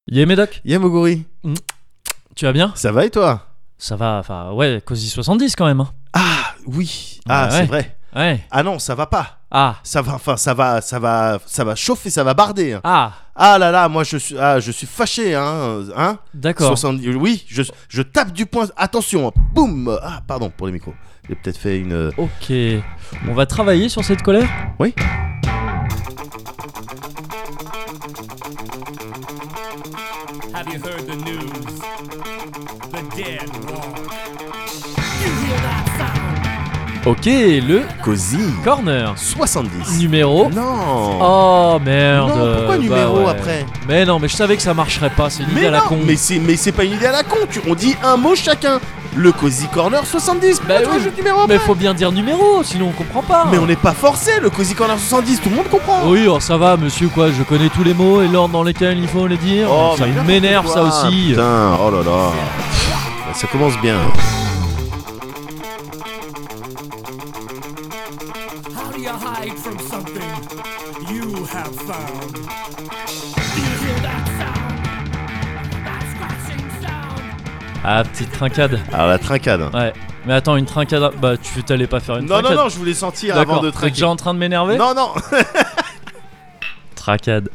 Yé Médoc. Yé Moguri. Tu vas bien? Ça va et toi? Ça va, enfin ouais, Cozy 70 quand même. Hein. Ah oui, ah c'est vrai. Ouais. Ah non, ça va pas. Ah. Ça va, enfin ça va chauffer, ça va barder. Hein. Ah. Ah là là, moi je suis fâché, hein. D'accord. 70, oui, je tape du poing. Attention, boum. Ah pardon pour les micros. J'ai peut-être fait une. Ok. On va travailler sur cette colère. Oui. Have you heard the news? The dead walk. You hear that sound? Ok, le Cozy corner 70. numéro. Non. Oh merde. Non, pourquoi numéro ouais. après? Mais non, mais je savais que ça marcherait pas. C'est une idée Mais à la non, con. mais c'est pas une idée à la con. On dit un mot chacun. Le Cozy Corner 70. Bah Pourquoi tu oui. rajoutes numéro Mais après? faut bien dire numéro, sinon on comprend pas. Mais on n'est pas forcé. Le Cozy Corner 70, tout le monde comprend. Oui, alors ça va, monsieur, quoi. Je connais tous les mots et l'ordre dans lesquels il faut les dire. Oh, ça mais n'importe m'énerve, quoi. ça aussi. Putain, oh là là. Ça commence bien. How do you hide from something you have found? Do you hear that sound? That scratching sound? Ah, petite trincade. Alors la trincade. Ouais. Mais attends, une trincade. Bah, tu t'allais pas faire une Non, trincade. non, je voulais sentir D'accord. avant de T'es trinquer. déjà en train de m'énerver? Non, non. Tracade.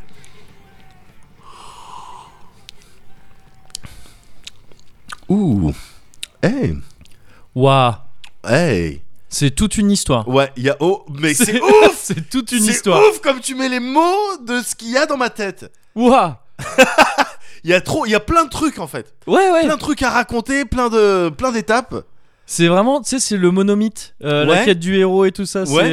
Ouh. Hey. Waouh. Hey. C'est toute une histoire. Ouais, il y a. Oh, mais c'est ouf. C'est toute une C'est histoire. ouf comme tu mets les mots de ce qu'il y a dans ma tête. Waouh. Il y a plein de trucs en fait. Ouais, ouais. Plein de trucs à raconter, plein d'étapes. C'est vraiment, tu sais, c'est le monomythe. La Ouais. quête du héros et tout ça. Ouais. C'est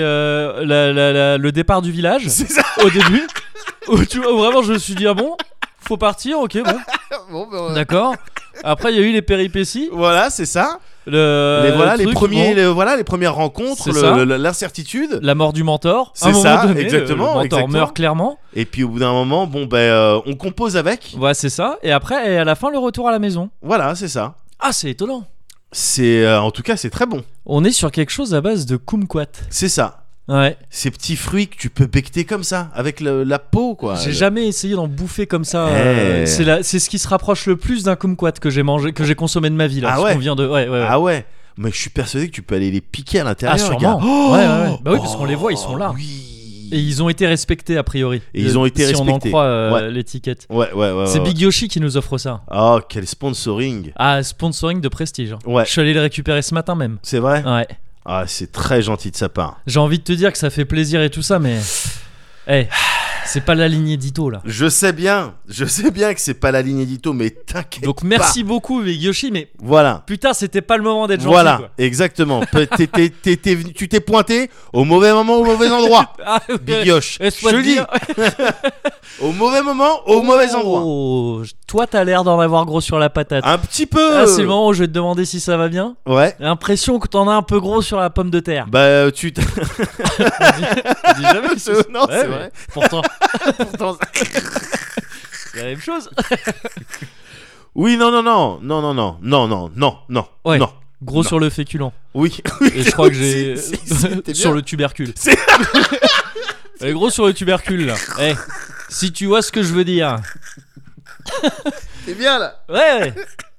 le départ du village. C'est ça. Au début. Où vraiment, je me suis dit, ah bon, faut partir, ok, bon. Bon, ben, D'accord. Après, il y a eu les péripéties. voilà, c'est ça. Le les truc, premiers, bon, les premières rencontres, C'est ça. l'incertitude. la mort du mentor. C'est À un moment ça, donné, exactement, Le mentor exactement. meurt clairement. Et puis au bout d'un moment, bon on compose avec. Ouais, c'est ça. Et après, et à la fin, le retour à la maison. Voilà, c'est ça. Ah, c'est étonnant. C'est en tout cas c'est très bon. On est sur quelque chose à base de kumquat. C'est ça. Ouais. Ces petits fruits que tu peux becter comme ça avec la peau quoi. J'ai jamais essayé d'en bouffer comme ça. Eh. C'est ce qui se rapproche le plus d'un kumquat que j'ai mangé, que j'ai consommé de ma vie là. Ah parce ouais. qu'on vient de. Ouais, ouais, ouais. Ah ouais. Mais je suis persuadé que tu peux aller les piquer à l'intérieur. Ah, sûrement. gars. Ouais, ouais, ouais. Bah oui, parce qu'on les voit, ils sont là. Oui. Et ils ont été respectés a priori. Et ils ont été si respectés. on en croit Ouais. l'étiquette. Ouais. C'est ouais. Big Yoshi qui nous offre ça. Oh quel sponsoring. Ah, sponsoring de prestige. Ouais. Je suis allé le récupérer ce matin même. C'est vrai. Ouais. Ah c'est très gentil de sa part. J'ai envie de te dire que ça fait plaisir et tout ça, mais. Eh, c'est pas la ligne édito là. Je sais bien que c'est pas la ligne édito, mais t'inquiète. Donc merci beaucoup Big Yoshi, mais Voilà. putain, c'était pas le moment d'être gentil. Voilà, Quoi. exactement. Tu t'es pointé au mauvais moment, au mauvais endroit. Ah, Big Yosh. Je laisse-moi te te le dis. dire. Au mauvais moment, au mauvais endroit. Oh, toi, t'as l'air d'en avoir gros sur la patate. Un petit peu. Ah, c'est le moment où je vais te demander si ça va bien. Ouais. J'ai l'impression que t'en as un peu gros sur la pomme de terre. Bah, tu. On dit jamais Non, c'est Ouais, vrai. mais Pourtant, Pourtant, c'est la même chose. oui, non. Ouais. Non. Gros Non. sur le féculent. Oui. Et je crois que j'ai. t'es sur bien. le tubercule. C'est- Elle est gros sur le tubercule là. Eh, si tu vois ce que je veux dire. T'es bien là. Ouais.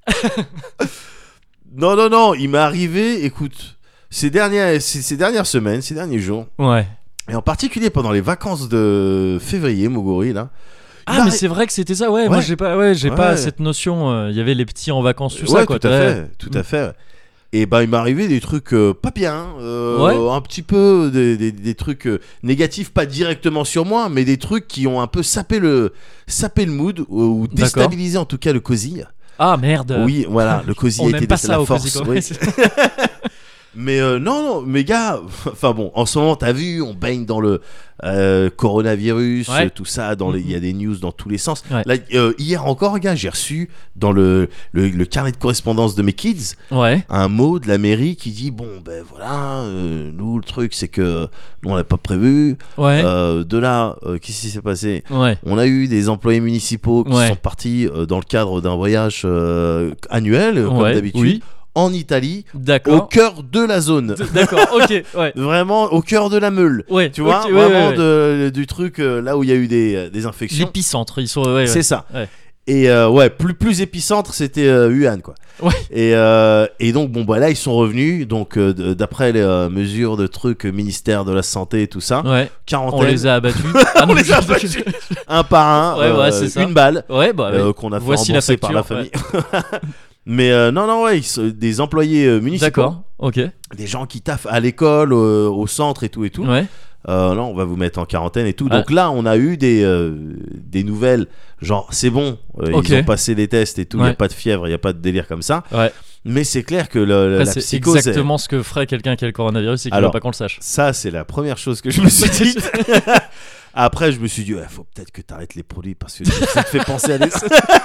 Non. Il m'est arrivé, écoute, ces dernières semaines, ces derniers jours, Ouais. et en particulier pendant les vacances de février, Moguri, là. Ah, il mais m'arri- c'est vrai que c'était ça. Ouais, Ouais. moi j'ai pas Ouais. cette notion. Il y avait les petits en vacances, tout ouais, ça quoi. tout à Ouais. fait, tout à fait. Et ben il m'est arrivé des trucs pas bien, Ouais. un petit peu des trucs négatifs, pas directement sur moi, mais des trucs qui ont un peu sapé le mood ou D'accord. déstabilisé en tout cas le cosy. Ah merde. Oui, voilà, le cosy On était n'aime pas de ça la au force. Cozy, quoi. Oui. Mais non, mes gars, enfin bon, en ce moment, t'as vu, on baigne dans le coronavirus, Ouais. tout ça, il y a des news dans tous les sens. Ouais. Là, hier encore, gars, j'ai reçu dans le carnet de correspondance de mes kids Ouais. un mot de la mairie qui dit bon, ben voilà, nous, le truc, c'est que nous, on l'a pas prévu. Ouais. De là, qu'est-ce qui s'est passé? Ouais. On a eu des employés municipaux qui Ouais. sont partis dans le cadre d'un voyage annuel, comme Ouais. d'habitude. Oui. En Italie, au D'accord. cœur de la zone. D'accord. Ok. Ouais. Vraiment au cœur de la meule. Ouais. Tu vois, ok, ouais, vraiment ouais, ouais. du truc là où il y a eu des infections. L'épicentre. Ils sont. Ouais, C'est ouais. ça. Ouais. Et ouais, plus épicentre, c'était Wuhan, quoi. Ouais. Et donc bon bah là ils sont revenus, donc d'après les mesures de trucs ministère de la santé et tout ça, Ouais. quarantaine. On les a abattus. On les a abattus. Un par un, Ouais, c'est ça. une balle Ouais, bah ouais. qu'on a fait Voici la rembourser par la facture, famille. Mais non ouais, des employés municipaux, D'accord. Ok. des gens qui taffent à l'école, au centre et tout. Ouais. Là on va vous mettre en quarantaine et tout. Ah. Donc là on a eu des nouvelles, genre c'est bon, Ok. ils ont passé les tests et tout, il Ouais. y a pas de fièvre, il y a pas de délire comme ça. Ouais. Mais c'est clair que Après, la c'est psychose, exactement ce que ferait quelqu'un qui a le coronavirus et qui ne veut Alors, pas qu'on le sache. ça c'est la première chose que je me suis dit. Après je me suis dit ouais, faut peut-être que t'arrêtes les produits parce que ça te fait penser à des...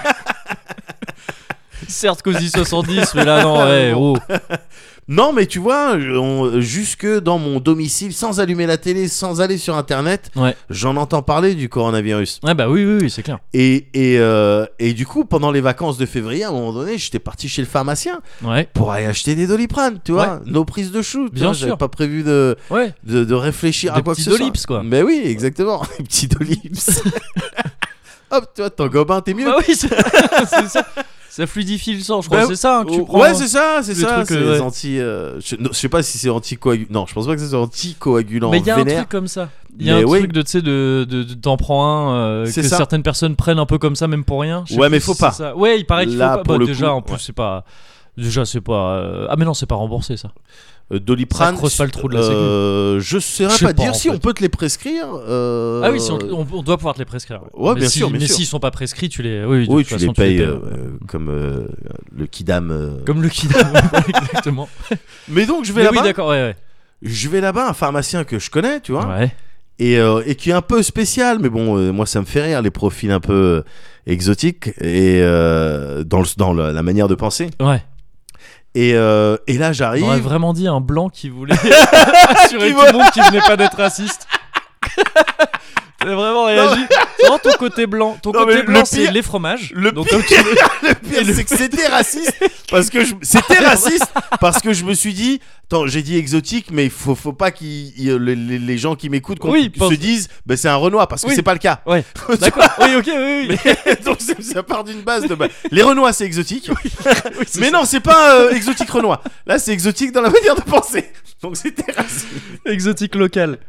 Certes, Cozy 70, mais là, non, ouais, oh. Non mais tu vois, jusque dans mon domicile, sans allumer la télé, sans aller sur internet, Ouais. j'en entends parler du coronavirus. Ouais, bah oui, c'est clair. Et du coup, pendant les vacances de février, à un moment donné, j'étais parti chez le pharmacien Ouais. pour aller acheter des Doliprane, tu vois, nos prises de chou. Bien J'avais sûr. pas prévu de Ouais. réfléchir Des à quoi que petits ce soit. Dolips, quoi. Mais oui, exactement, des petits Dolips. Hop, tu vois, ton gobain, t'es mieux. Bah oui, c'est ça. Ça fluidifie le sang, je crois. Bah, C'est ça hein, que tu prends. Ouais, c'est ça, c'est les ça. trucs, C'est ouais. les anti. Je sais pas si c'est anticoagulant. Non, je pense pas que c'est anticoagulant. Mais il y a un vénère. truc comme ça. Il y a Mais un oui. truc de, tu sais, t'en prends un que C'est ça. certaines personnes prennent un peu comme ça, même pour rien. Je sais Ouais, plus mais si faut c'est pas. ça. Ouais, il paraît qu'il Là, faut pas. pour Bah, le déjà, coup, en plus, ouais. c'est pas. Déjà, c'est pas. Ah, mais non, c'est pas remboursé ça. Doliprane. Ça creuse pas le trou de la sécu. Je saurais Je sais pas pas, dire en si fait. on peut te les prescrire. Ah oui, si on doit pouvoir te les prescrire. Ouais, Mais bien si- sûr, bien Mais sûr. s'ils sont pas prescrits, tu les. Oui, de Oui, toute tu façon, les payes payes, comme le Kidam. Comme le kidam. Exactement. Mais donc je vais Mais oui, là-bas. d'accord, ouais. Je vais là-bas, un pharmacien que je connais, tu vois, Ouais. et qui est un peu spécial, mais bon, moi ça me fait rire les profils un peu exotiques et dans la manière de penser. Ouais. Et là On j'arrive. aurait vraiment dit un blanc qui voulait assurer Qui tout le monde qu'il venait pas d'être raciste. T'as vraiment réagi. C'est vraiment ton côté blanc. Ton Non, côté mais blanc, le c'est pire- les fromages. le Donc, pire- comme tu veux. Le pire, c'est que c'était raciste parce que c'était raciste parce que je me suis dit, attends, j'ai dit exotique, mais il faut pas les gens qui m'écoutent Oui, se pense- disent, ben c'est un Renoir parce que Oui. c'est pas le cas. Ouais. Tu vois. D'accord. Oui, ok, oui. Donc ça part d'une base de les Renois c'est exotique, Oui, c'est mais ça. non c'est pas exotique Renoir. Là c'est exotique dans la manière de penser. Donc c'était raciste. Exotique local.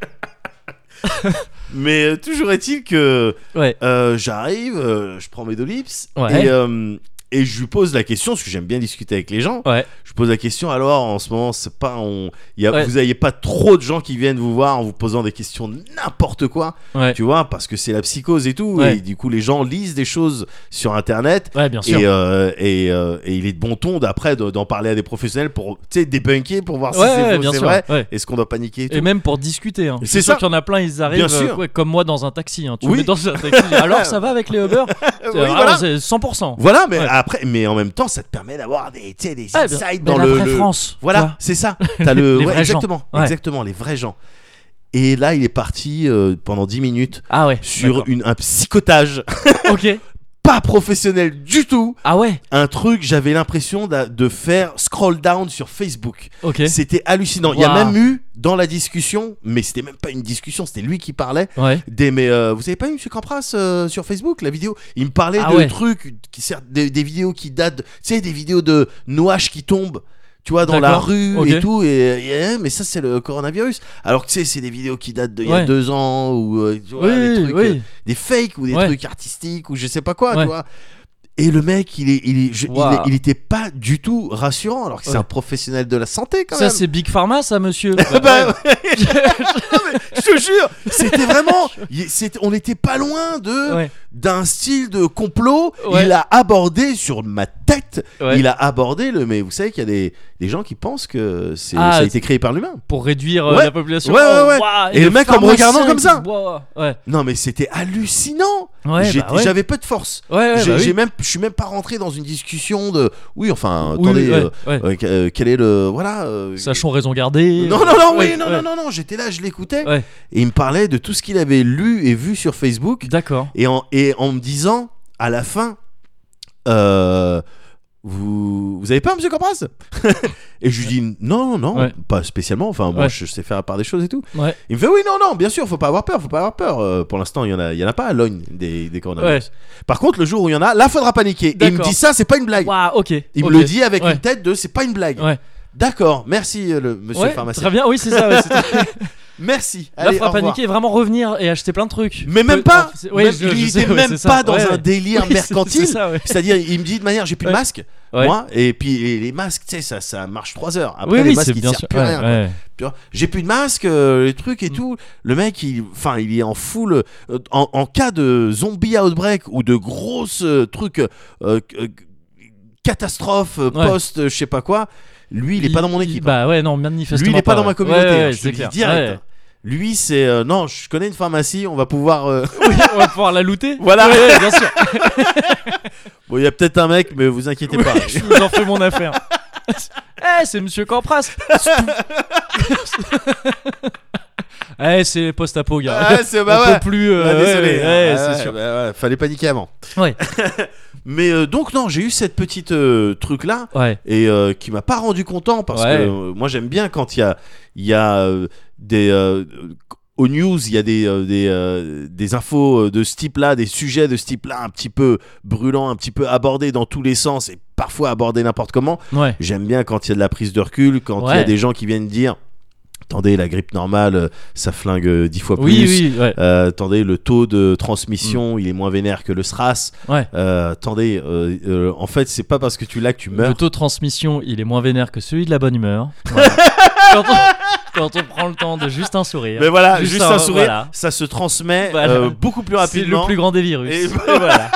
Mais toujours est-il que Ouais. j'arrive, je prends mes Dolips Ouais. et je lui pose la question parce que j'aime bien discuter avec les gens. Ouais. Je pose la question, alors en ce moment c'est pas Ouais. vous n'avez pas trop de gens qui viennent vous voir en vous posant des questions de n'importe quoi, Ouais. tu vois, parce que c'est la psychose et tout, Ouais. et du coup les gens lisent des choses sur internet. Ouais, bien sûr. Et il est de bon ton d'après d'en parler à des professionnels pour, tu sais, débunker pour voir si Ouais, c'est ouais, faux, bien c'est sûr. vrai. Ouais. Est-ce qu'on doit paniquer et tout. Et même pour discuter. Hein. C'est Je suis sûr ça. qu'il y en a plein, ils arrivent Bien sûr. ouais, comme moi dans un taxi. Hein. Tu Oui. me mets dans un taxi. Alors ça va avec les Uber Oui, Vraiment, voilà. c'est 100%. Voilà, mais Ouais. après, mais en même temps, ça te permet d'avoir des, tu sais, des Ah, bien- insights mais dans la le. vraie France. tu Voilà, vois. c'est ça. T'as le. Les ouais, vrais gens. exactement, Ouais. exactement, les vrais gens. Et là, il est parti pendant 10 minutes Ah ouais. sur d'accord. un psychotage Ok. pas professionnel du tout. Ah ouais. Un truc, j'avais l'impression de faire scroll down sur Facebook. Ok. C'était hallucinant. Il y a Waouh. même eu dans la discussion, mais c'était même pas une discussion, c'était lui qui parlait. Ouais. Mais vous avez pas eu Monsieur Campras sur Facebook la vidéo? Il me parlait Ah de ouais. trucs des vidéos qui datent, tu sais, des vidéos de nuages qui tombent, tu vois, dans la D'accord. rue Ok. et tout, mais ça c'est le coronavirus. Alors que tu sais, c'est des vidéos qui datent d'il y a Ouais. 2 ans ou tu vois, des Oui, trucs, oui. des fakes ou des Ouais. trucs artistiques ou je sais pas quoi, Ouais. tu vois. Et le mec, Waouh. il était pas du tout rassurant, alors que c'est Ouais. un professionnel de la santé quand Ça même. c'est Big Pharma, ça, monsieur. Bah, ouais. Non, mais je te jure, c'était vraiment, on n'était pas loin Ouais. d'un style de complot. Ouais. Il a abordé sur ma tête, Ouais. il a abordé mais vous savez qu'il y a des gens qui pensent que Ah, ça a été créé par l'humain. Pour réduire Ouais. la population. Ouais, ouais, ouais. Waouh, Et le mec, en me regardant comme ça. Waouh. Ouais. Non mais c'était hallucinant. Ouais, bah ouais. J'avais peu de force. Ouais, ouais, bah oui. Je suis même pas rentré dans une discussion de. Oui, enfin, Oui, attendez, ouais. quel est le. Voilà. Sachons raison garder. Non, non, non, Ouais, oui, non, ouais. non, j'étais là, je l'écoutais. Ouais. Et il me parlait de tout ce qu'il avait lu et vu sur Facebook. D'accord. Et en me disant, à la fin, vous avez pas, monsieur Campras? Et je lui dis non, Ouais. pas spécialement. Enfin, moi, Ouais. je sais faire à part des choses et tout. Ouais. Il me fait oui, non, bien sûr, faut pas avoir peur. Pour l'instant, il y en a pas à Logne des coronavirus. Par contre, le jour où il y en a, là, faudra paniquer. Et il me D'accord. dit ça, c'est pas une blague. Waouh, ok. Il ok. me le dit avec Ouais. une tête de c'est pas une blague. Ouais. D'accord, merci le monsieur Ouais, le pharmacien. très bien, oui, c'est ça. Ouais, Merci. là, Allez, faudra au revoir. paniquer et vraiment revenir et acheter plein de trucs. Mais même pas. Ouais, Même- je il sais, était ouais, même c'est ça. pas dans Ouais, un ouais. délire Oui, mercantile. c'est ça, ouais. C'est-à-dire, il me dit de manière, j'ai plus de Ouais. masque, Ouais. moi, et puis les masques, tu sais, ça marche 3 heures. Après, Oui, les oui, masques, c'est ils bien servent sûr. plus à rien. Ouais, quoi. ouais. Tu vois, j'ai plus de masque, les trucs et tout. Le mec, il est en full. En cas de zombie outbreak ou de grosses trucs, catastrophe post, je sais pas quoi, lui, il est pas dans mon équipe. Bah ouais, non, manifestement. Lui, il est pas dans ma communauté. Ouais, hein, je te c'est le dis clair. direct. Ouais. hein. Lui, c'est non, je connais une pharmacie, on va pouvoir. Oui, on va pouvoir la looter. Voilà. Ouais, bien sûr. Bon, il y a peut-être un mec, mais vous inquiétez pas. Je vous en fais mon affaire. C'est monsieur Campras. C'est post-apo, gars. Ah, c'est bah on ouais. peut plus. Ah, désolé. ouais, Ah, c'est sûr. bah ouais, fallait paniquer avant. Ouais. Mais donc non, j'ai eu cette petite truc là Ouais. et qui m'a pas rendu content parce Ouais. que moi j'aime bien quand il y a des aux news, il y a des infos de ce type-là, des sujets de ce type-là, un petit peu brûlants, un petit peu abordés dans tous les sens et parfois abordés n'importe comment. Ouais. J'aime bien quand il y a de la prise de recul, quand il y a Ouais. des gens qui viennent dire attendez, la grippe normale, ça flingue 10 fois plus. Oui, ouais. Attendez, le taux de transmission, il est moins vénère que le SRAS. Ouais. Attendez, en fait, c'est pas parce que tu l'as que tu meurs. Le taux de transmission, il est moins vénère que celui de la bonne humeur. Voilà. quand on prend le temps de juste un sourire. Mais voilà, juste un sourire, voilà. ça se transmet Voilà. beaucoup plus C'est rapidement. le plus grand des virus. Et Et voilà.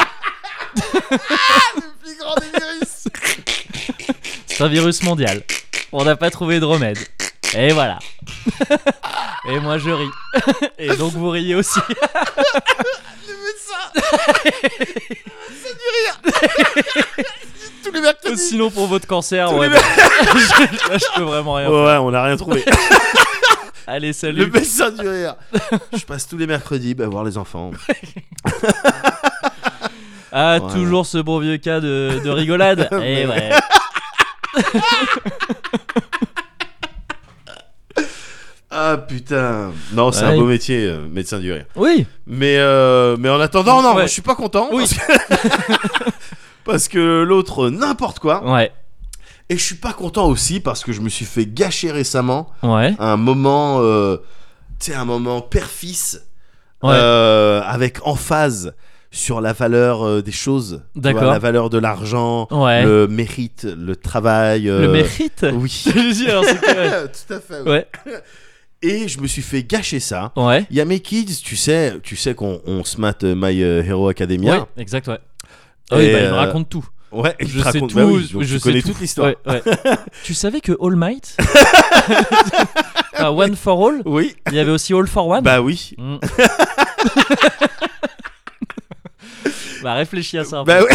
Le plus grand des virus. C'est un virus mondial. On n'a pas trouvé de remède. Et voilà. Et moi je ris. Et donc vous riez aussi. Tous les mercredis. Sinon pour votre cancer, Tous ouais. les Là je peux vraiment rien faire. Ouais, on n'a rien trouvé. Allez, Le salut. médecin du rire. Je passe tous les mercredis voir les enfants. Ah, Ouais. toujours ce bon vieux cas de rigolade. Et ouais. Ah putain. Non, c'est Ouais. un beau métier, médecin du rire. Oui. Mais en attendant, non, Ouais. moi, je suis pas content. Oui. Parce que l'autre, n'importe quoi. Ouais. Et je suis pas content aussi parce que je me suis fait gâcher récemment Ouais. un moment, tu sais, un moment père-fils Ouais. avec emphase sur la valeur des choses. Tu vois, D'accord. la valeur de l'argent, Ouais. le mérite, le travail. Le mérite. Oui. Je dis, alors, c'est que- Tout à fait. Ouais. Et je me suis fait gâcher ça. Ouais. Il y a mes kids, tu sais qu'on se mate My Hero Academia. Ouais. Exact. Ouais. Ah oui, Et, bah, il me raconte tout. Ouais, il Je te sais raconte- tout. bah oui, donc je tu sais connais tout. toute l'histoire. Ouais, ouais. Tu savais que All Might, One for All, Oui, il y avait aussi All for One. bah oui. Mm. Bah réfléchis à ça. un Bah peu. oui.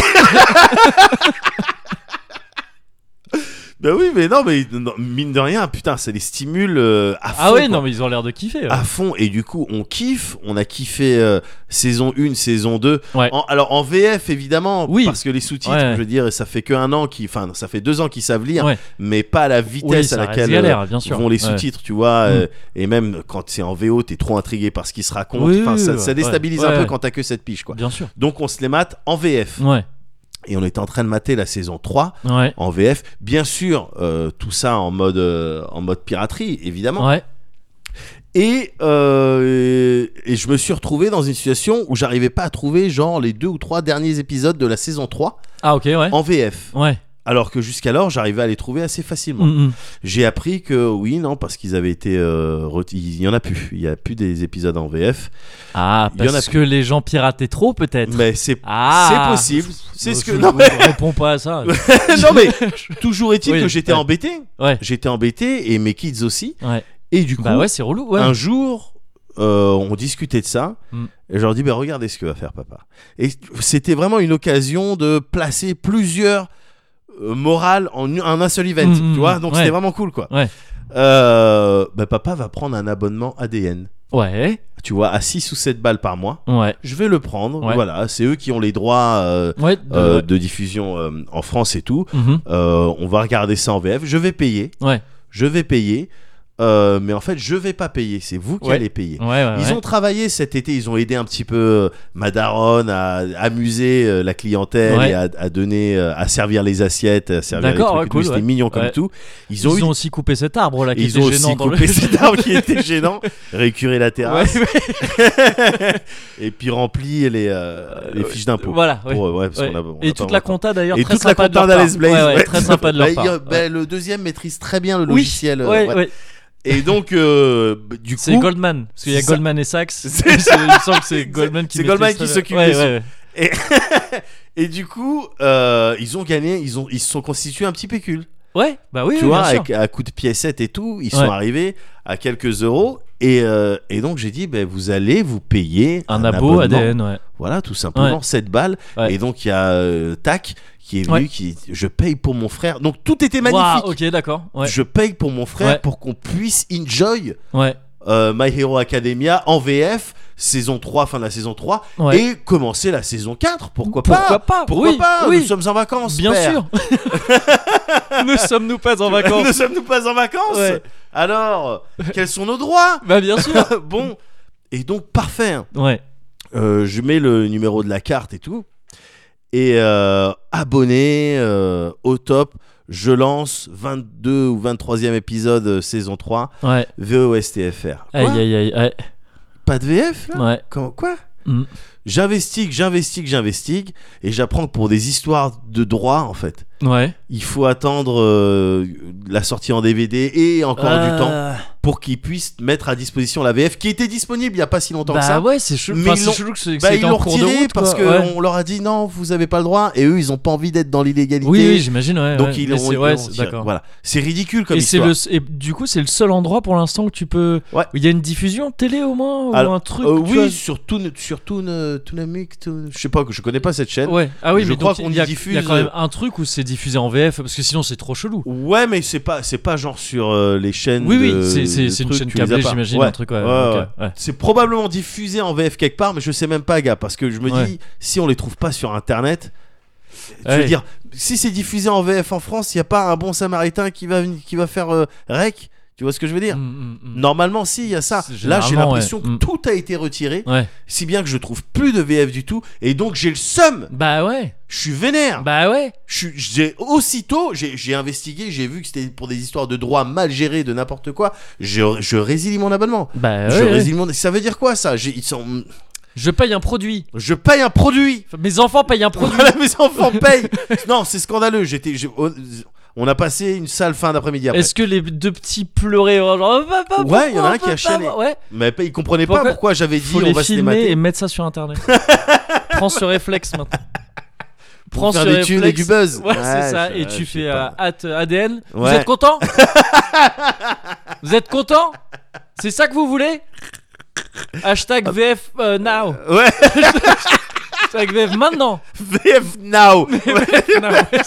Bah oui, mais non, mine de rien, putain, ça les stimule à fond. Ah ouais, quoi. non mais ils ont l'air de kiffer. Ouais. À fond, et du coup, on kiffe. On a kiffé saison 1, saison 2. Ouais. Alors en VF, évidemment, Oui. parce que les sous-titres, Ouais. je veux dire, ça fait que un an enfin, ça fait 2 ans qu'ils savent lire, Ouais. mais pas à la Oui, vitesse ça à reste laquelle galère, bien sûr. vont les Ouais. sous-titres, tu vois. Mm. Et même quand c'est en VO, t'es trop intrigué par ce qui se raconte. Oui, Enfin, oui, ça, ouais. ça déstabilise Ouais. un peu Ouais. quand t'as que cette piche, quoi. Bien sûr. Donc on se les mate en VF. Ouais. Et on était en train de mater la saison 3 Ouais. en VF. Bien sûr, tout ça en mode piraterie, évidemment. Ouais. Et je me suis retrouvé dans une situation où j'arrivais pas à trouver genre les 2 ou 3 derniers épisodes de la saison 3 Ah ok, ouais. en VF. Ouais. Alors que jusqu'alors, j'arrivais à les trouver assez facilement. Mm, J'ai appris que oui, non, parce qu'ils avaient été... il y en a plus. Il y a plus des épisodes en VF. Ah, Il y en a parce plus. que les gens pirataient trop peut-être. Mais c'est Ah. possible. C'est ce que... Je Non mais, réponds pas à ça. non, mais toujours est-il Oui, que j'étais ouais. embêté. Ouais. J'étais embêté et mes kids aussi. Ouais. Et du coup, Bah ouais, c'est relou. Ouais. un jour, on discutait de ça. Mm. Et je leur dis, regardez ce que va faire papa. Et c'était vraiment une occasion de placer plusieurs morales en un seul event. Tu vois, donc ouais. c'était vraiment cool, quoi. Ouais. Papa va prendre un abonnement ADN. Ouais. tu vois, à 6 ou 7 balles par mois. Ouais. Je vais le prendre. Ouais. Voilà, c'est eux qui ont les droits Ouais. de diffusion en France et tout. Mhm. On va regarder ça en VF. Je vais payer. Ouais. Mais en fait, je vais pas payer. C'est vous qui Ouais. allez payer. Ouais. Ils ont travaillé cet été, ils ont aidé un petit peu ma daronne à amuser la clientèle Ouais. et à donner, à servir les assiettes, à servir D'accord, les ouais, trucs. cool, C'était ouais. mignon comme Ouais. tout. Ils ont aussi coupé cet arbre là qui Ils était ont gênant aussi dans coupé le. cet arbre qui était gênant, récuré la Ouais, terrasse ouais. et puis rempli les fiches d'impôts. Voilà. Ouais. Pour, parce Ouais. qu'on a- on Et a toute pas la longtemps. compta d'ailleurs Et très toute la sympa de leur compta part. d'Alice Blaze, Ouais, ouais, ouais, très sympa de leur part. Ouais. le deuxième maîtrise très bien le Oui. logiciel. Ouais, ouais. ouais. Et donc, du coup, C'est Goldman, parce qu'il y a c'est ça. Goldman et Sachs. C'est- Il me semble que c'est Goldman qui c'est Goldman maîtrise qui ça. s'occupe Ouais, de ça. ouais, ouais. et du coup, ils ont gagné, ils se sont constitués un petit pécule. Ouais, bah oui, Tu oui, vois, bien sûr. avec, à coup de piécettes et tout, ils sont Ouais. arrivés à quelques euros. Et donc, j'ai dit, vous allez vous payer Un abo abonnement. ADN, ouais. Voilà, tout simplement, Ouais. 7 balles. Ouais. Et donc, il y a Tac qui est venu, Ouais. je paye pour mon frère. Donc, tout était magnifique. Waouh, ok, d'accord. Ouais. Je paye pour mon frère Ouais. pour qu'on puisse enjoy Ouais. My Hero Academia en VF, saison 3, fin de la saison 3, Ouais. et commencer la saison 4. Pourquoi Pourquoi pas pas Pourquoi Oui, pas oui. Nous sommes en vacances. Bien père. sûr. Ne sommes-nous pas en vacances? Ne sommes-nous pas en vacances Ouais. Alors, quels sont nos droits Bah bien sûr. Bon, et donc parfait. hein. Ouais. Je mets le numéro de la carte et tout. Et abonné au top. Je lance 22 ou 23e épisode saison 3 Ouais. VOSTFR. Quoi Aïe aïe aïe. Ouais. Pas de VF là Ouais. Quoi Mm. J'investigue et j'apprends que pour des histoires de droit en fait, Ouais. il faut attendre la sortie en DVD et encore du temps pour qu'ils puissent mettre à disposition la VF qui était disponible il y a pas si longtemps que Bah ça. ouais, c'est chelou. Mais Enfin, ils l'ont- c'est chelou que c'est Ils en l'ont cours de retiré route, parce quoi. que Ouais. on leur a dit non, vous avez pas le droit et eux ils ont pas envie d'être dans l'illégalité. Oui, oui, j'imagine. Ouais. Donc ouais. ils Mais l'ont c'est- ouais, ils l'ont c'est- retiré. d'accord. Voilà, c'est ridicule comme Et c'est histoire. et du coup, c'est le seul endroit pour l'instant où tu peux. Ouais. Il y a une diffusion télé au moins ou Alors, un truc. tu vois. oui, sur Toonamic, je sais pas, je connais pas cette chaîne. Ouais. Ah oui, Je mais crois donc, qu'on il y a, y diffuse, il y a quand même un truc où c'est diffusé en VF parce que sinon c'est trop chelou. Ouais, mais c'est pas genre sur les chaînes. Oui, oui, de- c'est de une trucs, chaîne tu les as câblée, pas. j'imagine, Ouais. un truc. Ouais. Ouais, ok, ouais. ouais. C'est probablement diffusé en VF quelque part, mais je sais même pas, gars, parce que je me Ouais. dis, si on les trouve pas sur internet, je Ouais. veux dire, si c'est diffusé en VF en France, il y a pas un bon samaritain qui va faire rec. Tu vois ce que je veux dire? Normalement, si, il y a ça. C'est Là, j'ai généralement, l'impression ouais. que tout a été retiré, Ouais. si bien que je trouve plus de VF du tout, et donc j'ai le seum. Bah ouais. Je suis vénère. Bah ouais. J'ai investigué, j'ai vu que c'était pour des histoires de droits mal gérés, de n'importe quoi. Je résilie mon abonnement. Bah Je ouais. résilie mon. Ça veut dire quoi ça? Je paye un produit. Je paye un produit. Enfin, mes enfants payent un produit. Voilà, mes enfants payent. Non, c'est scandaleux. On a passé une sale fin d'après-midi après. Est-ce que les deux petits pleuraient genre papa, Ouais, il y en a un pourquoi, qui a papa chialé. Ouais. Mais ils comprenaient pas Pourquoi pourquoi j'avais dit Faut on les va se les filmer mater. et mettre ça sur internet. Prends ce réflexe maintenant. Pour faire ce des thunes et réflexe. du buzz. Ouais, c'est ça. Et je tu sais fais pas. @ADN. Vous Ouais. êtes content? Vous êtes content? C'est ça que vous voulez? Hashtag VF now. Ouais, Hashtag VF maintenant. VF now. Non, ouais,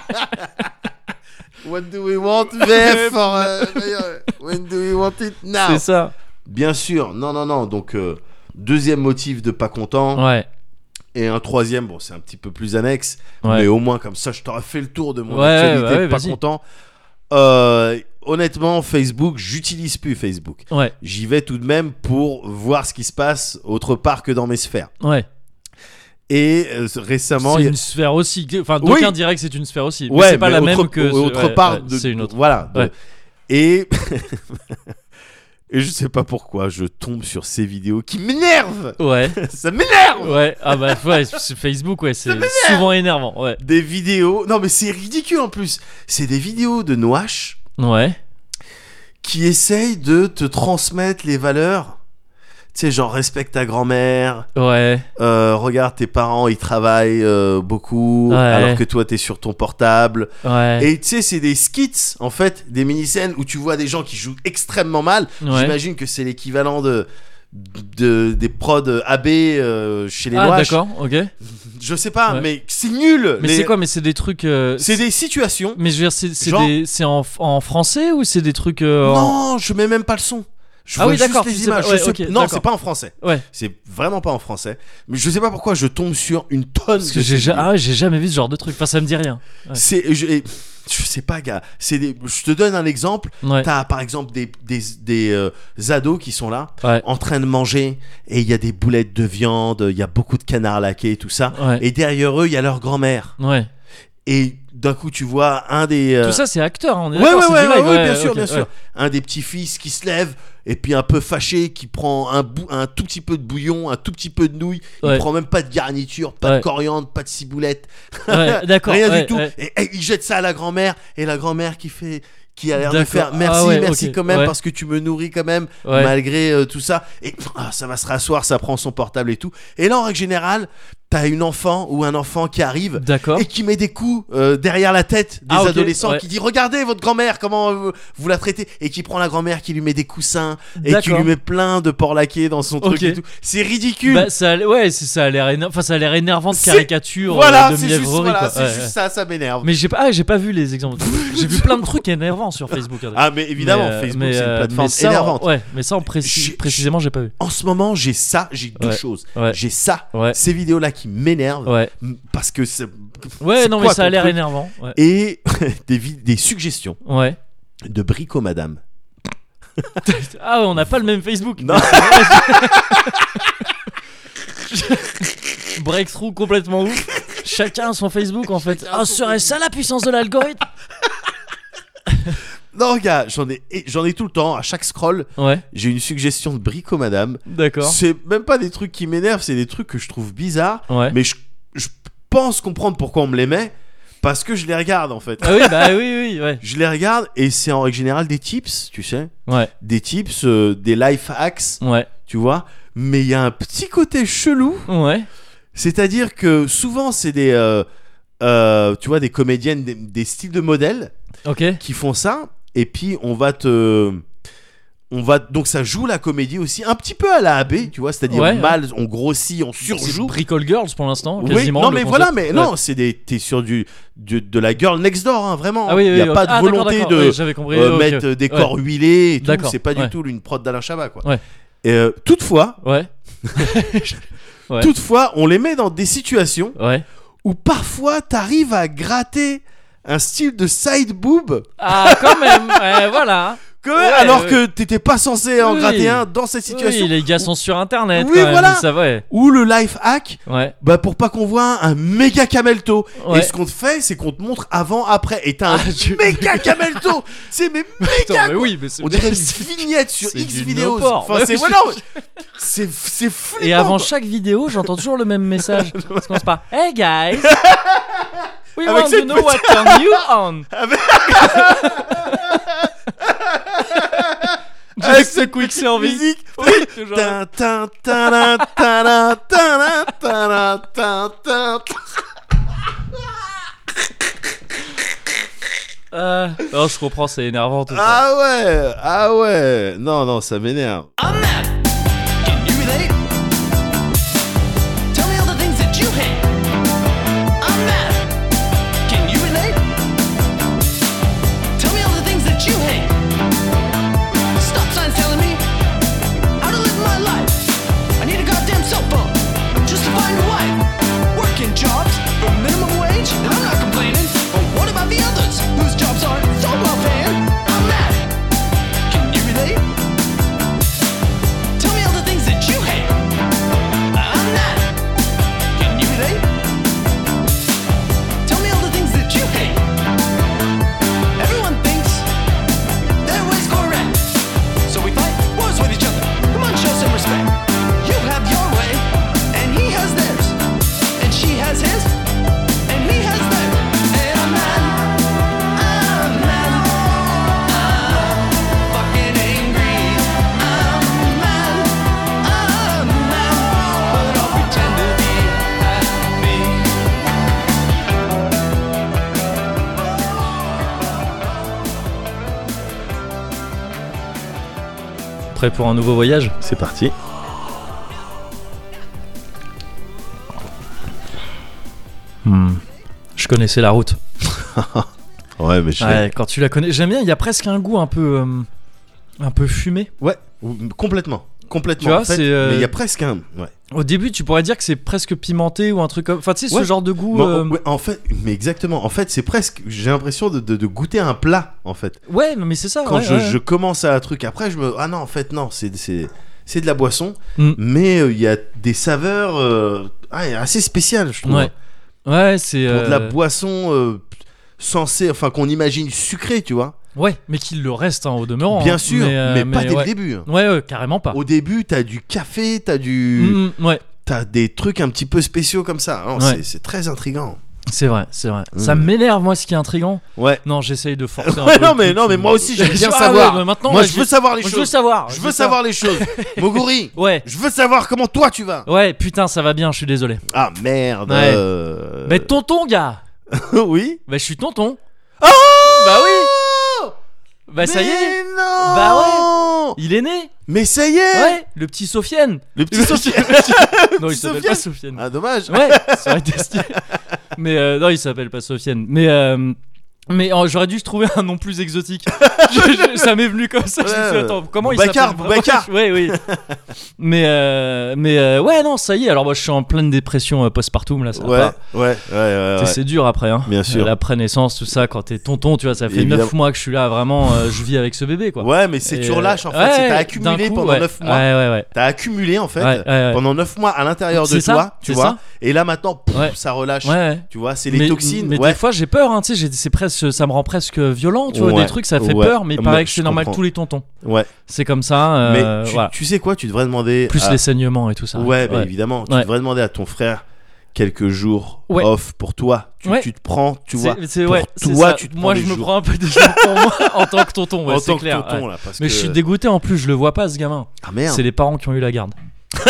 What do we want VF for, when do we want it now? c'est ça. Bien sûr, non. Donc, deuxième motif de pas content. Ouais. Et un troisième, bon, c'est un petit peu plus annexe. Ouais. Mais au moins, comme ça, je t'aurais fait le tour de mon Ouais, actualité ouais, de pas vas-y. content. Honnêtement, Facebook, j'utilise plus Facebook. Ouais. J'y vais tout de même pour voir ce qui se passe autre part que dans mes sphères. Ouais. Et récemment, C'est il y a- une sphère aussi. Enfin, Oui. d'aucuns diraient que c'est une sphère aussi. Mais ouais, c'est pas mais la autre, même que. autre ouais, part ouais, de, c'est une autre. Voilà. Ouais. Et et je sais pas pourquoi je tombe sur ces vidéos qui m'énervent. Ouais. Ça m'énerve. Ouais. Ah bah ouais, c'est Facebook, ouais, c'est souvent énervant. Ouais. Des vidéos. Non, mais c'est ridicule en plus. C'est des vidéos de Noache Ouais. qui essayent de te transmettre les valeurs. Tu sais, genre respecte ta grand-mère. Ouais. Regarde tes parents, ils travaillent beaucoup, Ouais. alors que toi t'es sur ton portable. Ouais. Et tu sais, c'est des skits en fait, des mini-scènes où tu vois des gens qui jouent extrêmement mal. Ouais. J'imagine que c'est l'équivalent des prods AB chez les Ah Noaches. d'accord, ok. Je sais pas, Ouais. mais c'est nul. Mais c'est quoi? Mais c'est des trucs. C'est des situations. Mais je veux dire, Genre- c'est en français ou c'est des trucs en... Non, je mets même pas le son. Je Ah vois oui, d'accord, juste tu les sais pas- images. ouais, Je sais- ok, non, d'accord. c'est pas en français. Ouais. C'est vraiment pas en français. Mais je sais pas pourquoi je tombe sur une tonne Parce de que ces vidéos. j'ai jamais vu ce genre de truc. Enfin, ça me dit rien. Ouais. Je sais pas, gars. Je te donne un exemple. Ouais. T'as par exemple des ados qui sont là, Ouais. en train de manger, et il y a des boulettes de viande, il y a beaucoup de canards laqués, tout ça. Ouais. Et derrière eux, il y a leur grand-mère. Ouais. Et d'un coup, tu vois un des. Tout ça, c'est acteur. On est Ouais, d'accord, ouais, c'est ouais, du ouais, live. ouais, bien sûr, ok, bien ouais. sûr. Un des petits-fils qui se lève, et puis un peu fâché, qui prend un tout petit peu de bouillon, un tout petit peu de nouilles. Ouais. Il prend même pas de garniture, pas Ouais. de coriandre, pas de ciboulette. Ouais, d'accord. Rien ouais, du tout. ouais. Et il jette ça à la grand-mère, et la grand-mère qui a l'air de D'accord. faire merci, Ah ouais, merci ok, quand même, ouais. parce que tu me nourris quand même, Ouais. malgré tout ça. Et ça va se rasseoir, ça prend son portable et tout. Et là, en règle générale, t'as une enfant ou un enfant qui arrive D'accord. et qui met des coups derrière la tête des Ah, ok, adolescents, ouais. qui dit regardez votre grand-mère, comment vous la traitez, et qui prend la grand-mère, qui lui met des coussins et qui D'accord. lui met plein de porc laqué dans son truc Ok. et tout. C'est ridicule. Bah, ça a l'air énervant. Enfin, ça a l'air énervant de C'est- caricature voilà, de c'est juste, mièvrerie, voilà, quoi. c'est Ouais, juste ouais. ça, ça m'énerve. Mais j'ai pas vu les exemples. J'ai vu plein de trucs énervants sur Facebook. Ah, mais évidemment, Facebook, c'est une plateforme ça, énervante. Ouais, mais ça, J'ai- précisément, j'ai pas vu. En ce moment, j'ai deux Ouais. choses. Ouais. J'ai ça, Ouais. ces vidéos-là qui m'énervent, Ouais. parce que c'est. Ouais, c'est non, quoi mais ça a ton l'air truc énervant. Ouais. Et des suggestions Ouais. de Brico Madame. Ah ouais, on n'a pas le même Facebook. Non. Breakthrough complètement ouf. Chacun a son Facebook en fait. Ah, serait ça la puissance de l'algorithme? Non, gars, j'en ai tout le temps. À chaque scroll, Ouais, j'ai une suggestion de Brico Madame. d'accord. C'est même pas des trucs qui m'énervent, c'est des trucs que je trouve bizarres. Ouais. Mais je pense comprendre pourquoi on me les met, parce que je les regarde en fait. Ah oui, bah oui, ouais. Je les regarde et c'est en règle générale des tips, tu sais. Ouais, Des tips, des life hacks, ouais, tu vois. Mais il y a un petit côté chelou. ouais. C'est-à-dire que souvent, c'est des, tu vois, des comédiennes, des styles de modèles Ok. qui font ça. Et puis, donc ça joue la comédie aussi, un petit peu à la AB, tu vois, c'est-à-dire Ouais, mal, on grossit, on C'est surjoue. Bricole Girls pour l'instant, Oui, quasiment. non le mais concept. voilà, mais Ouais. non, t'es sur de la girl next door, hein, vraiment. Ah oui, Il oui, y a ok. pas de Ah, d'accord, volonté d'accord. de Ouais, j'avais compris. Ok. mettre des Ouais. corps huilés et tout. D'accord, C'est pas ouais. du tout une prod d'Alain Chabat, quoi. Ouais. Et toutefois, Ouais. Ouais. toutefois, on les met dans des situations Ouais. où parfois t'arrives à gratter un style de side boob, Ah, quand même. Ouais, voilà. alors ouais. que t'étais pas censé en Oui. gratter un dans cette situation. Oui, les gars sont sur internet. Oui, quand même, voilà. Ça va. Ouais. Ou le life hack, Ouais. bah pour pas qu'on voit un méga camelto. Ouais. Et ce qu'on te fait, c'est qu'on te montre avant, après. Et t'as un tu- méga camelto. C'est mais méga. Attends, mais quoi. oui, mais c'est. On dirait une vignette sur c'est X du vidéos. no-port. Enfin, Ouais, c'est je- voilà, c'est flippant. Et avant quoi. chaque vidéo, j'entends toujours le même message. Ça commence par Hey guys, we Avec want to cette know what turn you on. Avec Just a cette quick petite service. musique. Oui, toujours. Tin, tin, tin, tin, tin, tin, tin, tin. Non, je comprends, c'est énervant tout ça. Ah ouais. Non, ça m'énerve. I'm mad. Can you relate? Tell me all the things that you hate. I'm mad. Can you relate? Tell me all the things that you hate. Stop signs telling me how to live my life. I need a goddamn cell phone just to find a wife. Working jobs for minimum wage, and I'm not complaining. But what about the others whose jobs aren't so well paying? I'm mad. Can you relate? Tell me all the things that you hate. I'm mad. Can you relate? Tell me all the things that you hate. Everyone thinks their way's correct, so we fight wars with each other. Come on, show some respect. You have your way, and he has theirs, and she has his, and he has theirs. And I'm mad. I'm mad. I'm fucking angry. I'm mad. I'm mad, but I'll pretend to be happy. Prêt pour un nouveau voyage? C'est parti. Je connaissais la route. Ouais, mais Ouais, quand tu la connais, j'aime bien. Il y a presque un goût un peu un peu fumé. Ouais, complètement. Tu vois, en fait, c'est, mais il y a presque un. Ouais. Au début, tu pourrais dire que c'est presque pimenté ou un truc comme. Enfin, tu sais, Ouais. ce genre de goût. Bon, ouais, en fait, mais exactement. En fait, c'est presque. J'ai l'impression de goûter un plat, en fait. Ouais, mais c'est ça. Quand ouais, je commence à un truc, après, ah non, en fait, non, c'est de la boisson, Mm. mais il y a des saveurs assez spéciales, je trouve. Ouais. Ouais, c'est. Pour de la boisson censée, enfin, qu'on imagine sucrée, tu vois. Ouais, mais qu'il le reste, hein, au demeurant. Bien hein. sûr, mais pas dès ouais. le début. Hein. Ouais, carrément pas. Au début, t'as du café, Ouais, t'as des trucs un petit peu spéciaux comme ça. Non, Ouais. c'est très intriguant. c'est vrai. Ça m'énerve, moi, ce qui est intriguant. Ouais. Non, j'essaye de forcer un Ouais, peu. non, le truc, mais moi aussi, j'aime bien Ah savoir. ouais, mais maintenant, Moi, ouais, je veux savoir les Je veux choses. savoir. Je veux savoir les choses. Moguri, Ouais. je veux savoir comment toi tu vas. Ouais, putain, ça va bien, je suis désolé. Ah merde. Ouais. Mais tonton, gars. Oui. Bah, je suis tonton. Oh Bah oui. Bah, ça y est. Mais non. Bah Il est né. Mais ça y est. Ouais, le petit Sofiane. Le petit Sofiane. Non, il Petit s'appelle Sofiane. pas Sofiane. Ah dommage. Ouais, ça aurait été stylé. Mais non, il s'appelle pas Sofiane. Mais j'aurais dû trouver un nom plus exotique. Ça m'est venu comme ça. Je me suis dit, attends, comment il Boubacar, s'appelle Boubacar. Ouais, oui. Mais ouais, non, ça y est. Alors moi, je suis en pleine dépression postpartum là. Ça va Ouais. pas. C'est dur après, hein. Bien sûr. L'après-naissance, tout ça. Quand t'es tonton, tu vois, ça fait Évidemment. 9 mois que je suis là. Vraiment, je vis avec ce bébé, quoi. Ouais, mais c'est Et, tu relâches en fait. ouais, C'est t'as d'un accumulé coup, pendant ouais. 9 mois. Ouais. T'as accumulé en fait Ouais. pendant 9 mois à l'intérieur de C'est ça, toi, tu c'est vois. ça. Et là maintenant, pouf, Ouais. ça relâche. Ouais. Tu vois, c'est les toxines. Mais Ouais. des fois j'ai peur, hein, tu sais, c'est presque, ça me rend presque violent, tu vois, Ouais. des trucs, ça fait Ouais. peur, mais il Moi, paraît que je c'est normal comprends. tous les tontons. Ouais. C'est comme ça, Mais voilà. tu sais quoi, tu devrais demander. Plus à- les saignements et tout ça. Ouais, bah, évidemment. Tu Ouais. devrais demander à ton frère quelques jours Ouais. off pour toi. Ouais. Tu te prends, tu vois. Pour Ouais, c'est toi, ça. tu te prends moi des je me jours. prends un peu des jours pour moi en tant que tonton, ouais, en c'est tant clair. que tonton ouais. là, parce Mais que. je suis dégoûté en plus, je le vois pas ce gamin. Ah merde. C'est les parents qui ont eu la garde.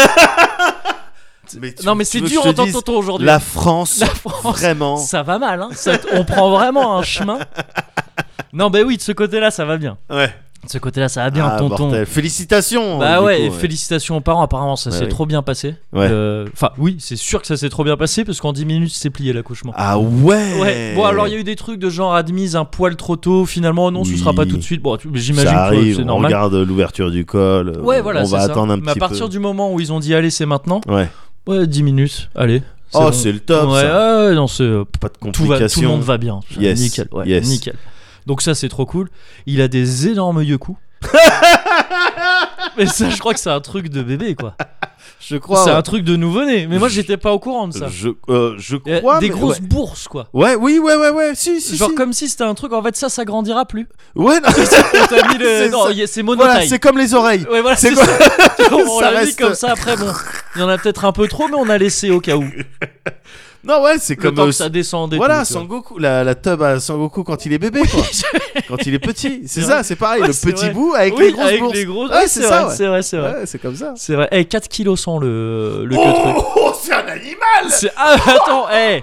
Non mais c'est tu veux dur que je en te tant que dise, tonton aujourd'hui. La France, La France, vraiment. ça va mal, hein. On prend vraiment un chemin. Non bah oui, de ce côté-là ça va bien. Ouais. De ce côté-là ça va bien, Ah, tonton. mortel. Félicitations. Bah du ouais, coup, et félicitations aux parents, apparemment ça s'est Ouais. trop bien passé. Ouais. Enfin oui, c'est sûr que ça s'est trop bien passé parce qu'en 10 minutes c'est plié l'accouchement. Ah ouais. Ouais, bon alors il y a eu des trucs de genre admise un poil trop tôt, finalement non, ce Oui. sera pas tout de suite. Bon, j'imagine Ça que arrive, c'est on normal. regarde l'ouverture du col. Ouais, voilà, on c'est va ça. attendre un Mais à petit partir peu. du moment où ils ont dit allez, c'est maintenant. Ouais. Ouais, 10 minutes, allez. Oh, bon. c'est le top, Ouais, ça. ouais, non, c'est Pas de tout complications. le monde va bien. Yes, Nickel, ouais, yes. nickel. Donc ça c'est trop cool. Il a des énormes yeux coups. Mais ça, je crois que c'est un truc de bébé, quoi. Je crois. C'est ouais. un truc de nouveau-né. Mais moi, j'étais pas au courant de ça. Je Il y a crois. des mais grosses ouais. bourses, quoi. Ouais, oui, ouais. Si. Genre comme si c'était un truc, en fait, ça grandira plus. Ouais, non. T'as mis le... C'est Non, ça. c'est monotaille. Voilà, c'est comme les oreilles. Ouais, voilà, C'est c'est quoi ça. On Ça l'a mis reste- comme ça, après, bon. Il y en a peut-être un peu trop, mais on a laissé au cas où. Non, ouais, c'est Le comme. temps que ça descende et Voilà, tout, tu vois. Sangoku, la tub à Sangoku quand il est bébé, quoi. Quand il est petit. C'est C'est ça, vrai. c'est pareil. Ouais, le c'est petit vrai. bout avec Oui, les grosses avec bourses. les grosses. Ouais, c'est ça, ouais. C'est vrai, c'est vrai. Ouais, c'est comme ça. C'est vrai. 4 kg 100 le que truc. Oh, c'est un animal. Ah, attends, hé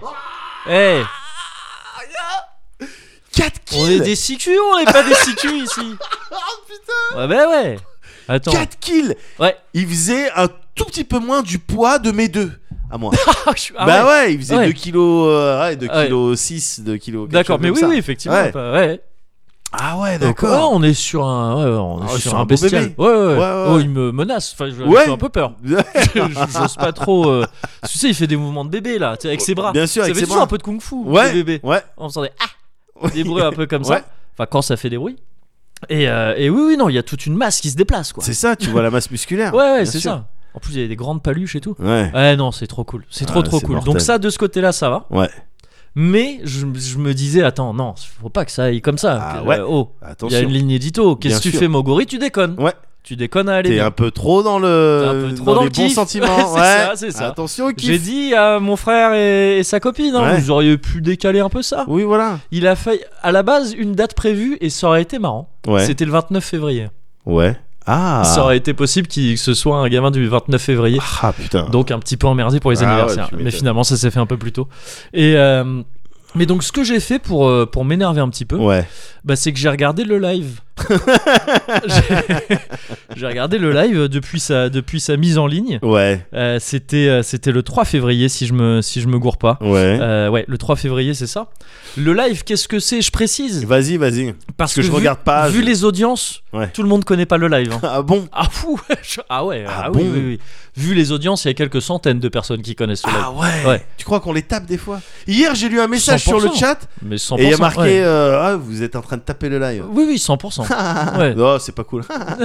4 on est kills. des sicus, on est pas des sicus ici. Oh putain. Ouais, bah ouais. Attends. 4 kills. Ouais. Il faisait un tout petit peu moins du poids de mes deux à moi. Ah Bah ouais, il faisait Ouais. 2 kilos, 2 Ouais. kilos 6, 2 kilos. quelque D'accord, chose mais comme oui, ça. oui, effectivement. Ouais. Ouais. Ah ouais, Donc, d'accord. on est sur un, on est Ah, sur sur un un beau bestial. bébé. Ouais. Ouais. Oh, il me menace. Enfin, Ouais. j'ai un peu peur. J'ose pas trop. Tu sais, il fait des mouvements de bébé là, tu sais, avec ses bras. Bien sûr, Ça avec fait ses toujours bras. un peu de kung-fu. Ouais, le bébé. ouais. On faisant des bruits un peu comme Ouais. ça. Enfin, quand ça fait des bruits. Et oui, non, il y a toute une masse qui se déplace, quoi. C'est ça, tu vois la masse musculaire. Ouais, bien c'est sûr. ça. En plus, il y a des grandes paluches et tout. Ouais. Ouais, non, c'est trop cool. C'est trop c'est cool. mortel. Donc ça, de ce côté-là, ça va. Ouais. Mais je me disais, attends, non, faut pas que ça aille comme ça. Ah Que- ouais. oh, il y Attention. a une ligne édito. Qu'est-ce Bien que tu sûr. fais, Mogori? Tu déconnes. Ouais. Tu déconnes à aller T'es bien. un peu trop dans T'es un le peu trop dans les le bons kiff. sentiments. C'est Ouais. ça, c'est ça. Attention au kiff. J'ai dit à mon frère et sa copine, hein, Ouais. vous auriez pu décaler un peu ça. Oui, voilà. Il a fait à la base une date prévue et ça aurait été marrant. Ouais. C'était le 29 février. Ouais. Ah. Ça aurait été possible que ce soit un gamin du 29 février. Ah putain. Donc un petit peu emmerdé pour les Ah ouais, anniversaires. tu Mais m'étonnes. finalement, ça s'est fait un peu plus tôt. Mais donc ce que j'ai fait pour m'énerver un petit peu, Ouais. bah, c'est que j'ai regardé le live J'ai regardé le live depuis sa mise en ligne. Ouais. C'était le 3 février si je me gourre pas. Ouais. Ouais, le 3 février, c'est ça. Le live, qu'est-ce que c'est ? Je précise. Vas-y. Parce que je regarde pas. Vu les audiences, Ouais. tout le monde connaît pas le live. Hein. Ah bon? Ah fou. Ah ouais. Ah Oui, bon oui. Vu les audiences, il y a quelques centaines de personnes qui connaissent le live. Ah ouais. Ouais. Tu crois qu'on les tape des fois? Hier, j'ai lu un message sur le 100%. chat Mais 100%. et il y a marqué ouais. ah, vous êtes en train de taper le live. Oui, 100%. Ouais. Non, c'est pas cool.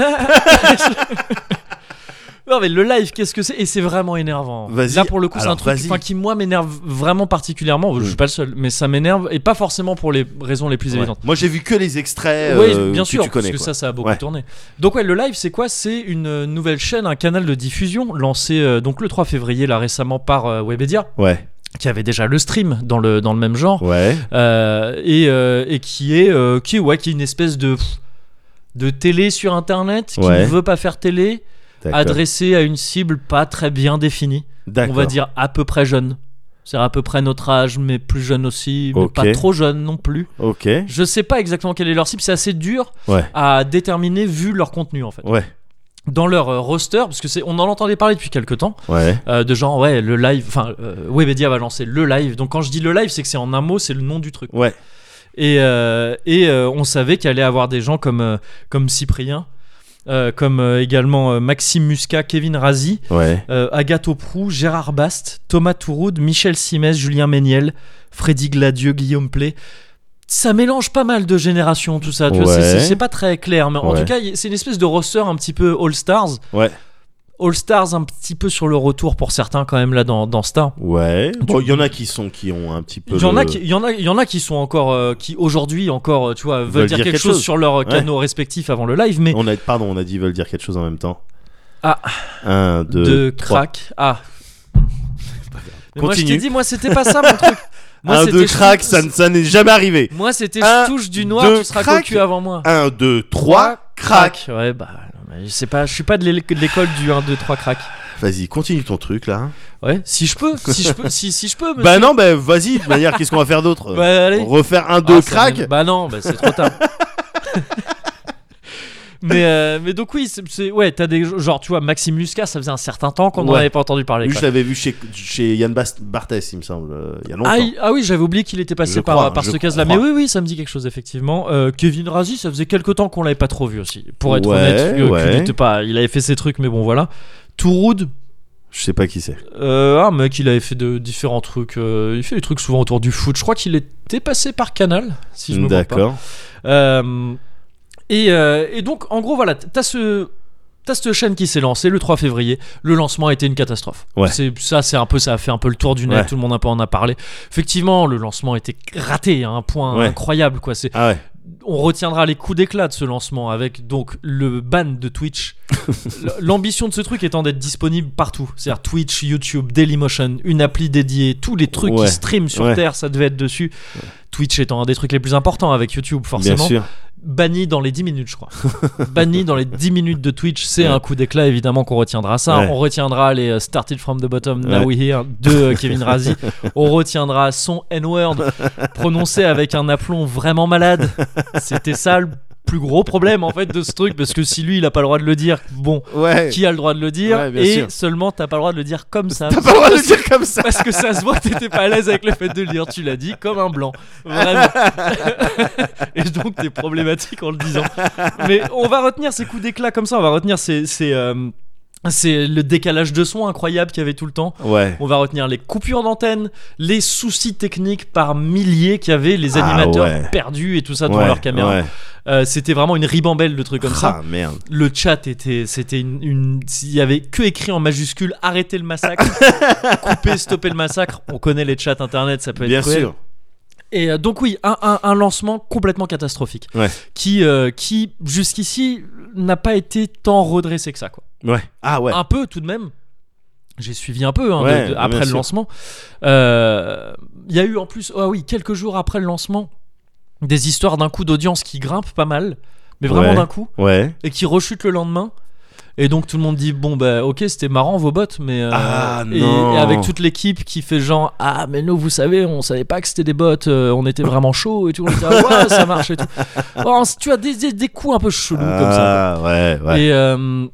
Non mais le live, qu'est-ce que c'est ? Et c'est vraiment énervant. Vas-y. Là pour le coup, c'est Alors, un truc qui moi m'énerve vraiment particulièrement. Je suis pas le seul, mais ça m'énerve et pas forcément pour les raisons les plus Ouais. évidentes. Moi, j'ai vu que les extraits Oui, bien que sûr, tu connais. parce que quoi. ça a beaucoup Ouais. tourné. Donc ouais, le live, c'est quoi ? C'est une nouvelle chaîne, un canal de diffusion lancé donc le 3 février là récemment par Webedia, Ouais. qui avait déjà le stream dans le même genre, Ouais. et qui est une espèce de télé sur internet qui Ouais. ne veut pas faire télé, D'accord. adressée à une cible pas très bien définie. D'accord. On va dire à peu près jeune. C'est à peu près notre âge, mais plus jeune aussi, mais Ok. pas trop jeune non plus. Ok. Je sais pas exactement quelle est leur cible, c'est assez dur Ouais. à déterminer vu leur contenu en fait. Ouais. Dans leur roster, parce que on en entendait parler depuis quelques temps, Ouais. de genre ouais le live, enfin Webedia va lancer le live. Donc quand je dis le live, c'est que c'est en un mot, c'est le nom du truc. Ouais. Et on savait qu'il allait avoir des gens comme Cyprien, comme également Maxime Muscat, Kevin Razi, Ouais. Agathe Auproux, Gérard Bast, Thomas Touroud, Michel Simès, Julien Méniel, Freddy Gladieux, Guillaume Play. Ça mélange pas mal de générations tout ça, tu vois, Ouais. c'est pas très clair, mais en Ouais. tout cas c'est une espèce de roster un petit peu All Stars. Ouais. All Stars un petit peu sur le retour pour certains quand même là dans Star. Ouais. Bon, il y en a qui ont un petit peu. Il y en a qui sont encore qui aujourd'hui encore tu vois veulent dire quelque chose sur leurs canaux respectifs avant le live, mais On a dit veulent dire quelque chose en même temps. Ah. 1, 2, de 3. crack. Ah. Mais moi je Continue. t'ai dit, moi c'était pas ça mon truc. Moi, 1, c'était 2, crack, ça n'est jamais arrivé. Moi c'était Un, je touche du noir, 2, tu seras crack. cocu avant moi. 1, 2, 3, crack. Ouais bah non, mais je suis pas de l'école du 1 2 3 crack. Vas-y, continue ton truc là. Ouais, si je peux, si je peux monsieur. Bah non, bah vas-y, de manière, qu'est-ce qu'on va faire d'autre? Bah allez. Refaire 1, 2, Ah, ça crack. m'aime. Bah non, bah c'est trop tard. mais donc oui, ouais, t'as des genre tu vois Maxime Muscat, ça faisait un certain temps qu'on n'en Ouais. avait pas entendu parler. Lui, quoi. je l'avais vu chez Yann Barthès, il me semble, il y a longtemps. Ah oui, j'avais oublié qu'il était passé Je par crois, ce je case-là. crois. Mais oui, ça me dit quelque chose effectivement. Kevin Razi, ça faisait quelques temps qu'on l'avait pas trop vu aussi. Pour être Ouais, honnête, ouais. il avait fait ses trucs, mais bon voilà. Touroud, Je sais pas qui c'est. un mec, il avait fait de différents trucs. Il fait des trucs souvent autour du foot. Je crois qu'il était passé par Canal, si je me trompe pas. D'accord. Et donc, en gros, voilà, t'as cette chaîne qui s'est lancée le 3 février. Le lancement a été une catastrophe. Ouais. Ça a fait un peu le tour du net. Ouais. Tout le monde un peu en a parlé. Effectivement, le lancement était raté à un point Ouais. incroyable, quoi. Ah ouais. On retiendra les coups d'éclat de ce lancement avec donc le ban de Twitch. L'ambition de ce truc étant d'être disponible partout. C'est-à-dire Twitch, YouTube, Dailymotion, une appli dédiée, tous les trucs Ouais. qui streament sur Ouais. Terre, ça devait être dessus. Twitch étant un des trucs les plus importants avec YouTube, forcément. Bien sûr. Banni dans les 10 minutes, je crois. Banni dans les 10 minutes de Twitch, c'est Ouais. un coup d'éclat, évidemment qu'on retiendra ça. Ouais. On retiendra les Started from the Bottom, Now Ouais. We Here de Kevin Razi. On retiendra son N-word prononcé avec un aplomb vraiment malade. C'était ça le plus gros problème en fait de ce truc, parce que si lui il a pas le droit de le dire, bon, Ouais. qui a le droit de le dire? Ouais, bien Et sûr. seulement t'as pas le droit de le dire comme ça. T'as pas le droit de le dire comme ça. Parce que ça se voit, t'étais pas à l'aise avec le fait de le dire, tu l'as dit comme un blanc. Vraiment. Et donc t'es problématique en le disant. Mais on va retenir ces coups d'éclat comme ça, on va retenir c'est le décalage de son incroyable qu'il y avait tout le temps. Ouais. On va retenir les coupures d'antenne, les soucis techniques par milliers qu'il y avait, les Ah animateurs ouais. perdus et tout ça devant Ouais, leur caméra. ouais. C'était vraiment une ribambelle de trucs comme ça. Ah merde. Le chat c'était il y avait que écrit en majuscule arrêtez le massacre, couper, stopper le massacre. On connaît les chats internet, ça peut être Bien cruel. sûr. Et donc oui, un lancement complètement catastrophique, Ouais. qui jusqu'ici n'a pas été tant redressé que ça, quoi. Ouais. Ah ouais. Un peu tout de même. J'ai suivi un peu Ouais, après bien le sûr. lancement. Il y a eu en plus, quelques jours après le lancement, des histoires d'un coup d'audience qui grimpent pas mal, mais vraiment Ouais. d'un coup, Ouais. et qui rechute le lendemain. Et donc tout le monde dit bon bah ok, c'était marrant vos bots, mais non. et avec toute l'équipe qui fait genre ah mais nous vous savez on savait pas que c'était des bots, on était vraiment chaud et tout, on était ouais ça marche et tout. Bon, tu as des coups un peu chelous comme ça. Ouais.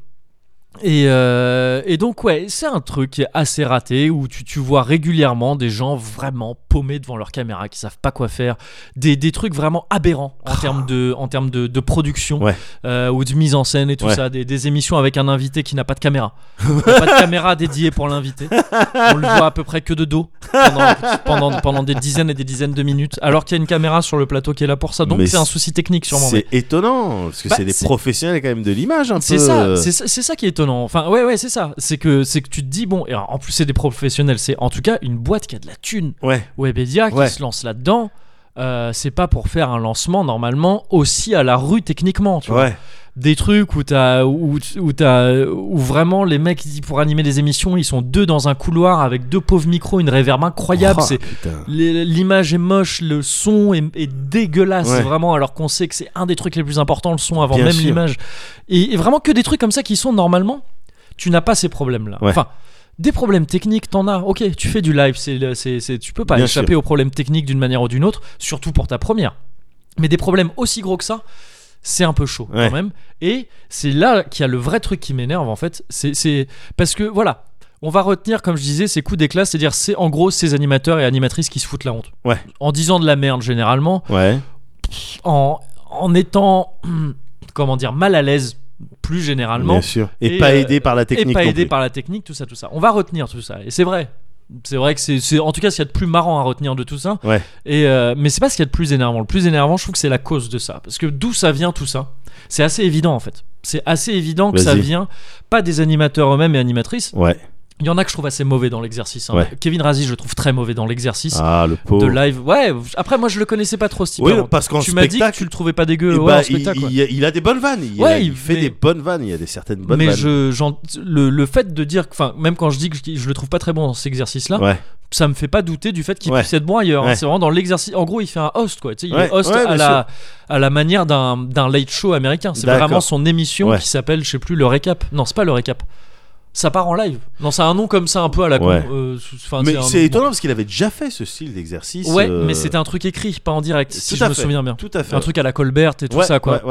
Et donc ouais, c'est un truc qui est assez raté où tu vois régulièrement des gens vraiment paumés devant leur caméra qui savent pas quoi faire, des trucs vraiment aberrants en termes de production, ou de mise en scène et tout ça, des émissions avec un invité qui n'a pas de caméra. Il n'y a pas de caméra dédiée pour l'invité. On le voit à peu près que de dos pendant des dizaines et des dizaines de minutes, alors qu'il y a une caméra sur le plateau qui est là pour ça. Donc mais c'est un souci technique sûrement. C'est étonnant parce que c'est des professionnels quand même de l'image un peu. C'est ça qui est étonnant. Enfin ouais c'est ça. C'est que tu te dis bon, et en plus c'est des professionnels. C'est en tout cas une boîte qui a de la thune. Webedia qui se lance là-dedans. C'est pas pour faire un lancement normalement aussi à la rue techniquement. Tu vois. Des trucs où vraiment les mecs pour animer des émissions ils sont 2 dans un couloir avec 2 pauvres micros, une réverb incroyable, l'image est moche, le son est dégueulasse vraiment, alors qu'on sait que c'est un des trucs les plus importants, le son avant Bien même sûr. L'image et vraiment que des trucs comme ça qui sont normalement tu n'as pas ces problèmes là. Enfin des problèmes techniques, t'en as. Ok, tu fais du live, tu peux pas échapper aux problèmes techniques d'une manière ou d'une autre, surtout pour ta première. Mais des problèmes aussi gros que ça, c'est un peu chaud quand même. Et c'est là qu'il y a le vrai truc qui m'énerve en fait. C'est parce que voilà, on va retenir comme je disais ces coups d'éclat, c'est-à-dire c'est en gros ces animateurs et animatrices qui se foutent la honte. En disant de la merde généralement. En étant comment dire mal à l'aise. Plus généralement, bien sûr, et pas aidé par la technique, par la technique, tout ça. On va retenir tout ça, et c'est vrai que c'est en tout cas ce qu'il y a de plus marrant à retenir de tout ça. Mais c'est pas ce qu'il y a de plus énervant. Le plus énervant, je trouve que c'est la cause de ça, parce que d'où ça vient tout ça, c'est assez évident en fait. C'est assez évident que ça vient pas des animateurs eux-mêmes et animatrices. Il y en a que je trouve assez mauvais dans l'exercice. Kevin Razi, je le trouve très mauvais dans l'exercice de live. Après, moi, je le connaissais pas trop, ce type. Parce qu'en tu spectacle, m'as dit que tu le trouvais pas dégueu en spectacle. Il a des bonnes vannes. Il fait des bonnes vannes. Il y a des certaines bonnes vannes. Mais le fait de dire, enfin, même quand je dis que je le trouve pas très bon dans cet exercice-là, ça me fait pas douter du fait qu'il puisse être bon ailleurs. C'est vraiment dans l'exercice. En gros, il fait un host, quoi. Tu sais, il est host à la manière d'un late show américain. C'est vraiment son émission qui s'appelle, je sais plus, le récap. Non, c'est pas le récap. Ça part en live. Non, c'est un nom comme ça un peu à la con. Mais c'est étonnant parce qu'il avait déjà fait ce style d'exercice. Mais c'était un truc écrit, pas en direct, si je me souviens bien. Tout à fait. Un truc à la Colbert et tout ça, quoi.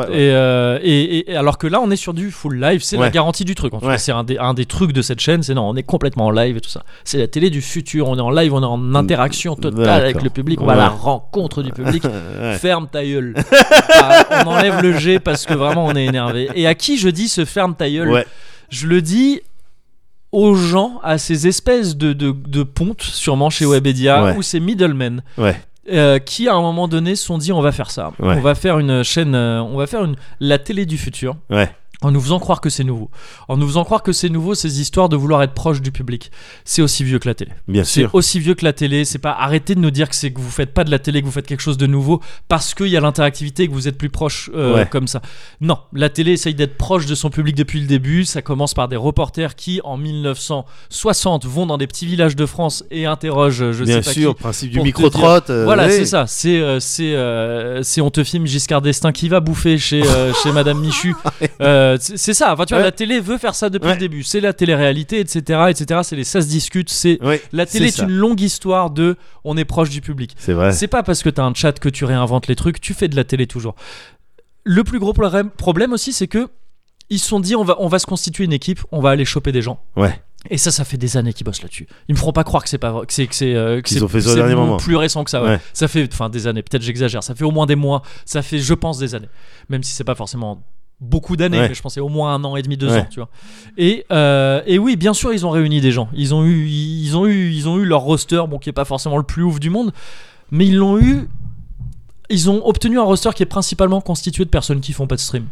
Et alors que là, on est sur du full live, c'est la garantie du truc. En tout cas, c'est un des trucs de cette chaîne, c'est non, on est complètement en live et tout ça. C'est la télé du futur, on est en live, on est en interaction totale avec le public, on va à la rencontre du public. Ferme ta gueule. On enlève le G parce que vraiment on est énervé. Et à qui je dis ce ferme ta gueule ? Je le dis aux gens, à ces espèces de pontes, sûrement chez Webedia, ou ces middlemen, qui à un moment donné se sont dit on va faire ça, on va faire une chaîne, la télé du futur. En nous faisant croire que c'est nouveau. En nous faisant croire que c'est nouveau, ces histoires de vouloir être proche du public. C'est aussi vieux que la télé. Bien sûr. C'est aussi vieux que la télé. C'est pas arrêtez de nous dire que vous faites pas de la télé, que vous faites quelque chose de nouveau parce qu'il y a l'interactivité et que vous êtes plus proche comme ça. Non, la télé essaye d'être proche de son public depuis le début. Ça commence par des reporters qui, en 1960, vont dans des petits villages de France et interrogent, Bien sais pas sûr, qui. Principe du micro-trotte. Voilà, c'est ça. C'est on te filme Giscard d'Estaing qui va bouffer chez Madame Michu. C'est ça, enfin, tu vois, la télé veut faire ça depuis le début. C'est la télé-réalité, etc. C'est ça se discute. La télé est une longue histoire de on est proche du public. C'est vrai. C'est pas parce que t'as un chat que tu réinventes les trucs, tu fais de la télé toujours. Le plus gros problème aussi, c'est que ils se sont dit on va se constituer une équipe, on va aller choper des gens. Et ça fait des années qu'ils bossent là-dessus. Ils me feront pas croire que c'est pas vrai, qu'ils ont fait ça au dernier moment. Plus récent que ça. Ça fait des années, peut-être j'exagère. Ça fait au moins des mois. Ça fait, je pense, des années. Même si c'est pas forcément beaucoup d'années, mais je pensais au moins 1 an et demi, 2 ans, tu vois. Et oui, bien sûr, ils ont réuni des gens. Ils ont eu leur roster, qui est pas forcément le plus ouf du monde, mais ils ont obtenu un roster qui est principalement constitué de personnes qui font pas de stream.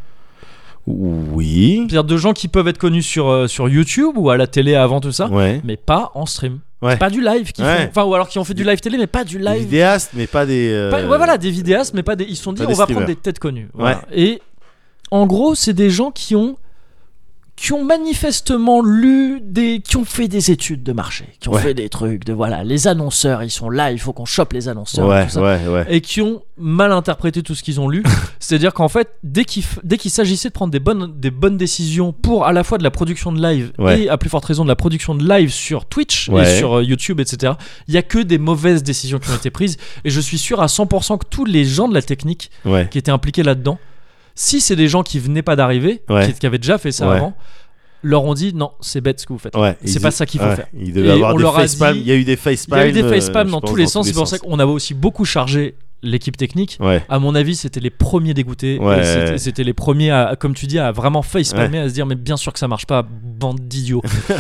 Oui. C'est-à-dire de gens qui peuvent être connus sur YouTube ou à la télé avant tout ça, mais pas en stream. C'est pas du live qu'ils font. Enfin, ou alors qui ont fait du live télé, mais pas du live. Des vidéastes, mais pas des. Des vidéastes, mais pas des. Ils se sont dit, on va prendre des têtes connues. Voilà. Et en gros, c'est des gens qui ont qui ont manifestement qui ont fait des études de marché, qui ont fait des trucs de voilà, les annonceurs, ils sont là, il faut qu'on chope les annonceurs, Ouais, tout ça, ouais. et qui ont mal interprété tout ce qu'ils ont lu. C'est-à-dire qu'en fait, dès qu'il s'agissait de prendre des bonnes décisions pour à la fois de la production de live et à plus forte raison de la production de live sur Twitch et sur YouTube, etc., il y a que des mauvaises décisions qui ont été prises. Et je suis sûr à 100% que tous les gens de la technique qui étaient impliqués là-dedans, si c'est des gens qui venaient pas d'arriver, qui avaient déjà fait ça avant, leur ont dit non, c'est bête ce que vous faites. C'est pas ça qu'il faut faire. Il devait y avoir des facepalms. Il y a eu des facepalms. Il y a eu des facepalms dans tous les sens. C'est pour ça qu'on avait aussi beaucoup chargé l'équipe technique. À mon avis, c'était les premiers dégoûtés. C'était les premiers à, comme tu dis, à vraiment facepalmer, à se dire mais bien sûr que ça marche pas, bande d'idiots.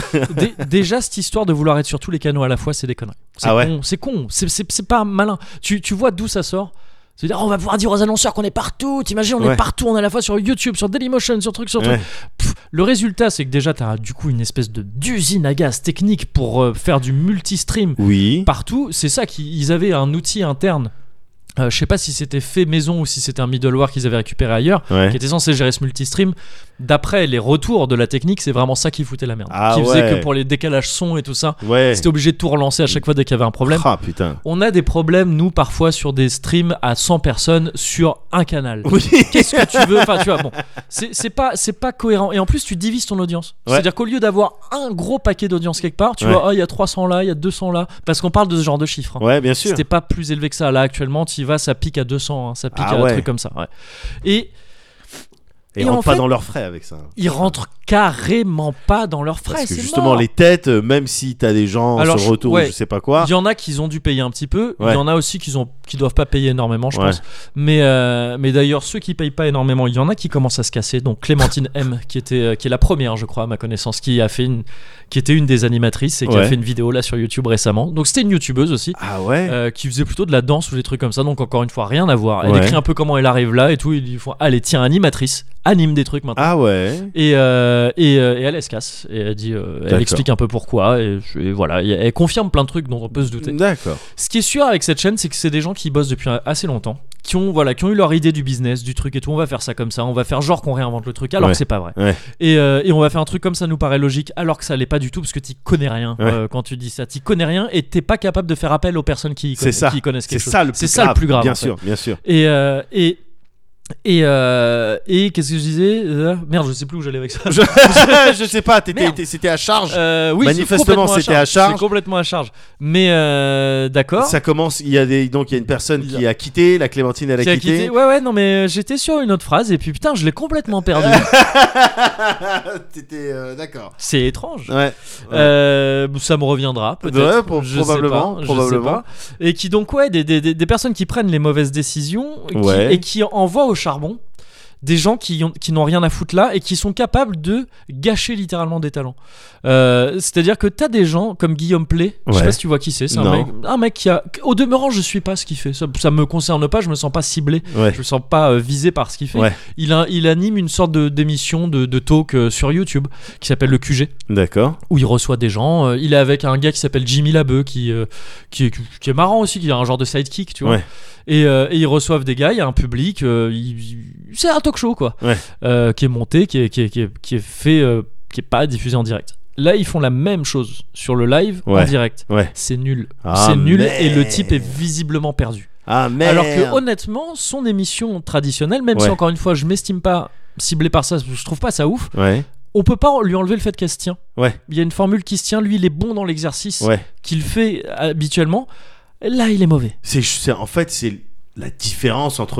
Déjà cette histoire de vouloir être sur tous les canaux à la fois, c'est des conneries. C'est con. C'est pas malin. Tu vois d'où ça sort. C'est-à-dire on va pouvoir dire aux annonceurs qu'on est partout. T'imagines, on est partout, on est à la fois sur YouTube, sur Dailymotion, sur truc. Le résultat, c'est que déjà t'as du coup une espèce d'usine à gaz technique pour faire du multi-stream partout. C'est ça qu'ils avaient un outil interne. Je sais pas si c'était fait maison ou si c'était un middleware qu'ils avaient récupéré ailleurs, qui était censé gérer ce multi-stream. D'après les retours de la technique, c'est vraiment ça qui foutait la merde. Qui faisait que pour les décalages son et tout ça, c'était obligé de tout relancer à chaque fois dès qu'il y avait un problème. Putain. On a des problèmes, nous, parfois, sur des streams à 100 personnes sur un canal. Qu'est-ce que tu veux ? Enfin, tu vois, bon, c'est pas cohérent. Et en plus, tu divises ton audience. C'est-à-dire qu'au lieu d'avoir un gros paquet d'audience quelque part, tu vois, il y a 300 là, il y a 200 là. Parce qu'on parle de ce genre de chiffres. Ouais, bien sûr. C'était pas plus élevé que ça. Là, actuellement, tu y vas, ça pique à 200. Ça pique à un truc comme ça. Et ils rentrent pas dans leurs frais avec ça. Ils rentrent carrément pas dans leurs frais. Parce que justement, les têtes, même si t'as des gens sur retour, je sais pas quoi. Il y en a qui ont dû payer un petit peu. Il y en a aussi qui doivent pas payer énormément, je pense. Mais d'ailleurs, ceux qui payent pas énormément, il y en a qui commencent à se casser. Donc Clémentine M, qui est la première, je crois, à ma connaissance, qui était une des animatrices et qui a fait une vidéo là sur YouTube récemment. Donc c'était une youtubeuse aussi. Qui faisait plutôt de la danse ou des trucs comme ça. Donc encore une fois, rien à voir. Elle écrit un peu comment elle arrive là et tout. Ils font allez, tiens, animatrice, anime des trucs maintenant. Et elle se casse et elle dit elle explique un peu pourquoi et voilà, elle confirme plein de trucs dont on peut se douter. D'accord. Ce qui est sûr avec cette chaîne, c'est que c'est des gens qui bossent depuis assez longtemps, qui ont eu leur idée du business, du truc et tout. On va faire ça comme ça, on va faire genre qu'on réinvente le truc alors que c'est pas vrai. Et on va faire un truc comme ça nous paraît logique alors que ça l'est pas du tout parce que t'y connais rien. Quand tu dis ça, t'y connais rien et t'es pas capable de faire appel aux personnes qui connaissent quelque chose. C'est ça le plus grave. Bien sûr. Et qu'est-ce que je disais merde, je sais plus où j'allais avec ça. Je sais pas, c'était à charge. Oui, manifestement c'était à charge. C'est complètement à charge. Mais d'accord. Ça commence, il y a une personne qui a quitté, la Clémentine elle a quitté. Ouais, non mais j'étais sur une autre phrase et puis putain, je l'ai complètement perdu. T'étais d'accord. C'est étrange. Ça me reviendra peut-être. Probablement. Je sais pas. Et qui donc des personnes qui prennent les mauvaises décisions et qui envoient au charbon des gens qui n'ont rien à foutre là et qui sont capables de gâcher littéralement des talents. C'est-à-dire que t'as des gens comme Guillaume Play, je sais pas si tu vois qui c'est un mec qui a, au demeurant je suis pas ce qu'il fait, ça me concerne pas, je me sens pas ciblé, je me sens pas visé par ce qu'il fait. Il anime une sorte d'émission de talk sur YouTube qui s'appelle le QG. D'accord. Où il reçoit des gens, il est avec un gars qui s'appelle Jimmy Labeu qui est marrant aussi, qui a un genre de sidekick, tu vois. Et ils reçoivent des gars, il y a un public, c'est un talk show quoi, qui est monté, qui est fait, qui est pas diffusé en direct. Là ils font la même chose sur le live en direct. C'est nul, et le type est visiblement perdu. Alors que honnêtement son émission traditionnelle, même si encore une fois je m'estime pas ciblé par ça, je trouve pas ça ouf, on peut pas lui enlever le fait qu'elle se tient. Il y a une formule qui se tient, lui il est bon dans l'exercice qu'il fait habituellement. Là, il est mauvais. En fait, c'est la différence entre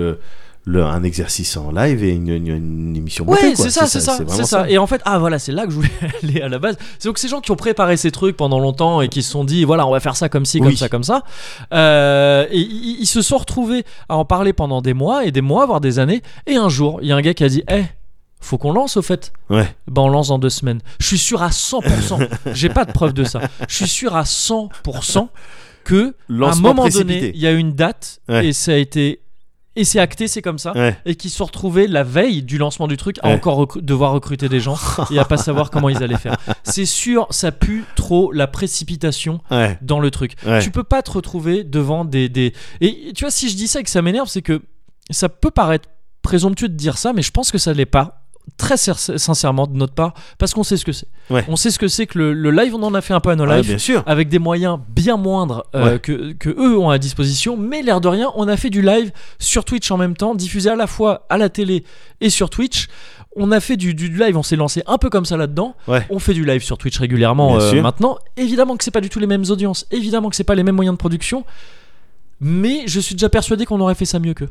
un exercice en live et une émission montée. C'est ça. Et en fait, voilà, c'est là que je voulais aller à la base. C'est donc ces gens qui ont préparé ces trucs pendant longtemps et qui se sont dit, voilà, on va faire ça comme ci, comme ça. Et ils se sont retrouvés à en parler pendant des mois, voire des années. Et un jour, il y a un gars qui a dit, faut qu'on lance au fait. On lance dans 2 semaines. Je suis sûr à 100%. J'ai pas de preuve de ça. Je suis sûr à 100%. Que à un moment donné il y a une date et ça a été et c'est acté, c'est comme ça, et qu'ils se sont retrouvés la veille du lancement du truc à encore devoir recruter des gens et à pas savoir comment ils allaient faire. C'est sûr, ça pue trop la précipitation dans le truc. Tu peux pas te retrouver devant des et tu vois, si je dis ça et que ça m'énerve, c'est que ça peut paraître présomptueux de dire ça, mais je pense que ça l'est pas. très sincèrement de notre part, parce qu'on sait ce que c'est. Ouais. On sait ce que c'est que le live, on en a fait un peu à No Ah, Life, bien sûr. avec des moyens bien moindres Ouais. que eux ont à disposition, mais l'air de rien, on a fait du live sur Twitch en même temps, diffusé à la fois à la télé et sur Twitch. On a fait du live, on s'est lancé un peu comme ça là-dedans. Ouais. On fait du live sur Twitch régulièrement Bien sûr. maintenant. Évidemment que c'est pas du tout les mêmes audiences, évidemment que c'est pas les mêmes moyens de production. Mais je suis déjà persuadé qu'on aurait fait ça mieux qu'eux.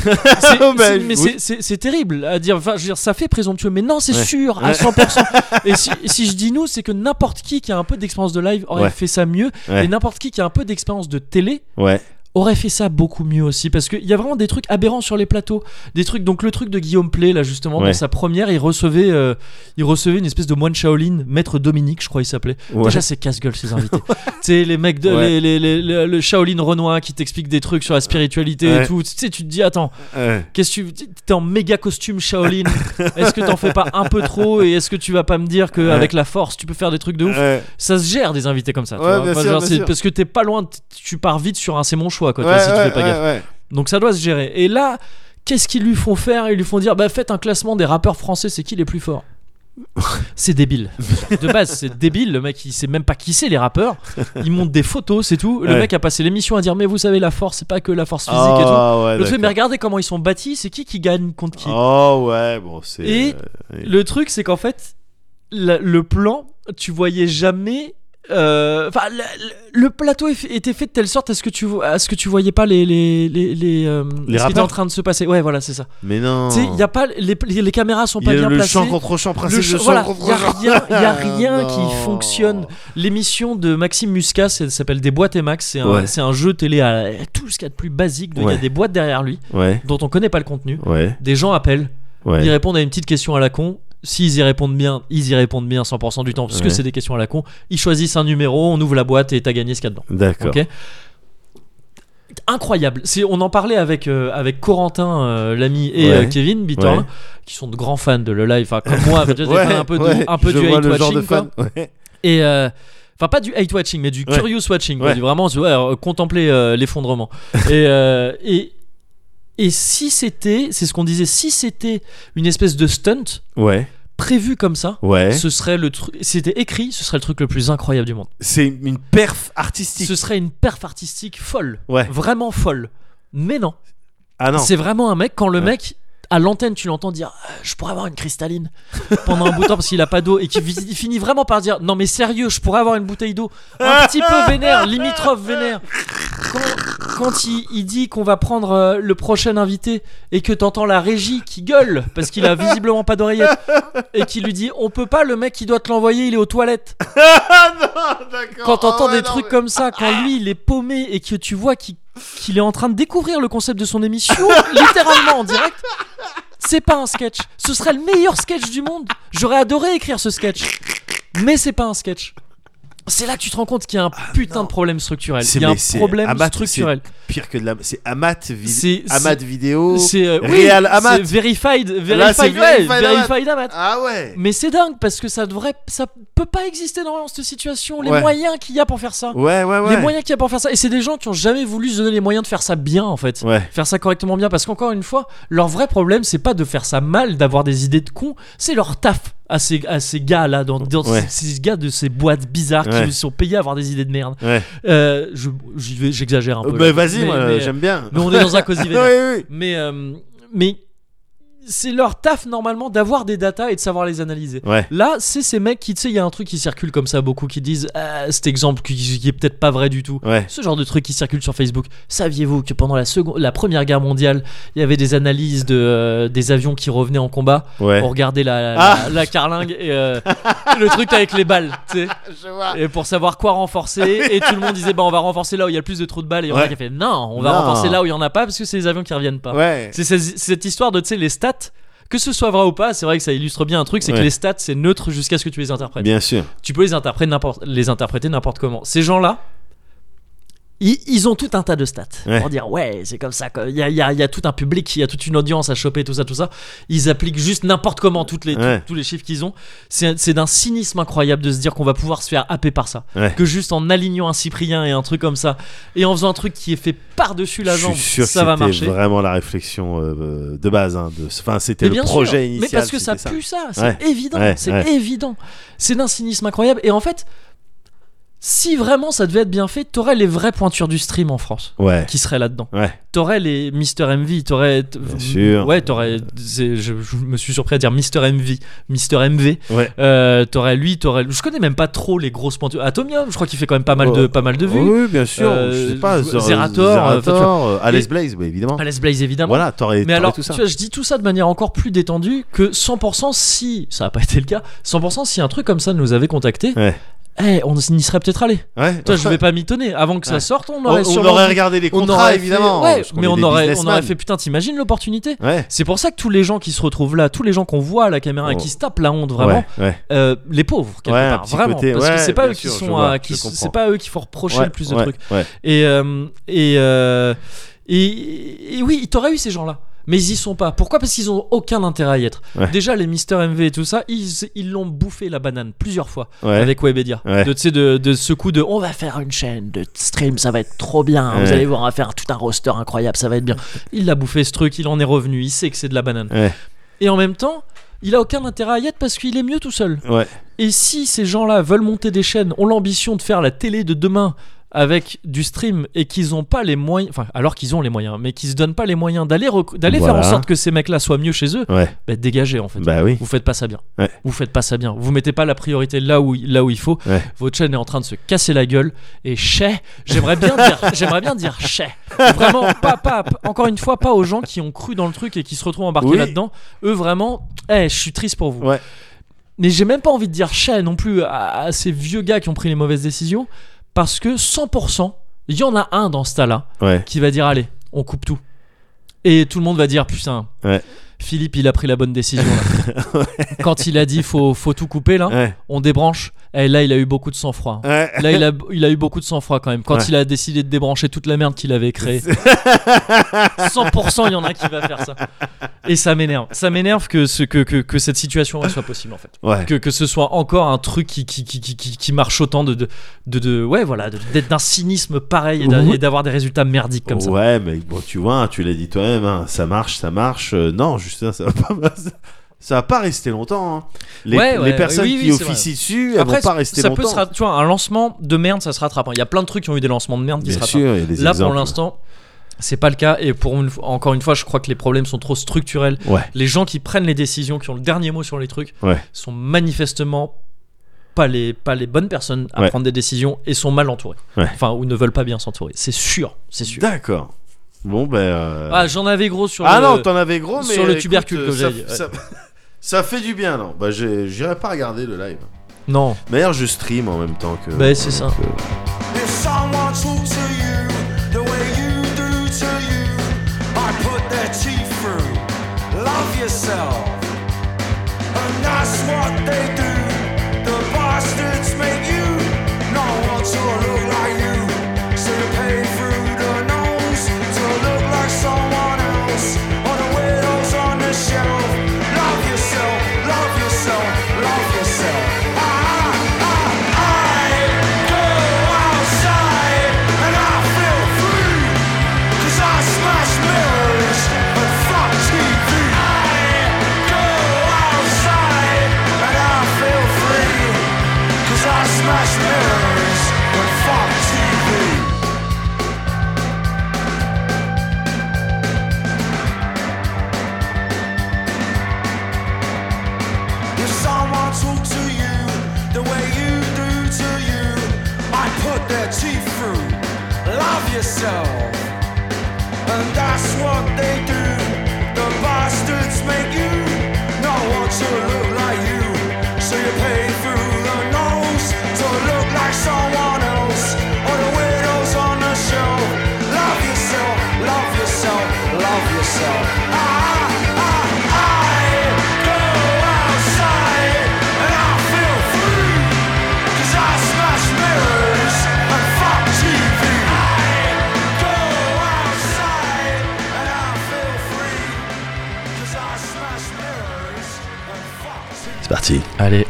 Mais oui. c'est terrible à dire. Enfin, je veux dire, ça fait présomptueux, mais non, c'est Ouais. sûr à 100%. Et si je dis nous, c'est que n'importe qui a un peu d'expérience de live aurait Ouais. fait ça mieux, Ouais. et n'importe qui a un peu d'expérience de télé Ouais. aurait fait ça beaucoup mieux aussi, parce qu'il y a vraiment des trucs aberrants sur les plateaux, des trucs. Donc le truc de Guillaume Play là justement, Ouais. dans sa première, il recevait une espèce de moine Shaolin, Maître Dominique, je crois il s'appelait. Ouais. Déjà c'est casse-gueule ces invités. Tu sais, les mecs de Ouais. le Shaolin Renoir qui t'explique des trucs sur la spiritualité et Ouais. tout. Tu sais, tu te dis attends, Ouais. qu'est-ce que t'es en méga costume Shaolin, est-ce que t'en fais pas un peu trop, et est-ce que tu vas pas me dire qu'avec la force tu peux faire des trucs de ouf? Ouais. Ça se gère des invités comme ça, tu Ouais, vois. bien Enfin, sûr, genre, bien c'est sûr. parce que t'es pas loin, tu pars vite sur un c'est mon choix quoi, tu Ouais, vois, si tu ouais, fais pas gaffe. ouais. Donc ça doit se gérer. Et là, qu'est-ce qu'ils lui font faire? Ils lui font dire bah faites un classement des rappeurs français, c'est qui les plus forts? C'est débile. De base, c'est débile. Le mec, il sait même pas qui c'est les rappeurs. Il montre des photos, c'est tout. Le Ouais. mec a passé l'émission à dire mais vous savez, la force, c'est pas que la force physique et tout. Ah, ouais, Le truc, mais d'accord. regardez comment ils sont bâtis. C'est qui gagne contre qui? Oh ouais, bon, c'est. Et oui. Le truc, c'est qu'en fait, le plan, tu voyais jamais. Enfin, le plateau était fait de telle sorte à ce que tu voyais pas les ce qui était rappeurs en train de se passer. Ouais, voilà, c'est ça. Mais non. Tu sais, il y a pas les caméras sont Il y pas a bien le placées. champ contre champ, Le principe ch- de champ voilà, contre il y a champ. rien Non. qui fonctionne. L'émission de Maxime Muscat, ça s'appelle Des boîtes et Max. Ouais. C'est un jeu télé à tout ce qu'il y a de plus basique. Il y a Ouais. des boîtes derrière lui Ouais, dont on connaît pas le contenu. ouais, Des gens appellent, ils ouais. répondent à une petite question à la con. S'ils y répondent bien, ils y répondent bien 100% du temps parce que Ouais. c'est des questions à la con. Ils choisissent un numéro, on ouvre la boîte et t'as gagné ce qu'il y a dedans. D'accord. Ok. Incroyable. On en parlait avec Corentin, l'ami, et Ouais. Kevin Bitorn, Ouais. qui sont de grands fans de le live. Enfin, comme moi, j'ai Ouais, fait un peu ouais, je du vois hate le genre de watching. Quoi. fan. Ouais. Et enfin, pas du hate watching, mais du Ouais. curious watching. Quoi, Ouais. du vraiment contempler l'effondrement. Et si c'était, c'est ce qu'on disait, si c'était une espèce de stunt Ouais, prévu comme ça, ouais. ce serait le truc. C'était écrit, ce serait le truc le plus incroyable du monde. C'est une perf artistique. Ce serait une perf artistique folle, Ouais. vraiment folle. Mais non, Ah non. c'est vraiment un mec. Quand le Ouais. mec à l'antenne, tu l'entends dire je pourrais avoir une cristalline pendant un bout de temps parce qu'il a pas d'eau, et qui finit vraiment par dire non mais sérieux, je pourrais avoir une bouteille d'eau, un petit peu vénère, limitrophe vénère. Quand il dit qu'on va prendre le prochain invité et que t'entends la régie qui gueule parce qu'il a visiblement pas d'oreillette et qui lui dit on peut pas, le mec qui doit te l'envoyer il est aux toilettes. Ah non, d'accord. Quand t'entends Ah ouais, des non, trucs mais- comme ça, quand lui il est paumé et que tu vois qu'il est en train de découvrir le concept de son émission littéralement en direct, c'est pas un sketch. Ce serait le meilleur sketch du monde. J'aurais adoré écrire ce sketch, mais c'est pas un sketch. C'est là que tu te rends compte qu'il y a un putain de problème structurel. Il y a un problème structurel. Pire que de la. C'est Amat, C'est- Amat vidéo. C'est Real Amat. c'est verified, Là, c'est ouais, verified verified Amat. Ah ouais. Mais c'est dingue parce que ça peut pas exister dans cette situation. Les Ouais. moyens qu'il y a pour faire ça. Ouais, ouais, ouais. Les moyens qu'il y a pour faire ça. Et c'est des gens qui ont jamais voulu se donner les moyens de faire ça bien en fait. Ouais. Faire ça correctement bien. Parce qu'encore une fois, leur vrai problème, c'est pas de faire ça mal, d'avoir des idées de cons, c'est leur taf à ces gars là, dans Ouais. ces gars de ces boîtes bizarres Ouais. qui sont payés à avoir des idées de merde. Ouais. J'exagère un peu. Bah là. vas-y, moi mais, j'aime bien. mais on est dans un cosy vénère. Oui, oui. Mais c'est leur taf normalement d'avoir des datas et de savoir les analyser. Ouais. Là, c'est ces mecs qui, tu sais, il y a un truc qui circule comme ça beaucoup, qui disent cet exemple qui est peut-être pas vrai du tout. Ouais. Ce genre de truc qui circule sur Facebook. Saviez-vous que pendant la Première Guerre mondiale, il y avait des analyses des avions qui revenaient en combat. Ouais. On regardait la carlingue et le truc avec les balles, tu sais. Je vois. Et pour savoir quoi renforcer, et tout le monde disait bah on va renforcer là où il y a le plus de trous de balles, et il y en a Ouais. qui a fait non, on va Non. renforcer là où il y en a pas parce que c'est les avions qui reviennent pas. Ouais. C'est cette histoire de, tu sais, les stats, que ce soit vrai ou pas, c'est vrai que ça illustre bien un truc, c'est que Ouais. les stats c'est neutre jusqu'à ce que tu les interprètes. Bien sûr. Tu peux les interpréter n'importe comment. Ces gens-là, Ils ont tout un tas de stats Ouais. pour dire ouais c'est comme ça. Il y a tout un public, il y a toute une audience à choper, tout ça. Ils appliquent juste n'importe comment Ouais. tous les chiffres qu'ils ont. C'est d'un cynisme incroyable de se dire qu'on va pouvoir se faire happer par ça. Ouais. Que juste en alignant un Cyprien et un truc comme ça, et en faisant un truc qui est fait par-dessus la Je jambe, suis sûr ça que va c'était marcher. vraiment la réflexion de base. Hein, enfin, c'était Mais le bien projet sûr, initial. mais parce que ça c'était pue ça, c'est Ouais. évident, Ouais, c'est ouais. évident. C'est d'un cynisme incroyable. Et en fait, si vraiment ça devait être bien fait, t'aurais les vraies pointures du stream en France Ouais. qui seraient là-dedans. Ouais. T'aurais les Mr MV, t'aurais. Bien sûr. Ouais, t'aurais. Je me suis surpris à dire Mr MV, Mr MV. Ouais. T'aurais lui, je connais même pas trop les grosses pointures. Atomium, je crois qu'il fait quand même pas mal de vues. Oui, bien sûr. Je sais pas. Zerator, Alice Blaze, oui, évidemment. Alice Blaze évidemment. Voilà, t'aurais Mais alors, tout ça. tu vois, je dis tout ça de manière encore plus détendue que 100% si ça n'a pas été le cas. 100% si un truc comme ça nous avait contacté. Ouais. On y serait peut-être allé. Ouais. Toi, je vais pas mitonner. Avant que ça Ouais. sorte, on On aurait sûrement. aurait regardé les on contrats, aurait fait- évidemment. ouais, parce qu'on mais est on des aurait businessmen. fait putain, t'imagines l'opportunité. Ouais. C'est pour ça que tous les gens qui se retrouvent là, tous les gens qu'on voit à la caméra et Oh. qui se tapent la honte vraiment, Ouais. les pauvres quelque Ouais, un part, petit vraiment, côté, parce que ouais, c'est pas bien eux qui sûr, je sont, vois, qui je sont- comprends. c'est pas eux qu'il faut reprocher Ouais, le plus de ouais, trucs. ouais. Et oui, t'aurais eu ces gens-là. Mais ils y sont pas. Pourquoi ? Parce qu'ils ont aucun intérêt à y être. Ouais. Déjà, les Mister MV et tout ça, ils l'ont bouffé la banane plusieurs fois Ouais. avec Webedia. Ouais. Tu sais, de ce coup de on va faire une chaîne de stream, ça va être trop bien. Vous Ouais. allez voir, on va faire tout un roster incroyable, ça va être bien. Il l'a bouffé ce truc, il en est revenu, il sait que c'est de la banane. Ouais. Et en même temps, il a aucun intérêt à y être parce qu'il est mieux tout seul. Ouais. Et si ces gens-là veulent monter des chaînes, ont l'ambition de faire la télé de demain avec du stream et qu'ils ont pas les moyens, enfin alors qu'ils ont les moyens, mais qu'ils se donnent pas les moyens d'aller faire Voilà. en sorte que ces mecs-là soient mieux chez eux, Ouais. bah dégagez en fait. Bah oui. Vous faites pas ça bien. Ouais. Vous faites pas ça bien. Vous mettez pas la priorité là où il faut. Ouais. Votre chaîne est en train de se casser la gueule et j'aimerais bien dire Vraiment pas encore une fois pas aux gens qui ont cru dans le truc et qui se retrouvent embarqués Oui. là-dedans. Eux vraiment, je suis triste pour vous. Ouais. Mais j'ai même pas envie de dire non plus à ces vieux gars qui ont pris les mauvaises décisions parce que 100%, il y en a un dans ce tas-là Ouais. qui va dire allez, on coupe tout. Et tout le monde va dire putain. Ouais. Philippe, il a pris la bonne décision là. Quand il a dit faut tout couper là, Ouais. on débranche. Et là, il a eu beaucoup de sang-froid. Ouais. Là, il a eu beaucoup de sang-froid quand même. Quand Ouais. il a décidé de débrancher toute la merde qu'il avait créée. 100% il y en a qui va faire ça. Et ça m'énerve. Ça m'énerve que cette situation soit possible en fait. Ouais. Que ce soit encore un truc qui marche autant d'être d'un cynisme pareil et d'avoir des résultats merdiques comme ça. Ouais, mais bon, tu vois, tu l'as dit toi-même, hein, ça marche. Non, juste ça va pas rester longtemps. Hein. Les personnes oui, qui c'est officient dessus, elles Après, vont pas rester ça longtemps. tu vois, un lancement de merde, ça se rattrape. Il y a plein de trucs qui ont eu des lancements de merde qui Bien se rattrapent. sûr, il y a des Là, exemples. pour l'instant, c'est pas le cas. Et encore une fois, je crois que les problèmes sont trop structurels. Ouais. Les gens qui prennent les décisions, qui ont le dernier mot sur les trucs, Ouais. sont manifestement pas les bonnes personnes à Ouais. prendre des décisions et sont mal entourés. Ouais. Enfin, ou ne veulent pas bien s'entourer. C'est sûr. D'accord. Bon, ben. Ah, j'en avais gros sur Ah le... non, t'en avais gros, mais. sur le écoute, tubercule que ça, j'ai dit, ça fait du bien, non. Bah, j'irai pas regarder le live. Non, D'ailleurs, je stream en même temps que. bah c'est ça. If someone talks to you the way you do to you, I put their teeth through. Love yourself. And that's what they do. The bastards make you not want to look like you. So you pay through the nose to look like someone else. Or the widows on the shelf. Love yourself, love yourself, love yourself. I go outside and I feel free, 'cause I smash mirrors and fuck TV. I go outside and I feel free, 'cause I smash mirrors and fuck TV. If someone talks to you the way you do to you, I put their teeth through. Love yourself. And that's what they do. The bastards make you not want to look like you. So you pay through the nose to look like someone else. Or the widows on the shelf. Love yourself, love yourself, love yourself. I go outside and I feel free, 'cause I smash mirrors and fuck TV. I parti. Allez.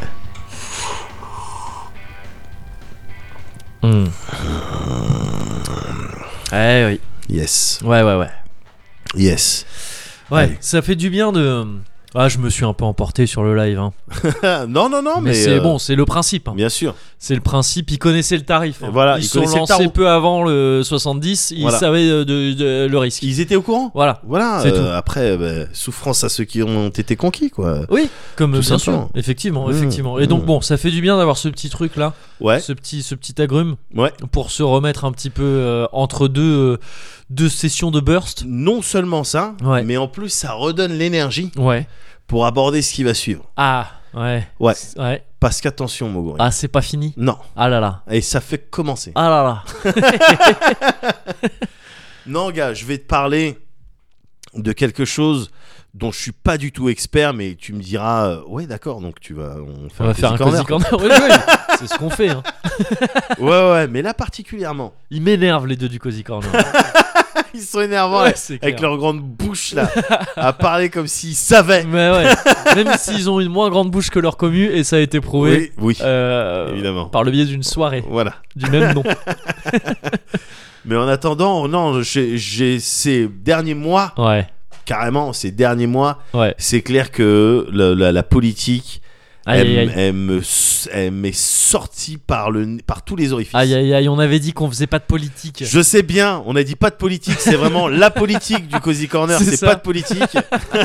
Oui. Yes. Ouais. Yes. Ouais, Allez. ça fait du bien de... Ah, je me suis un peu emporté sur le live. Hein. non, mais c'est bon, c'est le principe. Hein. Bien sûr. C'est le principe, ils connaissaient le tarif. Hein. Voilà, ils ils sont connaissaient le lancés tarot. peu avant le 70, ils Voilà. savaient le risque. Ils étaient au courant. Voilà. C'est tout. Après, souffrance à ceux qui ont été conquis, quoi. Oui, comme Tout bien simplement. sûr, effectivement. Et donc bon, ça fait du bien d'avoir ce petit truc là, Ouais. ce petit agrume, Ouais. pour se remettre un petit peu entre deux sessions de burst. Non seulement ça, Ouais. mais en plus, ça redonne l'énergie Ouais. pour aborder ce qui va suivre. Ah, ouais. Ouais. Ouais. Parce qu'attention, Moguri. Ah, c'est pas fini. Non. Ah là là. Et ça fait commencer. Ah là là. Non, gars, je vais te parler de quelque chose dont je suis pas du tout expert, mais tu me diras, ouais, d'accord, donc On va faire un cozy cozy corner. Oui. C'est ce qu'on fait. Hein. Ouais, mais là particulièrement. Ils m'énervent les deux du cozy corner. Ils sont énervants Ouais, avec, c'est avec clair. leur grande bouche là, à parler comme s'ils savaient. Mais ouais. Même s'ils ont une moins grande bouche que leur commu, et ça a été prouvé. Oui, Évidemment. Par le biais d'une soirée voilà. du même nom. Mais en attendant, non, j'ai ces derniers mois, Ouais. carrément, ces derniers mois, Ouais. c'est clair que la politique, Aïe. elle m'est sortie par tous les orifices. Aïe, on avait dit qu'on faisait pas de politique. Je sais bien, on a dit pas de politique, c'est vraiment la politique du Cozy Corner, C'est c'est ça. pas de politique.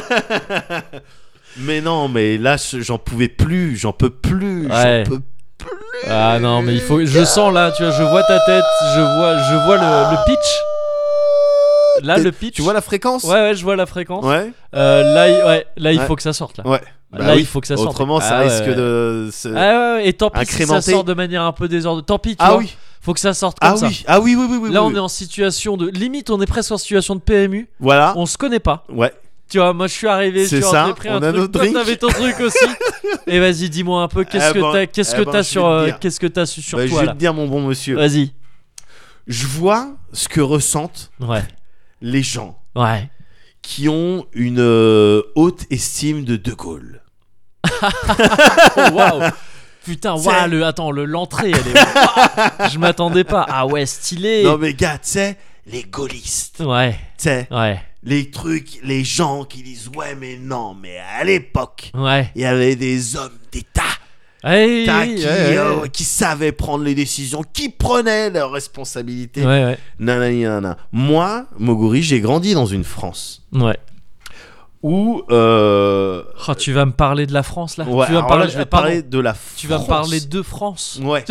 Mais non, mais là, j'en pouvais plus, j'en peux plus, Ouais. j'en peux. Ah non, mais il faut. Je sens là, tu vois, je vois ta tête, je vois le pitch. Là, le pitch. Tu vois la fréquence? Ouais, je vois la fréquence. Ouais. Là, il Ouais. faut que ça sorte là. Ouais. Là, il faut que ça sorte. Autrement, ça Ah, risque ouais. de. Ouais. Et tant pis si ça Incrémenté. sort de manière un peu désordonnée. Tant pis, tu Ah vois. oui. Faut que ça sorte comme ça. Oui. Ah oui. Là, oui. on est en situation de limite, on est presque en situation de PMU. Voilà. On se connaît pas. Ouais. Tu vois, moi je suis arrivé, C'est je suis ça, rentré, pris on un a truc. notre Toi, drink. t'avais ton truc aussi. Et vas-y, dis-moi un peu qu'est-ce que t'as, qu'est-ce que t'as je sur, vais te dire. qu'est-ce que t'as sur Bah, je toi vais là. te dire, mon bon monsieur. Vas-y. Je vois ce que ressentent Ouais. les gens Ouais. qui ont une haute estime de De Gaulle. Oh, waouh. Putain, C'est- waouh, l'entrée, elle est. Waouh. Je m'attendais pas. Ah ouais, stylé. Non mais gars, tu sais, les gaullistes, Ouais. tu sais, Ouais. les trucs, les gens qui disent ouais mais non, mais à l'époque, Ouais. il y avait des hommes d'État Hey, qui savaient prendre les décisions, qui prenaient leurs responsabilités. Ouais. Nanana. Moi, Moguri, j'ai grandi dans une France Ouais. où Oh, tu vas me parler de la France là. ouais, Tu vas alors là, je vais pardon. parler de la Tu vas me France. parler de France. Ouais.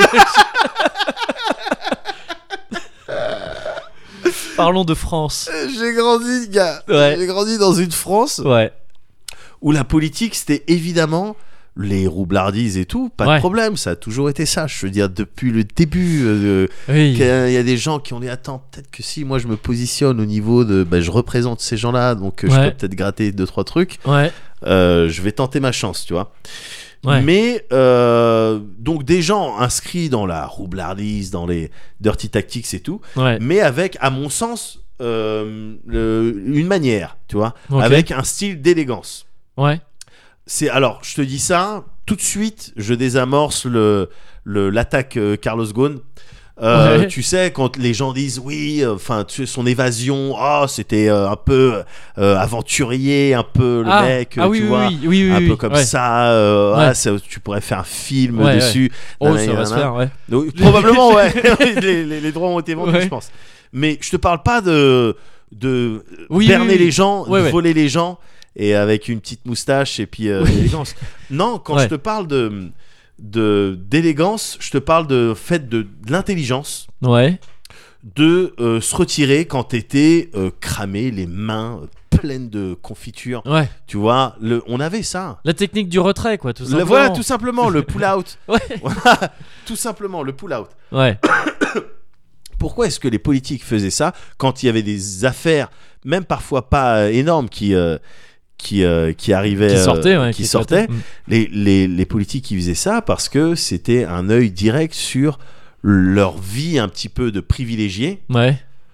Parlons de France. J'ai grandi, gars. Ouais. J'ai grandi dans une France Ouais. où la politique, c'était évidemment les roublardises et tout. Pas Ouais. de problème, ça a toujours été ça. Je veux dire, depuis le début, Oui. il y a des gens qui ont dit attends, peut-être que si moi je me positionne au niveau de. Bah, je représente ces gens-là, donc je Ouais. peux peut-être gratter 2-3 trucs. Ouais. Je vais tenter ma chance, tu vois. Ouais. Mais donc des gens inscrits dans la roublardise, dans les dirty tactics et tout, Ouais. mais avec, à mon sens, une manière, tu vois, Ok. avec un style d'élégance. Ouais. Alors, je te dis ça, tout de suite, je désamorce l'attaque Carlos Ghosn. Ouais. Tu sais, quand les gens disent oui, enfin, son évasion, oh, c'était un peu aventurier, un peu le mec, oui, tu oui, vois, oui, un peu comme ouais. ça, Ouais. tu pourrais faire un film Ouais, dessus. Oh, Nanana, ça va se nanana. faire, ouais. Donc, probablement, ouais. les droits ont été vendus, Ouais. je pense. Mais je te parle pas de Oui, berner oui, oui. les gens, Ouais, de ouais. voler les gens, et avec une petite moustache et puis l'élégance. Non, quand Ouais. je te parle d'élégance, je te parle de fait de l'intelligence, Ouais. de se retirer quand t'étais cramé, les mains pleines de confiture. Ouais. Tu vois, on avait ça. La technique du retrait, quoi, tout simplement. Voilà, tout simplement, le pull-out. Ouais. Voilà, tout simplement, le pull-out. Ouais. Pourquoi est-ce que les politiques faisaient ça quand il y avait des affaires, même parfois pas énormes, qui arrivaient, Qui sortait, ouais. qui sortaient. Les politiques qui faisaient ça parce que c'était un œil direct sur leur vie un petit peu de privilégiés, Ouais.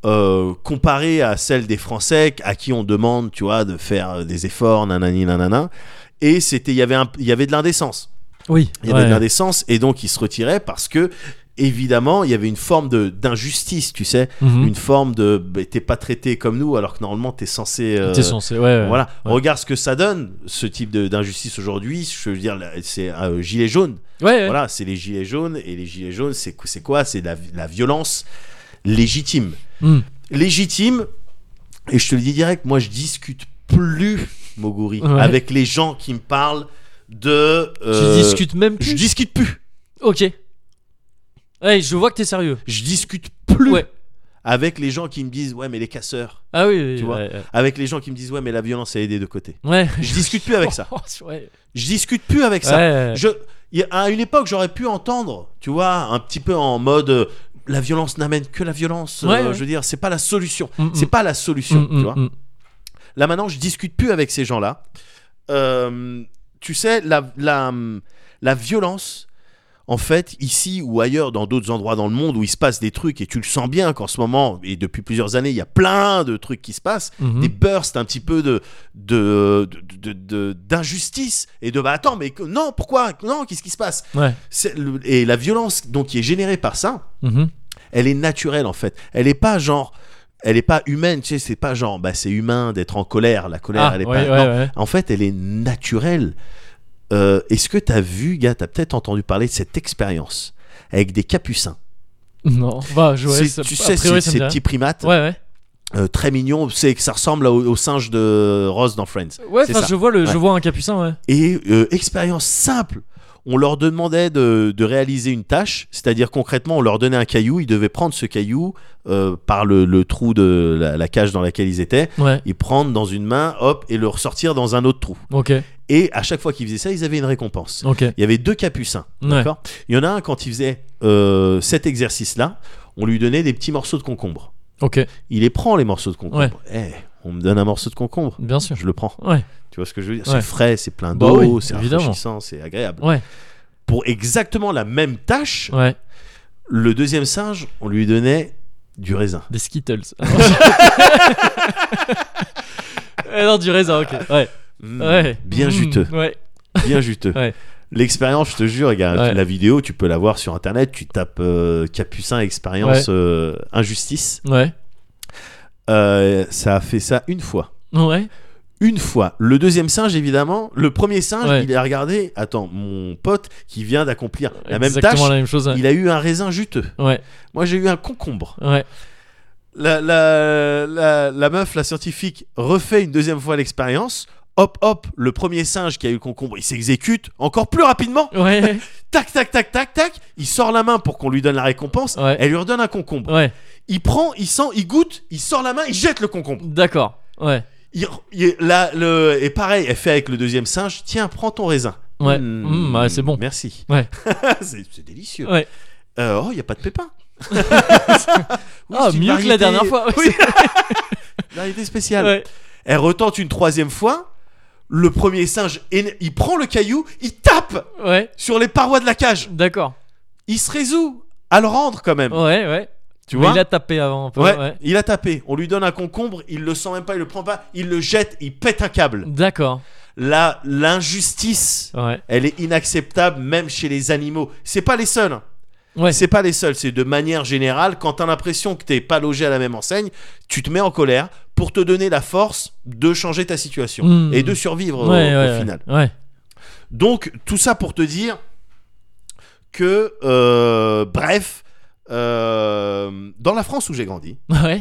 comparée à celle des Français à qui on demande, tu vois, de faire des efforts, nanani nanana. Et il y avait de l'indécence. Oui. Il y avait de l'indécence et donc ils se retiraient parce que évidemment il y avait une forme d'injustice, tu sais, Mhm. une forme de t'es pas traité comme nous alors que normalement t'es censé. T'es censé, ouais. Voilà. Ouais. Regarde ce que ça donne, ce type d'injustice aujourd'hui. Je veux dire, c'est gilet jaune. Ouais. Voilà, c'est les gilets jaunes et les gilets jaunes, c'est quoi? C'est la violence légitime. Mm. Légitime. Et je te le dis direct, moi je discute plus, Moguri, Ouais. avec les gens qui me parlent de. Tu discutes même plus. Je discute plus. Ok. Ouais, je vois que t'es sérieux. Je discute plus Ouais. avec les gens qui me disent ouais mais les casseurs. Ah oui. Tu vois. Ouais. Avec les gens qui me disent ouais mais la violence elle est des deux côtés. Ouais. Je discute plus avec ça. Ouais. Je discute plus avec ça. Ouais. À une époque j'aurais pu entendre, tu vois, un petit peu en mode la violence n'amène que la violence. Ouais. Je veux dire c'est pas la solution. Mm, mm. C'est pas la solution. Tu vois. Mm. Là maintenant je discute plus avec ces gens-là. Tu sais la violence. En fait, ici ou ailleurs, dans d'autres endroits dans le monde où il se passe des trucs, et tu le sens bien qu'en ce moment, et depuis plusieurs années, il y a plein de trucs qui se passent, Mhm. des bursts un petit peu d'injustice, et de bah attends, mais non, pourquoi? Non, qu'est-ce qui se passe? Ouais. Et la violence donc, qui est générée par ça, Mhm. elle est naturelle en fait. Elle est pas genre. Elle est pas humaine, tu sais, c'est pas genre, bah c'est humain d'être en colère, la colère, elle est ouais, pas. Non. ouais. En fait, elle est naturelle. Est-ce que t'as vu, gars, t'as peut-être entendu parler de cette expérience avec des capucins? Non. Bah, je vois. Tu sais, ces petits primates Ouais. très mignons, c'est que ça ressemble au singe de Ross dans Friends. Ouais. C'est Enfin, ça. je vois un capucin. Ouais. Et expérience simple. On leur demandait de réaliser une tâche, c'est-à-dire concrètement, on leur donnait un caillou, ils devaient prendre ce caillou par le trou de la cage dans laquelle ils étaient, Ouais. et prendre dans une main, hop, et le ressortir dans un autre trou. Ok. Et à chaque fois qu'ils faisaient ça, ils avaient une récompense. Ok. Il y avait 2 capucins, Ouais. d'accord. Il y en a un, quand il faisait cet exercice-là, on lui donnait des petits morceaux de concombre. Ok. Il les prend, les morceaux de concombre. Ouais. On me donne un morceau de concombre, Bien sûr. je le prends. Ouais. Tu vois ce que je veux dire? Ouais. C'est frais, c'est plein Bah d'eau, oui, c'est évidemment. rafraîchissant, c'est agréable. Ouais. Pour exactement la même tâche, Ouais. le deuxième singe, on lui donnait du raisin. Des Skittles. Non, du raisin. Ok. Ouais. Ouais. Bien juteux, Ouais. bien juteux. Ouais. L'expérience, je te jure, regarde, Ouais. la vidéo, tu peux la voir sur internet, tu tapes Capucin expérience injustice. Ouais. Ça a fait ça une fois. Ouais. Une fois. Le deuxième singe, évidemment, le premier singe, Ouais. il a regardé, attends, mon pote qui vient d'accomplir la même Exactement tâche, la même chose. Ouais. il a eu un raisin juteux. Ouais. Moi, j'ai eu un concombre. Ouais. La meuf, la scientifique, refait une deuxième fois l'expérience. Hop, hop, le premier singe qui a eu le concombre, il s'exécute encore plus rapidement. Ouais. Tac, tac, tac, tac, tac. Il sort la main pour qu'on lui donne la récompense. Ouais. Elle lui redonne un concombre. Ouais. Il prend, il sent, il goûte, il sort la main, il jette le concombre. D'accord. Ouais. Et pareil, elle fait avec le deuxième singe. Tiens, prends ton raisin. Ouais. Ouais, c'est bon. Merci. Ouais. c'est délicieux. Ouais. Oh, il n'y a pas de pépins. Oui, Ah, c'est une mieux que la variété- dernière fois. Oui. Variété spéciale. Ouais. Elle retente une troisième fois. Le premier singe, il prend le caillou, il tape Ouais. sur les parois de la cage. D'accord. Il se résout à le rendre quand même. Ouais, ouais. Tu Mais vois il a tapé avant un peu. Ouais, Ouais. il a tapé. On lui donne un concombre, il le sent même pas, il le prend pas, il le jette, il pète un câble. D'accord. Là, l'injustice, Ouais. elle est inacceptable même chez les animaux. C'est pas les seuls. Hein. Ouais. C'est pas les seuls. C'est de manière générale, quand t'as l'impression que t'es pas logé à la même enseigne, tu te mets en colère pour te donner la force de changer ta situation Mmh. et de survivre au Ouais. final. Ouais. Donc tout ça pour te dire que, bref, dans la France où j'ai grandi, Ouais.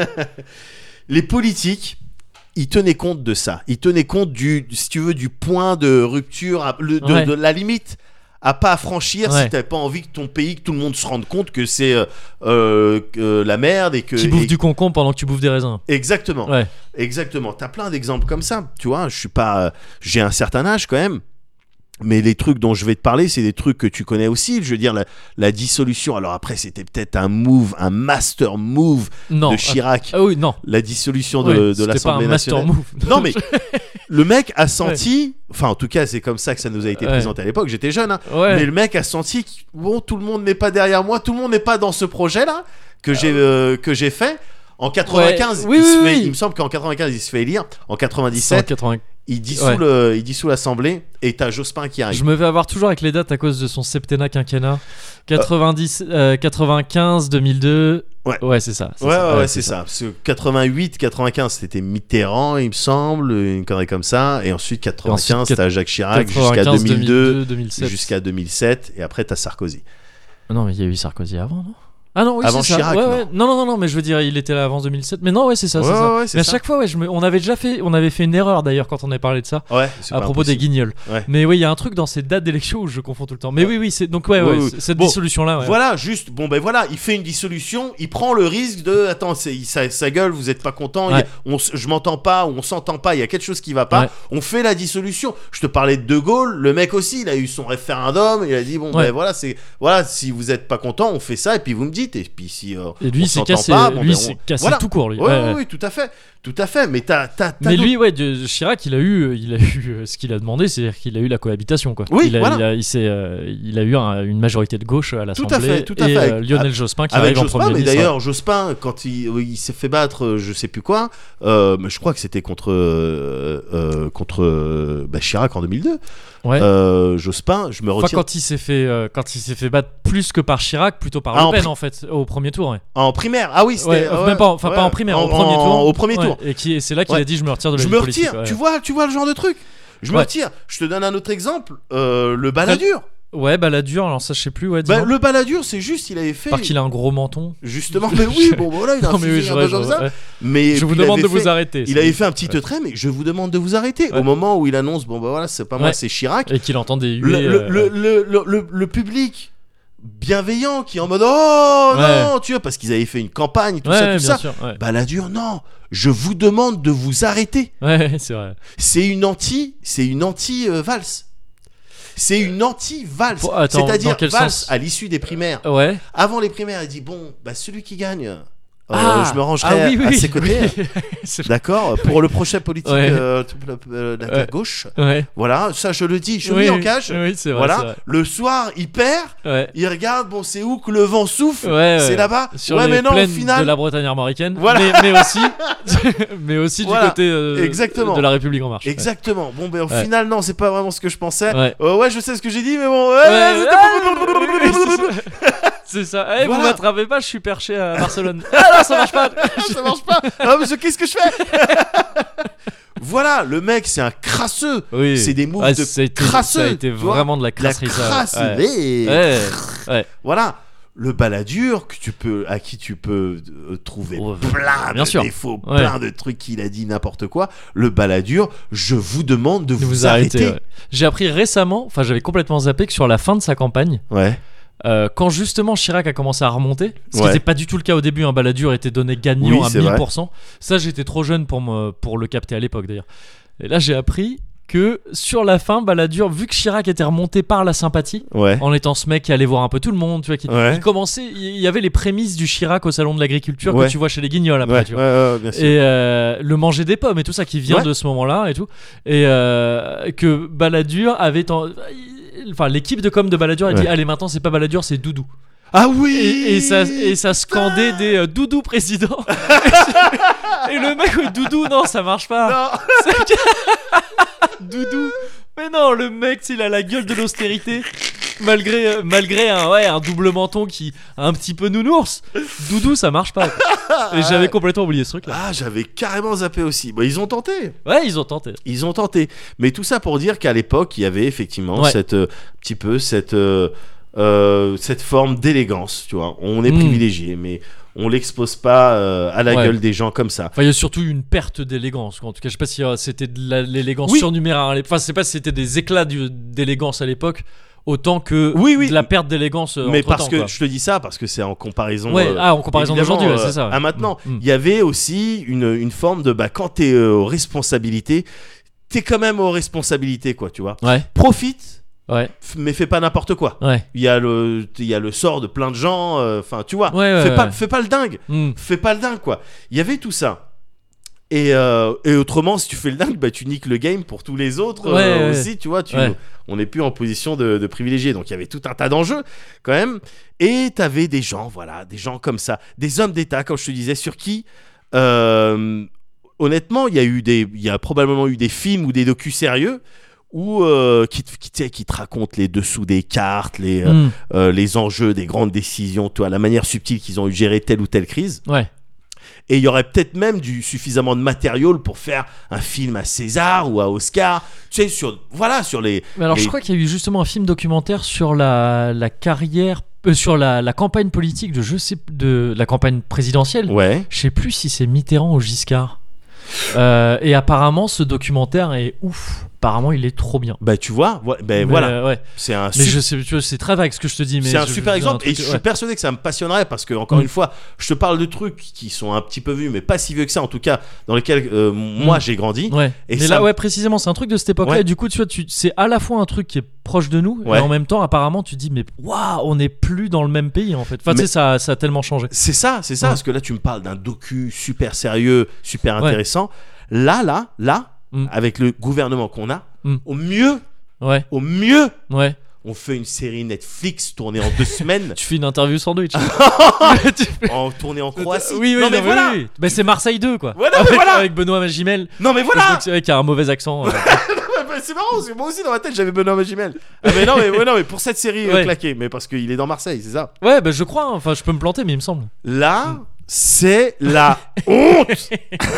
les politiques, ils tenaient compte de ça. Ils tenaient compte si tu veux, du point de rupture, Ouais. de la limite à pas à franchir Ouais. si t'avais pas envie que ton pays, que tout le monde se rende compte que c'est que la merde et que. Qui bouffe et- du concombre pendant que tu bouffes des raisins. Exactement. Ouais. Exactement. T'as plein d'exemples comme ça. Tu vois, je suis pas, j'ai un certain âge quand même. Mais les trucs dont je vais te parler, c'est des trucs que tu connais aussi. Je veux dire, la dissolution. Alors après, c'était peut-être un master move Non. de Chirac. Ah oui, non. La dissolution Ouais, de c'était l'Assemblée pas un master nationale. move. Non, mais le mec a senti, enfin en tout cas c'est comme ça que ça nous a été Ouais. présenté à l'époque, j'étais jeune, hein, Ouais. mais le mec a senti que bon, tout le monde n'est pas derrière moi, tout le monde n'est pas dans ce projet-là que j'ai fait. En 95, Ouais. Oui, il, se oui, fait- oui. il me semble qu'en 95, il se fait élire. En 97, 180. il dissout Ouais. il dissout l'Assemblée et t'as Jospin qui arrive. Je me fais avoir toujours avec les dates à cause de son septennat quinquennat. 95, 2002. Ouais. C'est ça. Ouais, c'est ça. Parce que 88, 95, c'était Mitterrand, il me semble, une connerie comme ça. Et ensuite, 95, ensuite, t'as Jacques Chirac jusqu'à 95, 2002, 2007. jusqu'à 2007. Et après, t'as Sarkozy. Non, mais il y a eu Sarkozy avant, non? Ah non, oui, Avant c'est ça. Chirac, Ouais, non. ouais. Non, mais je veux dire, il était là avant 2007. Mais non, ouais, c'est ça. c'est Ouais, ça. ouais, c'est mais à ça. chaque fois, ouais, on avait fait une erreur d'ailleurs quand on avait parlé de ça. Ouais, c'est À pas propos des impossible. guignols. Ouais. Mais oui, il y a un truc dans ces dates d'élection où je confonds tout le temps. Mais oui, c'est donc ouais, Oui. cette Bon, dissolution-là. Ouais. Voilà, juste, bon ben voilà, il fait une dissolution, il prend le risque de, attends, sa gueule, vous êtes pas content, Ouais. je m'entends pas, ou on s'entend pas, il y a quelque chose qui va pas, Ouais. on fait la dissolution. Je te parlais de De Gaulle, le mec aussi, il a eu son référendum, il a dit, bon Ouais. ben voilà, si vous êtes pas content, on fait ça, et puis vous me dites, et puis si Et lui, on il s'est s'entend cassé. pas, bon, Lui, ben, il s'est on- cassé voilà. tout court, lui. Ouais, Ouais. oui, tout à fait, mais t'as Mais d'autres- lui, ouais, Chirac, il a eu ce qu'il a demandé, c'est-à-dire qu'il a eu la cohabitation, quoi. Oui, il a, voilà. il a eu une majorité de gauche à l'Assemblée. tout à et fait. Lionel Jospin qui avec arrive en Jospin, premier mais ministre. d'ailleurs Jospin quand il s'est fait battre je sais plus quoi, mais je crois que c'était contre Chirac en 2002. Ouais. Jospin, je me Enfin, retire quand il s'est fait battre plus que par Chirac, plutôt par Ah, Le en Pen pri- en fait, au premier tour. Ouais. en primaire. Ah oui, c'était Ouais, même pas, enfin pas en primaire, au premier tour. Au premier Ouais, tour. Et c'est là qu'il Ouais. a dit je me retire de la Je vie me politique. retire. Ouais. Tu vois le genre de truc. Je me Ouais. retire. Je te donne un autre exemple. Le Balladur. Ouais, Balladur, alors ça je sais plus. Ouais, Bah, dis-moi. le Balladur, c'est juste, il avait fait. Parce qu'il a un gros menton. Justement, mais oui, bon voilà, il a un Non, mais oui, physique un peu comme ça. ouais. Mais Je vous il demande avait de vous fait- arrêter. Il avait fait un petit trait, mais je vous demande de vous arrêter. Ouais. Au moment où il annonce, bon bah voilà, c'est pas moi, Ouais. c'est Chirac. Et qu'il entendait Le, huer. le public bienveillant qui est en mode oh non, tu vois, parce qu'ils avaient fait une campagne, tout ouais, ça, tout bien ça. sûr. Ouais, Balladur, non, je vous demande de vous arrêter. ouais c'est vrai. C'est une anti-valse. C'est une anti-valse. Attends, C'est-à-dire dans quel valse sens à l'issue des primaires. Ouais. Avant les primaires, il dit bon, bah celui qui gagne, Ah, je me rangerai à ses côtés. oui. C'est vrai. D'accord, pour le prochain politique Ouais. de la gauche. Ouais. Voilà, ça je le dis, je Oui, mets en oui. cage. Oui, c'est vrai. Voilà, c'est vrai. le soir, il perd, Ouais. il regarde, bon, c'est où que le vent souffle, Ouais, c'est ouais. là-bas. Sur Ouais, les mais non, au plaines final. de la Bretagne armoricaine. Voilà. Mais aussi Voilà. du côté Exactement. de la République en marche. Ouais. Exactement. Bon, ben au Ouais. final, non, c'est pas vraiment ce que je pensais. Ouais. Ouais, je sais ce que j'ai dit, mais bon. Ouais, c'était c'est ça. Eh, Voilà. vous m'attrapez pas, je suis perché à Barcelone. Ah non, ça marche pas. ça marche pas. Ah, mais qu'est-ce que je fais Voilà, le mec, c'est un crasseux. Oui. C'est des moves Ouais, de ça a été, crasseux. Ça a été tu vois. vraiment de la La crasserie. ça. crasse. Ouais. mais- Ouais. Voilà. Le Balladur à qui tu peux trouver Ouais, plein bien de sûr. défauts, Ouais. plein de trucs qu'il a dit n'importe quoi. Le Balladur, je vous demande de De vous arrêter. ouais. J'ai appris récemment, enfin j'avais complètement zappé que sur la fin de sa campagne, Ouais. quand justement Chirac a commencé à remonter, ce qui Ouais. n'était pas du tout le cas au début, un Balladur était donné gagnant Oui, à c'est 1000%. Ça j'étais trop jeune pour le capter à l'époque d'ailleurs. Et là j'ai appris que sur la fin, Balladur, vu que Chirac était remonté par la sympathie, Ouais. en étant ce mec qui allait voir un peu tout le monde, tu vois, Ouais. il commençait, il y avait les prémices du Chirac au salon de l'agriculture Ouais. que tu vois chez les Guignols après, Ouais, tu vois. ouais, bien sûr. Et le manger des pommes et tout ça qui vient Ouais. de ce moment-là et tout. Et que Balladur avait. Enfin, l'équipe de com de Balladur a dit Ouais. allez, maintenant c'est pas Balladur, c'est Doudou. Ah oui. Et ça scandait des Doudou président. Et le mec, oui, Doudou, non, ça marche pas. Non. Doudou. Mais non, le mec, il a la gueule de l'austérité. Malgré un double menton qui a un petit peu nounours. Doudou, ça marche pas. Et j'avais complètement oublié ce truc là. Ah, j'avais carrément zappé aussi. Bah, ils ont tenté. Ouais, ils ont tenté. Ils ont tenté. Mais tout ça pour dire qu'à l'époque, il y avait effectivement Ouais. cette forme d'élégance, tu vois. On est Mm. privilégié, mais on l'expose pas à la Ouais. gueule des gens comme ça. Enfin, il y a surtout eu une perte d'élégance. En tout cas, je sais pas si c'était de l'élégance Oui. surnuméraire à l'époque. Enfin, je sais pas si c'était des éclats d'élégance à l'époque, autant que Oui. de la perte d'élégance. Mais entre-temps, parce que quoi. je te dis ça parce que c'est en comparaison. Ouais, en comparaison évidemment, d'aujourd'hui, ouais, c'est ça. Ouais. À maintenant, Mm. il y avait aussi une forme de quand t'es aux responsabilités, t'es quand même aux responsabilités, quoi, tu vois. Ouais, Profite, ouais, mais fais pas n'importe quoi. ouais. Il y a le sort de plein de gens, enfin, tu vois. Ouais, fais pas le dingue. Mm. Fais pas le dingue, quoi. Il y avait tout ça. Et autrement, si tu fais le dingue, bah, tu niques le game pour tous les autres Ouais, aussi, tu vois. Ouais. On n'est plus en position de privilégié. Donc il y avait tout un tas d'enjeux quand même. Et t'avais des gens, voilà, des gens comme ça, des hommes d'État, comme je te disais, sur qui, honnêtement, il y a probablement eu des films ou des docus sérieux où qui te racontent les dessous des cartes, les enjeux des grandes décisions, toi, la manière subtile qu'ils ont eu de gérer telle ou telle crise. Ouais. Et il y aurait peut-être même suffisamment de matériel pour faire un film à César ou à Oscar, tu sais, sur les. Mais alors, les- je crois qu'il y a eu justement un film documentaire sur la carrière, sur la campagne politique de la campagne présidentielle. Ouais. Je sais plus si c'est Mitterrand ou Giscard. Et apparemment, ce documentaire est ouf. Apparemment, il est trop bien. Bah tu vois, Mais, voilà, ouais. c'est un Mais je sais, tu vois, c'est très vague ce que je te dis. Mais c'est un je super veux dire exemple et je suis ouais. persuadé que ça me passionnerait parce que encore une fois, je te parle de trucs qui sont un petit peu vus mais pas si vieux que ça en tout cas dans lesquels moi j'ai grandi. Ouais. Et Mais ça là, ouais, précisément, c'est un truc de cette époque-là. Ouais. Et du coup, tu vois, c'est à la fois un truc qui est proche de nous Ouais. et en même temps, apparemment, tu te dis, mais waouh, on n'est plus dans le même pays en fait. Enfin, tu Mais- sais, ça a tellement changé. C'est ça, Ouais. parce que là tu me parles d'un docu super sérieux, super Ouais. intéressant. Là, Mm. avec le gouvernement qu'on a, Mm. au mieux, Ouais, on fait une série Netflix tournée en 2 semaines, tu fais une interview sandwich. tournée en Croatie. Oui, non mais voilà. oui. Bah, c'est Marseille 2, quoi. Ouais, non, mais avec, voilà. avec Benoît Magimel. Non mais voilà. Qui a un mauvais accent. C'est marrant parce que moi aussi dans ma tête j'avais Benoît Magimel. Ah mais non mais pour cette série Ouais. claquée, mais parce qu'il est dans Marseille, c'est ça. Ouais, bah, je crois. Hein. Enfin, je peux me planter, mais il me semble. Là, c'est la honte.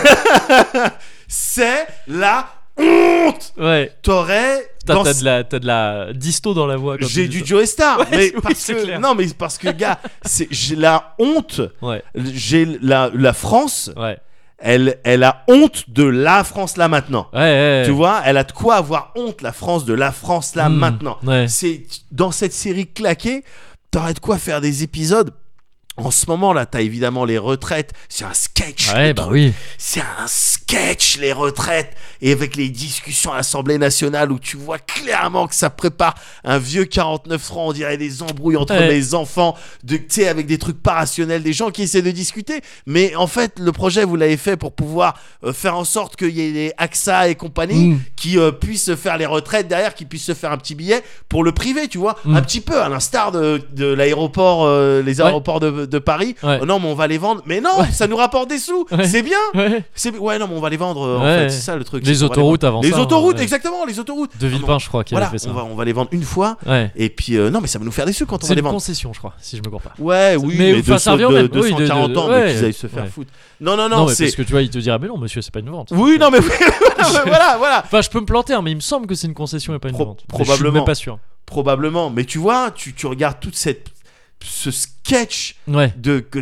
C'est la honte. Ouais. T'aurais T'as dans t'as de la disto dans la voix. quand j'ai tu dis du ça. Joe Star, Ouais, mais oui, parce c'est que clair. non mais parce que gars, j'ai la honte. Ouais, J'ai la France, ouais. elle a honte de la France là maintenant. Ouais. Tu vois, elle a de quoi avoir honte la France de la France là maintenant. Ouais. C'est dans cette série claquée, t'aurais de quoi faire des épisodes. En ce moment là, t'as évidemment les retraites, c'est un sketch. Ouais, le bah truc. oui. C'est un sketch les retraites et avec les discussions à l'Assemblée nationale où tu vois clairement que ça prépare un vieux 49.3, on dirait des embrouilles entre Ouais. les enfants, tu sais, avec des trucs pas rationnels, des gens qui essaient de discuter, mais en fait le projet vous l'avez fait pour pouvoir faire en sorte qu'il y ait les AXA et compagnie qui puissent faire les retraites derrière, qui puissent se faire un petit billet pour le privé, tu vois, un petit peu à l'instar de l'aéroport, les aéroports de Paris. Ouais. Non mais on va les vendre, mais non, ça nous rapporte des sous, Ouais. c'est bien. Ouais. Ouais non mais on va les vendre en Ouais. fait, c'est ça le truc. Les On va autoroutes les vendre. avant les ça, autoroutes ouais. exactement, les autoroutes De Villepin, je crois, qui voilà, avait fait ça. on va les vendre une fois Ouais. et puis non mais ça va nous faire des sous quand on C'est va les une vendre. concession, je crois, si je me gourre pas. Ouais, oui, Mais, mais, enfin, ça revient au même. Oui, 240 ans, mais ouais, qu'ils aillent se faire ouais. foutre. Non, Non, mais c'est. parce que tu vois, il te dirait, mais non, monsieur, c'est pas une vente. Oui, non, mais voilà. Enfin, je peux me planter, hein, mais il me semble que c'est une concession et pas une vente. Mais Probablement. Je suis même pas sûr. Probablement. Mais tu vois, tu regardes toute ce sketch Ouais.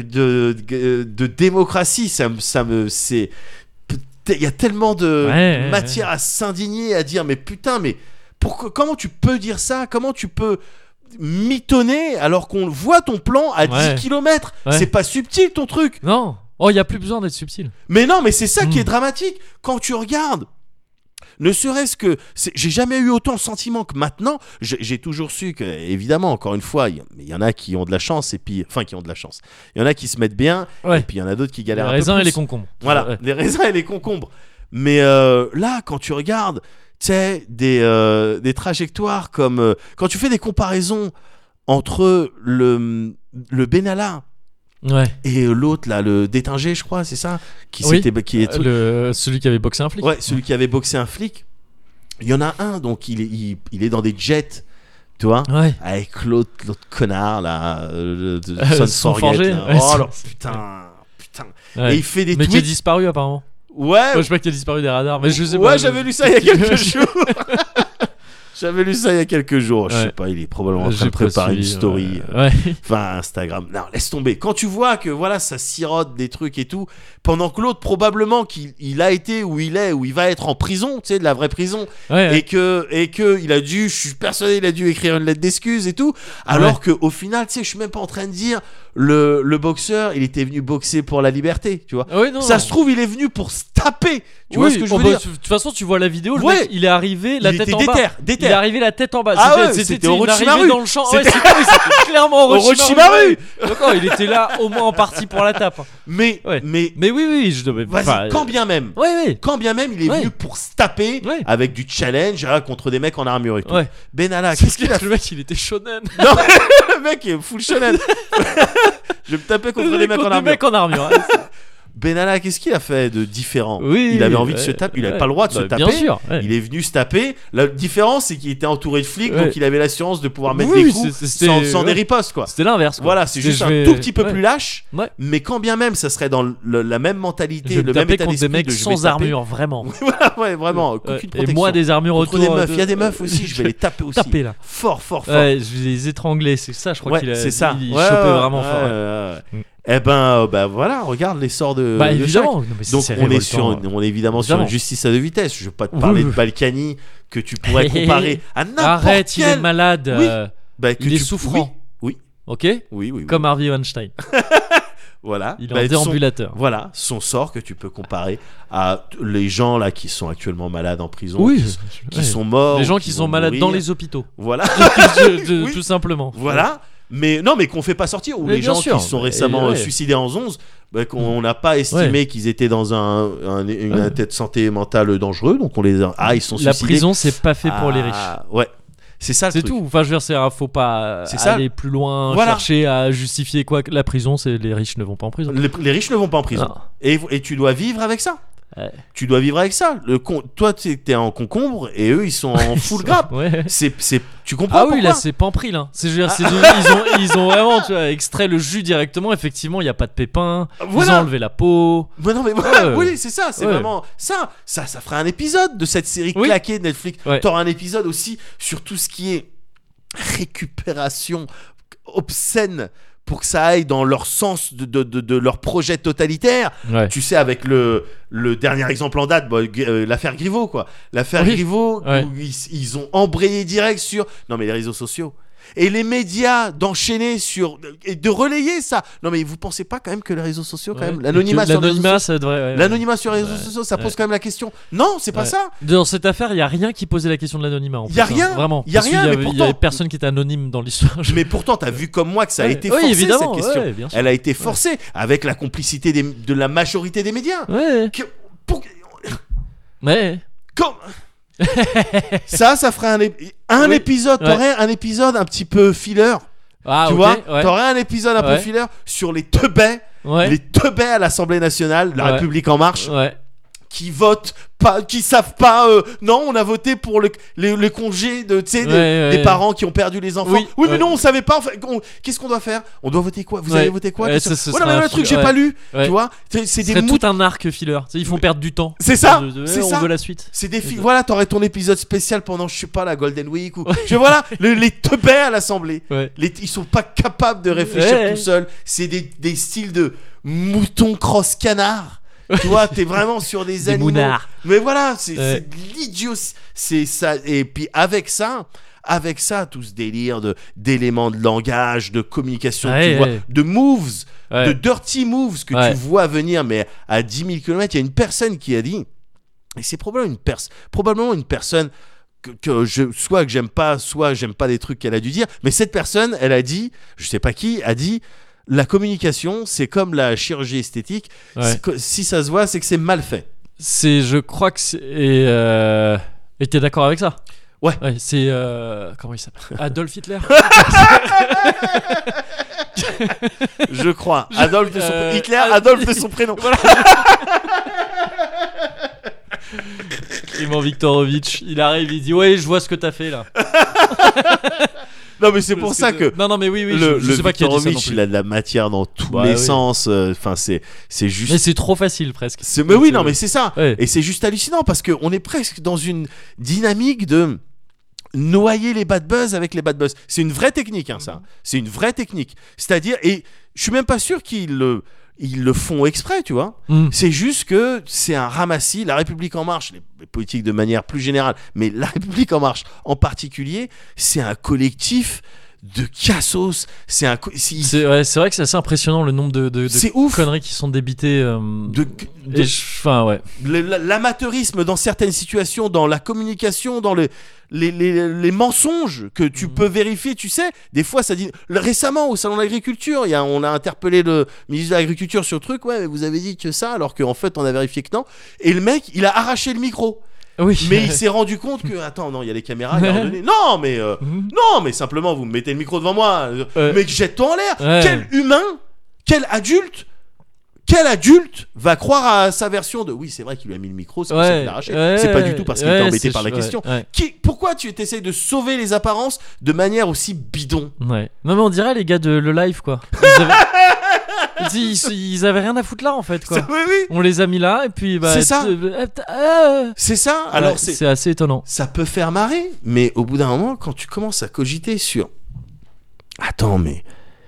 de démocratie, c'est. Il y a tellement de Ouais, matière à s'indigner, à dire, mais putain, mais comment tu peux dire ça? Comment tu peux mitonner alors qu'on voit ton plan à Ouais. 10 km? Ouais. C'est pas subtil ton truc. Non. Oh, il y a plus besoin d'être subtil. Mais non, mais c'est ça qui Mm. est dramatique. Quand tu regardes, ne serait-ce que... J'ai jamais eu autant le sentiment que maintenant. J'ai toujours su que, évidemment, encore une fois, il y en a qui ont de la chance, et puis... Enfin, qui ont de la chance. Il y en a qui se mettent bien, Ouais. et puis il y en a d'autres qui Les galèrent un peu raisins et plus. les concombres. Voilà, Ouais. les raisins et les concombres. Mais là, quand tu regardes, tu sais, des trajectoires comme... quand tu fais des comparaisons entre le Benalla Ouais. et l'autre, là, le Détingé, je crois, c'est ça qui Oui. qui est Celui qui avait boxé un flic. Ouais, celui qui avait boxé un flic. Il y en a un, donc il est dans des jets, tu vois, Ouais. avec l'autre connard là, Son Forget, forgé, là. ouais, Oh c'est- là, putain. Ouais. Et il fait des Mais qui a tweets. disparu apparemment. Ouais, Moi, je sais pas qui a disparu des radars, mais je sais pas. ouais, j'avais lu ça il y a quelques jours. J'avais lu ça il y a quelques jours. Je Ouais. sais pas, il est probablement en train J'ai de préparer une pas suivi, story. Ouais. Enfin, Instagram. Non, laisse tomber. Quand tu vois que voilà, ça sirote des trucs et tout, pendant que l'autre, probablement qu'il a été où il est, où il va être en prison, tu sais, de la vraie prison, Ouais. et que il a dû, je suis persuadé, il a dû écrire une lettre d'excuse et tout, alors que au final, tu sais, je suis même pas en train de dire le boxeur, il était venu boxer pour la liberté, tu vois. Ah oui, non, Ça non. se trouve, il est venu pour se taper. Tu vois Oui, ce que je oh veux bah, dire? de toute façon, tu vois la vidéo, le Ouais. mec, il est arrivé la Il tête était en bas. déter. Il est arrivé la tête en bas. Ah ouais, c'était une Orochimaru. arrivée dans le champ. Ouais, C'était- c'était clairement Orochimaru. Ouais. Donc, non, il était là au moins en partie pour la tape. Mais Ouais. mais Mais oui, je devais. vas-y, quand bien même. Ouais. Quand bien même, il est Ouais. venu pour se taper Ouais. avec du challenge contre des mecs en armure et tout. Ouais. Benalla, C'est qu'est-ce qu'il a le mec, il était shonen. Non, le mec est full shonen. Je vais me taper contre des mecs en Des armure. mecs en armure. Benalla, qu'est-ce qu'il a fait de différent? Oui, Il avait envie de ouais, se taper, il avait ouais. pas le droit de se Bah, taper. Bien sûr. Ouais. Il est venu se taper. La différence, c'est qu'il était entouré de flics, Ouais. donc il avait l'assurance de pouvoir mettre Oui, des coups c'était- sans des ouais. ripostes, quoi. C'était l'inverse. quoi. Voilà, c'est juste je un vais- tout petit peu ouais. plus lâche. Ouais. Mais quand bien même, ça serait dans la même mentalité, Je vais le me même taper état contre des d'esprit mecs de je vais sans taper. armure, vraiment. Voilà, ouais, vraiment. Ouais. Aucune Et protection. moi, des armures Contre autour. des meufs. Il y a des meufs aussi, je vais les taper aussi. taper là. Fort. Ouais, je vais les étrangler, c'est ça, je crois Ouais, qu'il a. c'est ça. Il Ouais, chopait ouais, vraiment ouais, fort. Ouais. ouais. Mm. Eh ben, bah voilà, regarde l'essor de. Bah de évidemment. Shaq. Non, mais Donc c'est on est révoltant. évidemment sur Évidemment. une justice à deux vitesses. Je vais pas te parler Oui. de Balkany que tu pourrais comparer à n'importe Arrête, il est quel. malade. Oui. Bah, que il est tu- souffrant. Oui. Ok. Oui. Comme Harvey Weinstein. Voilà. Il est Bah, en déambulateur. Voilà, son sort que tu peux comparer à les gens là qui sont actuellement malades en prison, Oui. qui sont morts, Les gens ou qui vont sont malades dans mourir. les hôpitaux. Voilà. Oui. Tout simplement. Voilà. Mais non, mais qu'on fait pas sortir. Ou Mais les bien gens sûr. qui se sont récemment Et ouais. suicidés en 11, bah, qu'on n'a pas estimé qu'ils étaient dans une Ouais. état de santé mentale dangereux, donc on les a. Ah, ils sont La suicidés. prison, c'est pas fait pour les riches. Ouais. C'est ça le C'est truc. tout. Enfin, je veux dire, faut pas C'est ça. aller plus loin, Voilà. chercher à justifier quoi. La prison, c'est les riches ne vont pas en prison. Les riches ne vont pas en prison. Non. Et tu dois vivre avec ça. Ouais. Tu dois vivre avec ça. Toi, t'es en concombre et eux, ils sont en full grappe. Ouais. Tu comprends Ah oui, pourquoi là c'est Pampril. Hein. Je veux dire, ils ont vraiment extrait le jus directement. Effectivement, il n'y a pas de pépins. Ils Voilà. ont enlevé la peau. Mais non, mais voilà, Ouais. oui, c'est ça, c'est Ouais. vraiment ça ferait un épisode de cette série Oui. claquée de Netflix. Ouais. T'auras un épisode aussi sur tout ce qui est récupération obscène pour que ça aille dans leur sens de leur projet totalitaire. Ouais. Tu sais, avec le dernier exemple en date, l'affaire Griveaux, quoi. L'affaire Oui. Griveaux, Ouais. où ils ont embrayé direct sur... Non, mais les réseaux sociaux. Et les médias d'enchaîner sur... Et de relayer ça. Non, mais vous pensez pas quand même que les réseaux sociaux, quand même... L'anonymat sur les réseaux sociaux... ça devrait. Ouais. L'anonymat sur les réseaux Ouais. sociaux, ça pose Ouais. quand même la question. Non, c'est pas Ouais. ça. Dans cette affaire, il y a rien qui posait la question de l'anonymat. Y a plus, rien. Vraiment. Y a Parce qu'il rien, mais Il y pourtant- avait personne qui était anonyme dans l'histoire. Mais pourtant, t'as vu comme moi que ça a Ouais. été Oui, forcé, évidemment, cette question. ouais, bien sûr. Elle a été forcée avec la complicité de la majorité des médias. Ouais. Ouais. Comme... ça ferait un Oui. épisode. Ouais. T'aurais un épisode un petit peu filler. Ah, Tu ok, vois, ouais. t'aurais un épisode un peu Ouais. filler sur les teubés, Ouais. les teubés à l'Assemblée nationale, la Ouais. République en marche, Ouais. qui votent pas, qui savent pas. Non, on a voté pour le congé de, tu sais, Ouais, des ouais. parents qui ont perdu les enfants. Oui, mais ouais. non, on savait pas. Enfin, qu'est-ce qu'on doit faire? On doit voter quoi? Vous Ouais. avez voté quoi? Ouais, Qu'est-ce- ce Ouais, sera non, mais un le truc, fil- j'ai pas lu. Ouais. Tu vois, c'est Ce des serait moutons. tout un arc filler. Tu sais, ils font perdre du temps. C'est ça, Ouais, on ça. veut la suite. C'est des filles. Voilà, t'aurais ton épisode spécial pendant, je sais pas, la Golden Week ou. Voilà, les teubés à l'Assemblée. Ouais. Ils sont pas capables de réfléchir Ouais. tout seuls. C'est des styles de moutons cross canard. Tu vois, t'es vraiment sur des animaux. mounards. Mais voilà, c'est Ouais. c'est de l'idiot. C'est ça. Et puis avec ça, tout ce délire d'éléments de langage, de communication, Ouais, tu vois, ouais. de moves, Ouais. de dirty moves que Ouais. tu vois venir, mais à 10 000 km, il y a une personne qui a dit, et c'est probablement une personne soit que j'aime pas, soit j'aime pas des trucs qu'elle a dû dire, mais cette personne, elle a dit, je sais pas qui, a dit, la communication, c'est comme la chirurgie esthétique. Ouais. Si ça se voit, c'est que c'est mal fait. Je crois que c'est. Et t'es d'accord avec ça? Ouais. C'est. Comment il s'appelle? Adolf Hitler? Je crois. Adolphe de son Hitler, Ad- Adolphe de son prénom. Voilà. Ivan Viktorovitch, il arrive, il dit ouais, je vois ce que t'as fait là. Non, mais c'est pour ça que. Non, mais oui, le je sais pas qui a dit ça non Viktorovitch, plus. il a de la matière dans tous Bah les oui. sens. Enfin, c'est juste. Mais c'est trop facile presque. Mais oui, non, mais c'est ça. Ouais. Et c'est juste hallucinant parce qu'on est presque dans une dynamique de noyer les bad buzz avec les bad buzz. C'est une vraie technique, hein, ça. C'est une vraie technique. C'est-à-dire, et je suis même pas sûr qu'ils le font exprès, tu vois. Mm. C'est juste que c'est un ramassis. La République en marche, les politiques de manière plus générale, mais la République en marche en particulier, c'est un collectif de cassos. C'est C'est vrai que c'est assez impressionnant le nombre de c'est ouf. conneries qui sont débitées. Enfin, ouais. L'amateurisme dans certaines situations, dans la communication, dans les mensonges que tu peux vérifier, tu sais. Des fois, ça dit. Récemment, au salon de l'agriculture, on a interpellé le ministre de l'Agriculture sur le truc. Ouais, mais vous avez dit que ça, alors qu'en fait, on a vérifié que non. Et le mec, il a arraché le micro. Oui. Mais il s'est rendu compte que attends, non, il y a les caméras, il a ordonné. Non, mais simplement vous me mettez le micro devant moi. Mec, jette-toi en l'air. Ouais. Quel humain, quel adulte va croire à sa version de oui, c'est vrai qu'il lui a mis le micro, c'est pour ça qu'il l'a arraché. C'est pas du tout parce qu'il était embêté par la question. Pourquoi tu essayes de sauver les apparences de manière aussi bidon? Ouais. Non mais on dirait les gars de le live quoi. Ils avaient rien à foutre là en fait quoi. Oui. On les a mis là et puis c'est ça. C'est ça. Alors ouais, c'est assez étonnant. Ça peut faire marrer, mais au bout d'un moment, quand tu commences à cogiter sur attends, mais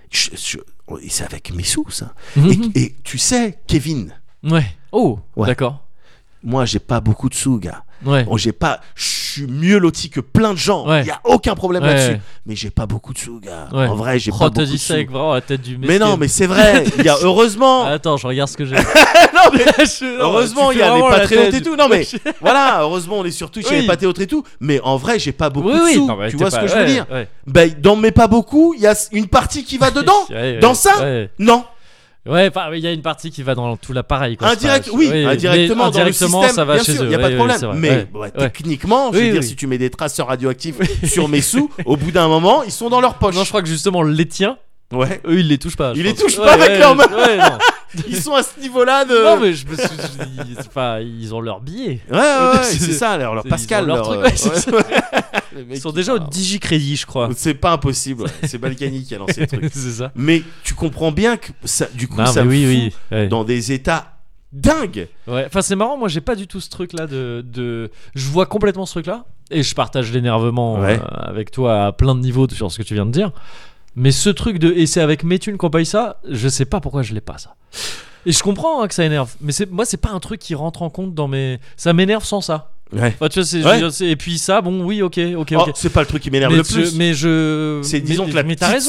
c'est avec mes sous ça. Et tu sais, Kevin. Ouais. Oh. Ouais. D'accord. Moi, j'ai pas beaucoup de sous, gars. Ouais. Bon, je suis mieux loti que plein de gens. Ouais. Il y a aucun problème Ouais. là-dessus. Mais j'ai pas beaucoup de sous, gars. Ouais. En vrai, j'ai Oh, pas t'as beaucoup dit de ça sous. avec vraiment la tête du mec. Mais non, mais c'est vrai. Il y a heureusement. Attends, je regarde ce que j'ai. Non, mais heureusement, il y a les patriotes et tout. Non, mais Oui, voilà, heureusement, on est sur Twitch, il y a les patriotes et tout. Mais en vrai, j'ai pas beaucoup de sous. Non, tu vois ce que je veux dire? Ouais. Bah, dans mes pas beaucoup, il y a une partie qui va dedans. Ouais, Dans ça, ouais. non. Ouais, il y a une partie qui va dans tout l'appareil. Quoi. Indirectement dans le système, ça va bien chez sûr, eux. il n'y a pas de problème. c'est vrai. Mais techniquement, je veux dire, si tu mets des traceurs radioactifs sur mes sous, au bout d'un moment, ils sont dans leur poche. Non, je crois que justement, les tiens, ouais. eux, ils les touchent pas. Ils les touchent pas avec leurs mains. Ils sont à ce niveau-là de. Non, mais je me suis dit, enfin, ils ont leur billet. Ouais, c'est ça, leur Pascal. Leur truc, c'est ça. Ils sont déjà au digicrédit, je crois. C'est pas impossible, c'est Balkany qui a lancé le truc. C'est ça. Mais tu comprends bien que ça, du coup, Non, ça me fout ouais. dans des états dingues. Ouais, enfin c'est marrant, moi j'ai pas du tout ce truc là de... Je vois complètement ce truc là et je partage l'énervement avec toi à plein de niveaux sur ce que tu viens de dire. Mais ce truc de... Et c'est avec mes thunes qu'on paye ça, je sais pas pourquoi je l'ai pas ça. Et je comprends que ça énerve, mais moi c'est pas un truc qui rentre en compte dans mes... Ça m'énerve sans ça. Ouais. Enfin, tu vois, et puis ça, bon, oui, ok. C'est pas le truc qui m'énerve le plus. C'est disons que la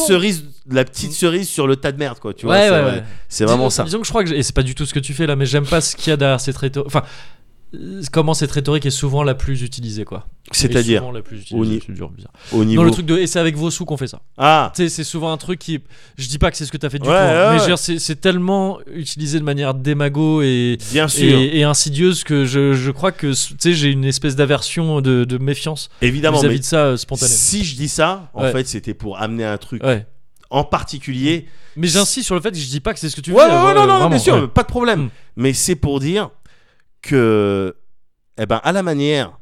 petite cerise sur le tas de merde, quoi. Tu vois, c'est vraiment ça. Disons que je crois que et c'est pas du tout ce que tu fais là, mais j'aime pas ce qu'il y a derrière cette rhétorique. Enfin, comment cette rhétorique est souvent la plus utilisée, quoi. C'est-à-dire la plus utilisée, c'est dur, bizarre. Au niveau. Non, le truc de et c'est avec vos sous qu'on fait ça. Ah. Tu sais, c'est souvent un truc qui. Je dis pas que c'est ce que t'as fait du tout, mais je veux dire, c'est tellement utilisé de manière démago et bien sûr et insidieuse que je crois que tu sais j'ai une espèce d'aversion de méfiance. Évidemment, vis-à-vis de ça spontané. Si je dis ça, en fait, c'était pour amener un truc. En particulier. Mais j'insiste sur le fait que je dis pas que c'est ce que tu veux. Non, bien sûr, pas de problème. Mais c'est pour dire que, à la manière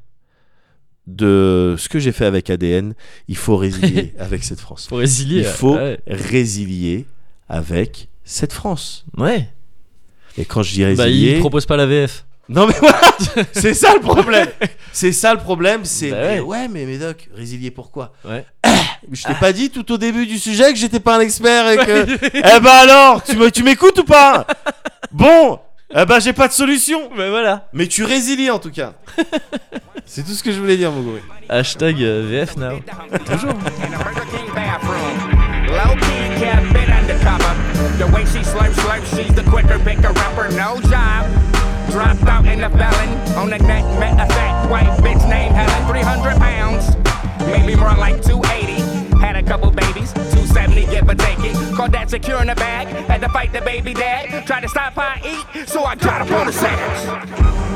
de ce que j'ai fait avec ADN, il faut résilier avec cette France. Il faut résilier avec cette France. Ouais. Et quand je dis résilier, il propose pas la VF. Non mais voilà, c'est ça le problème. C'est mais Médoc, résilier pourquoi? Ouais. Je t'ai pas dit tout au début du sujet que j'étais pas un expert et que alors, tu m'écoutes ou pas? Bon, j'ai pas de solution. Mais voilà. Mais tu résilies en tout cas. C'est tout ce que je voulais dire, mon gros. Hashtag VF now. Toujours. Low-key kept it undercover. The way she slurps, she's the quicker picker upper. No job. Dropped out in the felon. On the net, met a fat white bitch named Helen. 300 pounds. Maybe more like 280. Had a couple babies. 270, give or take it. Called that secure in the bag. Had to fight the baby dad. Tried to stop how I eat, so I got up on the sandwich.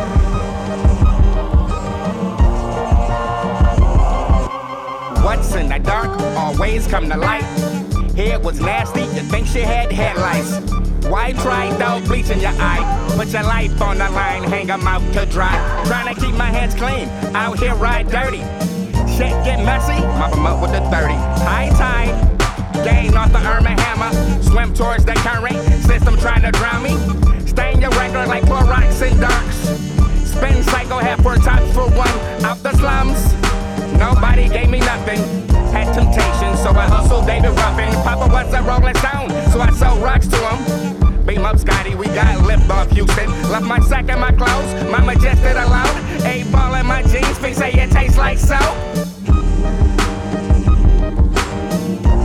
What's in the dark always come to light. Hair was nasty, you think she had headlights. Why try though, bleach in your eye? Put your life on the line, hang 'em out to dry. Trying to keep my hands clean, out here ride dirty. Shit get messy, mop 'em up with the 30. High tide, gain off the Irma hammer. Swim towards the current, system trying to drown me. Stain your record like Clorox and Darks. Spin cycle, half for top for one, out the slums. Nobody gave me nothing. Had temptation, so I hustled David Ruffin. Papa was a Rolling Stone, so I sold rocks to him. Beam up, Scotty, we got lift off Houston. Left my sack and my clothes, my majestic alone. 8 ball in my jeans, they say it tastes like soap.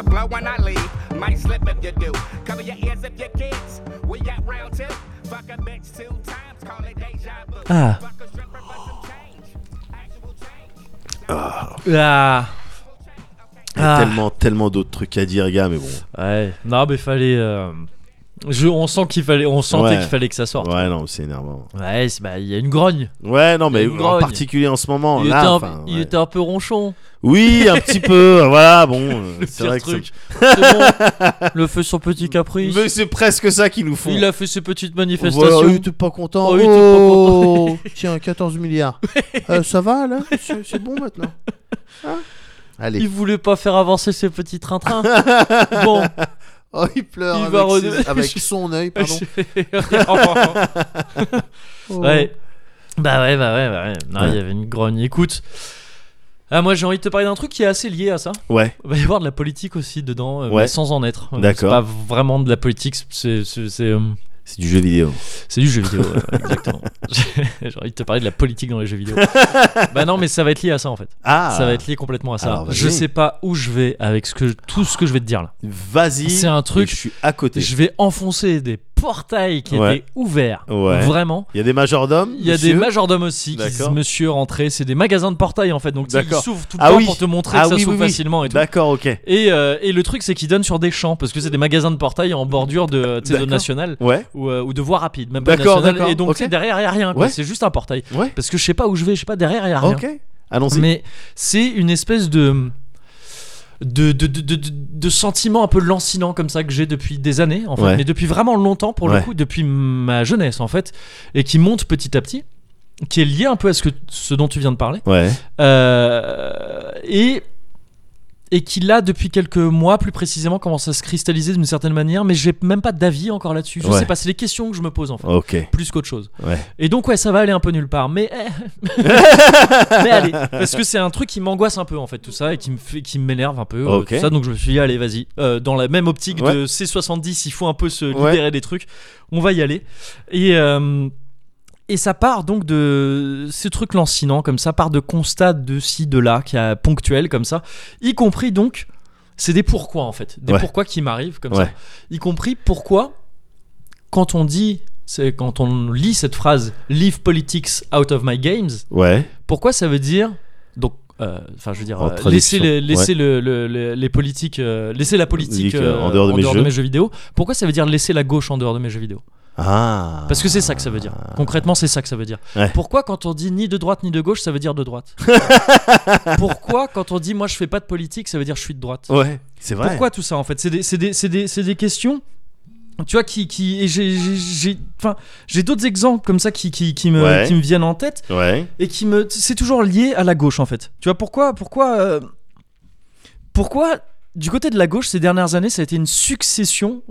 the flow when I leave. Might slip if you do. Cover your ears if your kids. We got round two. Fuck a bitch 2 times. Call it deja vu. Ah. Fuck a stripper for some change. Actual change. Ah. Il y a Ah. tellement d'autres trucs à dire, gars, mais bon. Ouais. Non, mais fallait. On sentait Ouais. qu'il fallait que ça sorte. Ouais, non, c'est énervant. Ouais, il y a une grogne. Ouais, non, mais Une en grogne. particulier en ce moment. Il, là, était, enfin, il ouais. était un peu ronchon. Oui, un petit peu. Voilà, bon. Le C'est pire vrai que truc. C'est bon. Il a fait son petit caprice. Mais c'est presque ça qu'ils nous font. Il a fait ses petites Voilà, manifestations. il était pas content. Oh, il était pas content. Tiens, 14 milliards. Ça va, là c'est bon maintenant. Hein Allez. Il voulait pas faire avancer ses petits trains-trains. Bon. Oh, il pleure Il avec, va redonner- avec son œil, pardon. Oh. Ouais. Bah ouais. Non, Ouais. il y avait une grogne. Écoute. Moi j'ai envie de te parler d'un truc qui est assez lié à ça. Ouais. Il va y avoir de la politique aussi dedans, Ouais. mais sans en être. D'accord. C'est pas vraiment de la politique, c'est C'est du jeu vidéo. C'est du jeu vidéo, exactement. J'ai envie de te parler de la politique dans les jeux vidéo. Bah non, mais ça va être lié à ça en fait. Ah. Ça va être lié complètement à ça. Alors, vas-y. Je sais pas où je vais avec tout ce que je vais te dire là. Vas-y. C'est un truc- et je suis à côté. Je vais enfoncer des portails qui Ouais. étaient ouverts. Ouais. Vraiment. Il y a des majordomes. Il y a monsieur des majordomes aussi qui disent D'accord. monsieur rentrez. C'est des magasins de portail en fait. Donc tu sais, ils D'accord. s'ouvrent tout le Ah temps oui. pour te montrer Ah que ça oui, s'ouvre oui, oui. facilement et tout. D'accord, ok. Et le truc c'est qu'ils donnent sur des champs parce que c'est des magasins de portail en bordure de tu sais, de D'accord. nationale Ouais. ou de voie rapide, même pas D'accord, nationale. d'accord, Et donc ok. tu sais, derrière il y a rien quoi. Ouais. C'est juste un portail. Ouais. Parce que je sais pas où je vais, je sais pas, derrière il y a rien. Ok. Allons-y. Mais c'est une espèce de sentiment un peu lancinant comme ça que j'ai depuis des années en fait, Ouais. mais depuis vraiment longtemps pour le Ouais. coup, depuis ma jeunesse en fait, et qui monte petit à petit, qui est lié un peu à ce dont tu viens de parler, Ouais. et qui là depuis quelques mois plus précisément commence à se cristalliser d'une certaine manière, mais j'ai même pas d'avis encore là-dessus. Je Ouais. sais pas, c'est les questions que je me pose en fait. Ok. Plus qu'autre chose. Ouais. Et donc ouais, ça va aller un peu nulle part, mais mais allez, parce que c'est un truc qui m'angoisse un peu en fait tout ça et qui m'énerve un peu, Ok. tout ça. Donc je me suis dit allez vas-y, dans la même optique Ouais. de C70, il faut un peu se Ouais. libérer des trucs. On va y aller. Et ça part donc de ce truc lancinant comme ça, part de constats de ci de là qui est ponctuel comme ça, y compris donc c'est des pourquoi en fait, des Ouais. pourquoi qui m'arrivent comme Ouais. ça, y compris pourquoi quand on lit cette phrase leave politics out of my games, Ouais. pourquoi ça veut dire donc enfin je veux dire En laisser traduction, les politiques laisser la politique en dehors de mes jeux. vidéo. Pourquoi ça veut dire laisser la gauche en dehors de mes jeux vidéo? Ah. Parce que c'est ça que ça veut dire. Concrètement, c'est ça que ça veut dire. Ouais. Pourquoi quand on dit ni de droite ni de gauche, ça veut dire de droite? Pourquoi quand on dit moi je fais pas de politique, ça veut dire je suis de droite? Ouais. C'est vrai. Pourquoi tout ça en fait? C'est des questions. Tu vois et j'ai d'autres exemples comme ça qui me Ouais. viennent en tête Ouais. et c'est toujours lié à la gauche en fait. Tu vois pourquoi du côté de la gauche ces dernières années ça a été une succession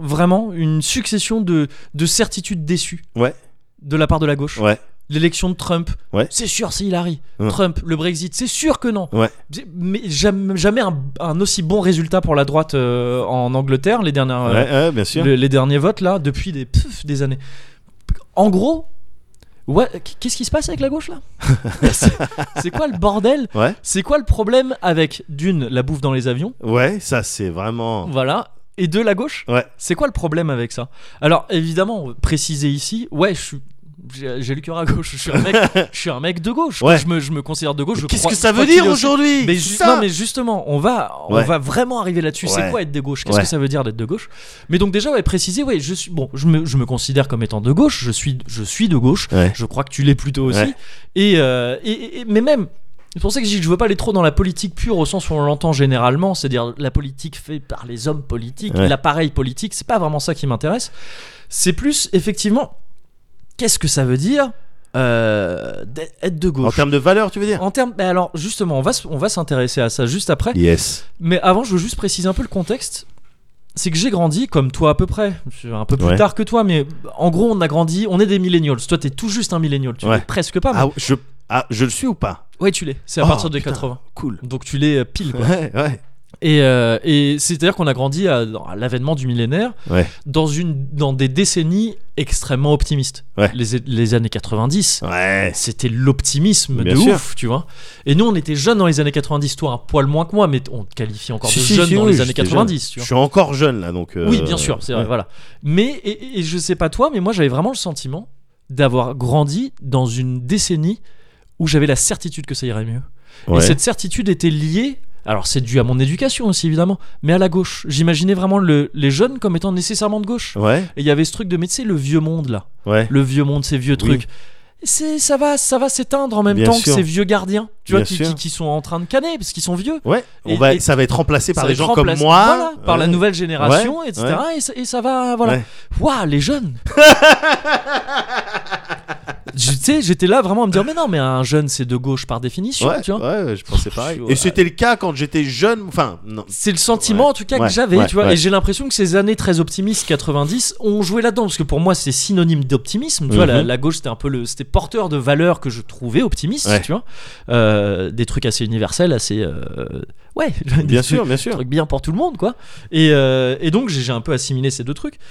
de certitudes déçues Ouais. de la part de la gauche. Ouais. L'élection de Trump, Ouais. c'est sûr c'est Hillary. Ouais. Trump, le Brexit, c'est sûr que non. Ouais. Mais jamais un aussi bon résultat pour la droite en Angleterre les dernières Ouais, bien sûr. les derniers votes là depuis des années. En gros, ouais, qu'est-ce qui se passe avec la gauche là? C'est quoi le bordel? Ouais. C'est quoi le problème avec la bouffe dans les avions? Ouais, ça c'est vraiment. Voilà. Et la gauche? Ouais. C'est quoi le problème avec ça? Alors évidemment, préciser ici, ouais, j'ai le cœur à gauche. Je suis un mec de gauche. Ouais. Je me considère de gauche. Qu'est-ce que ça je crois veut dire qu'il est aussi- aujourd'hui? Mais C'est ça. non, mais justement, on va vraiment arriver là-dessus. Ouais. C'est quoi être de gauche? Qu'est-ce Ouais. que ça veut dire d'être de gauche? Mais donc déjà, ouais, préciser, ouais, je me considère comme étant de gauche. Je suis de gauche. Ouais. Je crois que tu l'es plutôt aussi. Ouais. Mais même. C'est pour ça que je dis que je veux pas aller trop dans la politique pure au sens où on l'entend généralement, c'est-à-dire la politique faite par les hommes politiques, Ouais. l'appareil politique. C'est pas vraiment ça qui m'intéresse. C'est plus effectivement, qu'est-ce que ça veut dire être de En gauche? termes de valeur, tu veux dire? Alors justement, on va s'intéresser à ça juste après. Yes. Mais avant, je veux juste préciser un peu le contexte. C'est que j'ai grandi comme toi à peu près, un peu plus Ouais. tard que toi, mais en gros on a grandi, on est des millennials. Toi t'es tout juste un millennial, tu Ouais. l'es presque pas. Mais... Je le suis ou pas? Ouais, tu l'es. C'est à Oh, partir de putain, 80. Cool. Donc tu l'es pile quoi. Ouais, ouais. Et c'est-à-dire qu'on a grandi à l'avènement du millénaire Ouais. dans des décennies extrêmement optimistes. Ouais. Les années 90, Ouais. c'était l'optimisme Bien de sûr. ouf, tu vois. Et nous, on était jeunes dans les années 90, toi un poil moins que moi, mais on te qualifie encore de Si, jeune dans oui, les années j'étais 90, jeune. tu Je vois. suis encore jeune là, donc. Oui, bien sûr, c'est vrai, ouais. voilà. Mais, et je sais pas toi, mais moi, j'avais vraiment le sentiment d'avoir grandi dans une décennie où j'avais la certitude que ça irait mieux. Ouais. Et cette certitude était liée, alors c'est dû à mon éducation aussi évidemment, mais à la gauche. J'imaginais vraiment les jeunes comme étant nécessairement de gauche. Ouais. Et il y avait ce truc de, mais tu sais, le vieux monde là. Ouais. Le vieux monde, ces vieux Oui. trucs. Ça va s'éteindre en même Bien temps sûr. que ces vieux gardiens, tu vois, Bien sûr. qui sont en train de canner parce qu'ils sont vieux. Ouais. Et Ça va être remplacé Ça par va des être gens comme remplacé, moi. voilà, par la Ouais. nouvelle génération, Ouais. etc. Et ça va, voilà. Ouais. Waouh, les jeunes. Tu sais, j'étais là vraiment à me dire, mais non, mais un jeune c'est de gauche par définition, Ouais, tu vois. ouais, je pensais pareil. Ouais. Et c'était le cas quand j'étais jeune. Enfin, non. C'est le sentiment Ouais. en tout cas Ouais. que j'avais, Ouais. tu vois. Ouais. Et j'ai l'impression que ces années très optimistes 90 ont joué là-dedans parce que pour moi c'est synonyme d'optimisme. Tu vois, Mhm. la gauche c'était un peu c'était porteur de valeurs que je trouvais optimistes, Ouais. tu vois. Des trucs assez universels, assez ouais. Bien des sûr, bien sûr. trucs bien pour tout le monde, quoi. Et donc j'ai un peu assimilé ces deux trucs.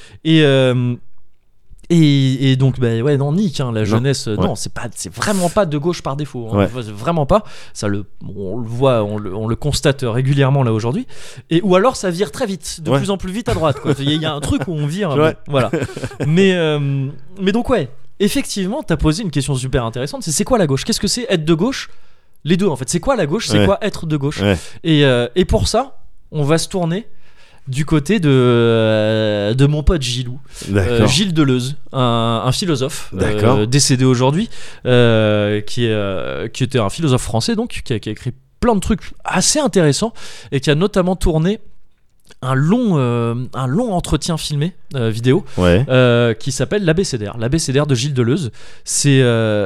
Et donc bah ouais, non, nique hein, la jeunesse, ouais. non, c'est vraiment pas de gauche par défaut, hein. Ouais. C'est vraiment pas ça. On le voit, on le constate régulièrement là aujourd'hui. Et ou alors ça vire très vite, de Ouais. plus en plus vite à droite, quoi. Il y a un truc où on vire, Ouais. voilà. Mais donc ouais, effectivement, t'as posé une question super intéressante. C'est quoi la gauche? Qu'est-ce que c'est être de gauche? Les deux en fait. C'est quoi la gauche? C'est Ouais. quoi être de gauche? Ouais. Et pour ça, on va se tourner du côté de mon pote Gilou. D'accord. Gilles Deleuze, un philosophe D'accord. décédé aujourd'hui, qui était un philosophe français donc, qui a écrit plein de trucs assez intéressants et qui a notamment tourné un long entretien filmé vidéo Ouais. qui s'appelle l'abécédaire de Gilles Deleuze. C'est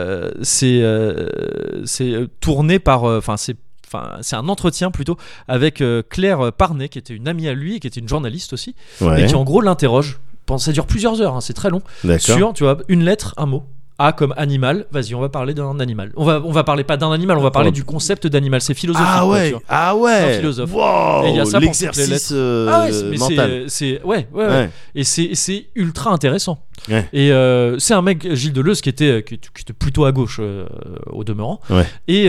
tourné par c'est un entretien plutôt avec Claire Parnet, qui était une amie à lui et qui était une journaliste aussi, Ouais. et qui en gros l'interroge. Ça dure plusieurs heures, hein, c'est très long. D'accord. Sur, tu vois, une lettre, un mot. A comme animal. Vas-y, on va parler d'un animal. On va parler pas d'un animal, on va parler du concept d'animal. C'est philosophique. Ah quoi, ouais. tu vois. Ah ouais. C'est un philosophe. Wow. Et il y a ça pour toutes les l'exercice Ah ouais, mais mental. ouais. Ouais. Et c'est ultra intéressant. Ouais. Et c'est un mec, Gilles Deleuze, qui était plutôt à gauche au demeurant. Ouais. Et